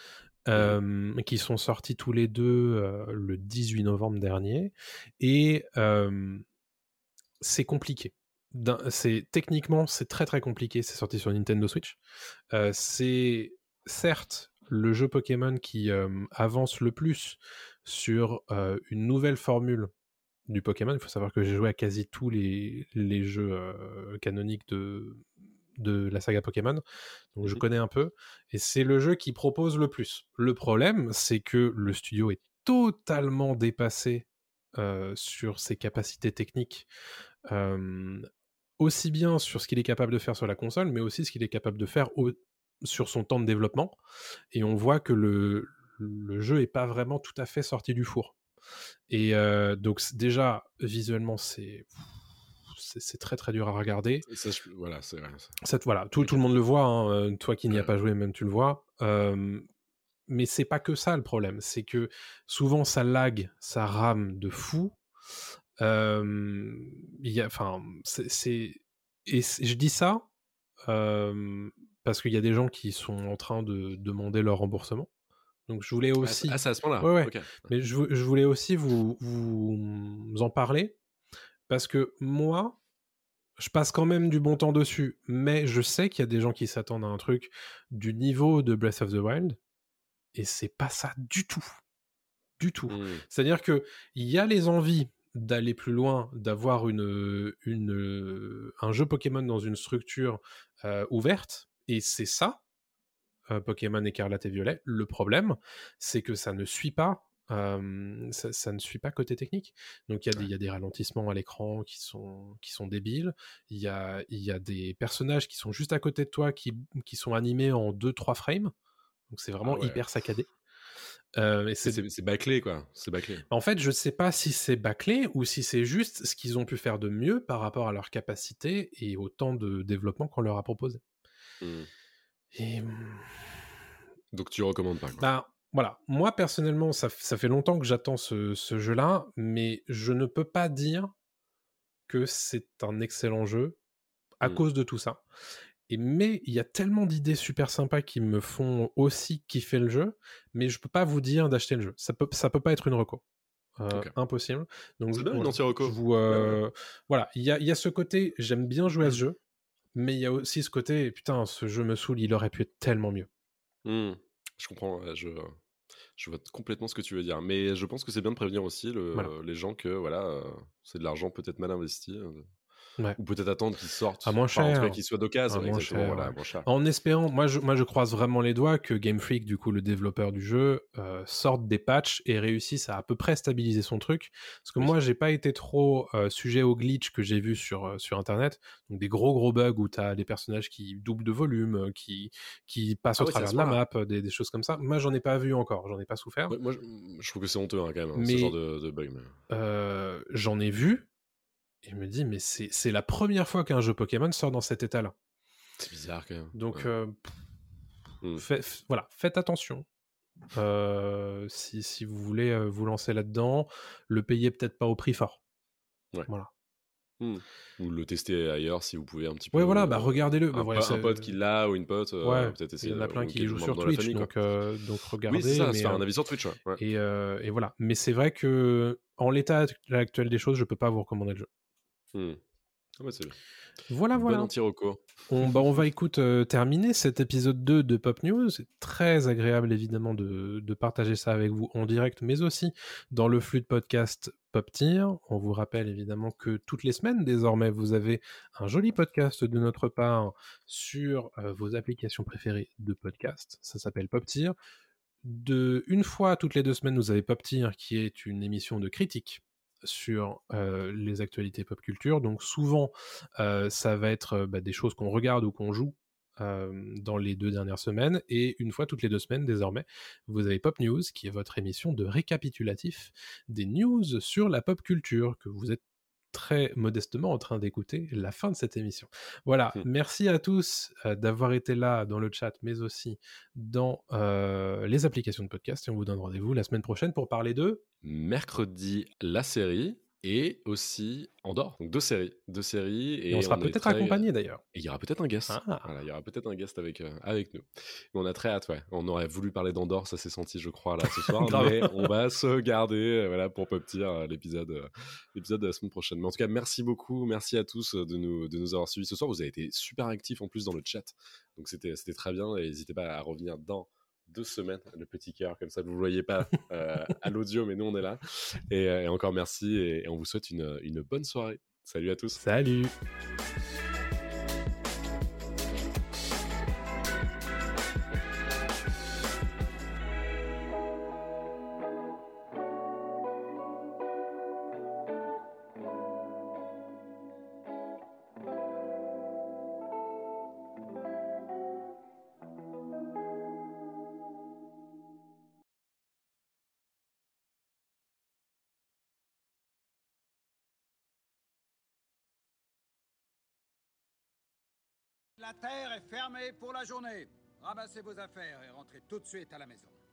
euh, qui sont sortis tous les deux euh, le dix-huit novembre dernier. Et euh, c'est compliqué. D'un- c'est, techniquement, c'est très très compliqué. C'est sorti sur Nintendo Switch. Euh, c'est certes le jeu Pokémon qui euh, avance le plus sur euh, une nouvelle formule du Pokémon. Il faut savoir que j'ai joué à quasi tous les, les jeux euh, canoniques de, de la saga Pokémon, donc je Mhm. connais un peu, et c'est le jeu qui propose le plus. Le problème, c'est que le studio est totalement dépassé euh, sur ses capacités techniques, euh, aussi bien sur ce qu'il est capable de faire sur la console, mais aussi ce qu'il est capable de faire au- sur son temps de développement, et on voit que le, le jeu est pas vraiment tout à fait sorti du four. Et euh, donc c- déjà, visuellement, c'est... C'est, c'est très très dur à regarder. Ça, je- Voilà, c'est vrai. ça. Ça, voilà, tout, tout le monde le voit, hein, euh, toi qui n'y as Ouais. pas joué, même tu le vois. Euh, mais c'est pas que ça le problème, c'est que souvent ça lag, ça rame de fou. Euh, il y a, enfin, c'est, c'est- et c'est- je dis ça euh, parce qu'il y a des gens qui sont en train de demander leur remboursement. Donc je voulais Ah, aussi, c'est ah, c'est à ce point-là. ouais, ouais. Ok. mais je, vou- je voulais aussi vous, vous en parler parce que moi, je passe quand même du bon temps dessus, mais je sais qu'il y a des gens qui s'attendent à un truc du niveau de Breath of the Wild, et c'est pas ça du tout. Du tout. Mm. C'est-à-dire qu'il y a les envies d'aller plus loin, d'avoir une, une, un jeu Pokémon dans une structure euh, ouverte, et c'est ça, euh, Pokémon Écarlate et Violet. Le problème, c'est que ça ne suit pas Euh, ça, ça ne suit pas côté technique. Donc il y, Ouais. y a des ralentissements à l'écran qui sont, qui sont débiles. Il y a, y a des personnages qui sont juste à côté de toi qui, qui sont animés en deux trois frames. Donc c'est vraiment Ah ouais. hyper saccadé. Euh, et C'est c'est... c'est- c'est bâclé, quoi. C'est bâclé. En fait, je sais pas si c'est bâclé ou si c'est juste ce qu'ils ont pu faire de mieux par rapport à leur capacité et au temps de développement qu'on leur a proposé. Mm. Et Donc tu recommandes pas, quoi. bah, voilà, moi personnellement, ça, f- ça fait longtemps que j'attends ce, ce jeu-là, mais je ne peux pas dire que c'est un excellent jeu à Mm. cause de tout ça. Et, mais il y a tellement d'idées super sympas qui me font aussi kiffer le jeu, mais je peux pas vous dire d'acheter le jeu. Ça peut, ça peut pas être une reco. Euh, Ok. Impossible. Donc, C'est je- bien, une voilà, anti-reco. je vous, euh, voilà, il y a, il y a ce côté, j'aime bien jouer à ce jeu, mais il y a aussi ce côté, putain, ce jeu me saoule, il aurait pu être tellement mieux. Mmh. Je comprends, ouais, je je vois complètement ce que tu veux dire. Mais je pense que c'est bien de prévenir aussi Voilà. le les gens que voilà, heu, c'est de l'argent peut-être mal investi, heu, Ouais. ou peut-être attendre qu'ils À sortent, moins enfin en tout cas cher. qu'ils soient À d'occasion, moins exactement, cher, voilà, ouais. moins cher. En espérant, moi je, moi je croise vraiment les doigts que Game Freak, du coup le développeur du jeu, euh, sorte des patchs et réussisse à à peu près stabiliser son truc. Parce que Oui. moi j'ai pas été trop euh, sujet aux glitch que j'ai vu sur, euh, sur internet. Donc des gros gros bugs où t'as des personnages qui doublent de volume, euh, qui, qui passent Ah au ouais, c'est à travers ce de la point-là? map, euh, des, des choses comme ça. Moi j'en ai pas vu encore, j'en ai pas souffert. Ouais, moi je mmh, je trouve que c'est honteux, hein, quand même, hein, ce genre Mais de de bug, mais euh, j'en ai vu et je me dis, mais c'est c'est la première fois qu'un jeu Pokémon sort dans cet état-là. c'est bizarre quand même, Donc, ouais. euh, Mmh. fait, f- voilà, faites attention. Euh, si, si vous voulez euh, vous lancer là-dedans, le payez peut-être pas au prix fort. Ouais. Voilà. Mmh. Ou le tester ailleurs si vous pouvez un petit peu, Ouais, voilà, bah heu, regardez-le. Bah, un voilà, po un c'est- pote qui l'a ou une pote, heu, ouais, peut-être il y essayer en a de plein ou qui les quel jouent membre sur dans la Twitch, famille, quoi. donc, euh, donc Oui, c'est regardez. ça, se Mais, faire euh, un avis sur Twitch, ouais. Ouais. et, euh, et voilà. Mais c'est vrai que en l'état actuel des choses, je peux pas vous recommander le jeu. Mmh. Ah bah, c'est bien. Voilà, Bon voilà. anti-reco. On, bah, on va écoute euh, terminer cet épisode deux de Pop News. C'est très agréable évidemment de, de partager ça avec vous en direct, mais aussi dans le flux de podcast Pop Tier. On vous rappelle évidemment que toutes les semaines désormais vous avez un joli podcast de notre part sur euh, vos applications préférées de podcast. Ça s'appelle Pop Tier. De une fois toutes les deux semaines, vous avez Pop Tier qui est une émission de critique sur euh, les actualités pop culture. Donc souvent, euh, ça va être euh, bah, des choses qu'on regarde ou qu'on joue euh, dans les deux dernières semaines. Et une fois toutes les deux semaines, désormais, vous avez Pop News, qui est votre émission de récapitulatif des news sur la pop culture que vous êtes très modestement en train d'écouter la fin de cette émission. Voilà, Mmh. merci à tous euh, d'avoir été là dans le chat, mais aussi dans euh, les applications de podcast, et on vous donne rendez-vous la semaine prochaine pour parler de... Mercredi, la série et aussi Andorre. Donc deux séries, deux séries Et on et sera on est peut-être très accompagné d'ailleurs. et il y aura peut-être un guest. Ah, Voilà, il y aura peut-être un guest avec, heu, avec nous. Mais on a très hâte, ouais. On aurait voulu parler d'Andorre, ça s'est senti, je crois, là, ce soir, grave. mais on va se garder, heu, voilà, pour Pop Tier, heu, l'épisode, heu, l'épisode de la semaine prochaine. Mais en tout cas, merci beaucoup, merci à tous, heu, de nous de nous avoir suivis ce soir. Vous avez été super actifs, en plus, dans le chat, donc c'était c'était très bien et n'hésitez pas à revenir dans deux semaines, le petit cœur, comme ça, vous ne le voyez pas, heu, à l'audio, mais nous, on est là et heu et encore merci et et on vous souhaite une, une bonne soirée. Salut à tous. Salut. La terre est fermée pour la journée. Ramassez vos affaires et rentrez tout de suite à la maison.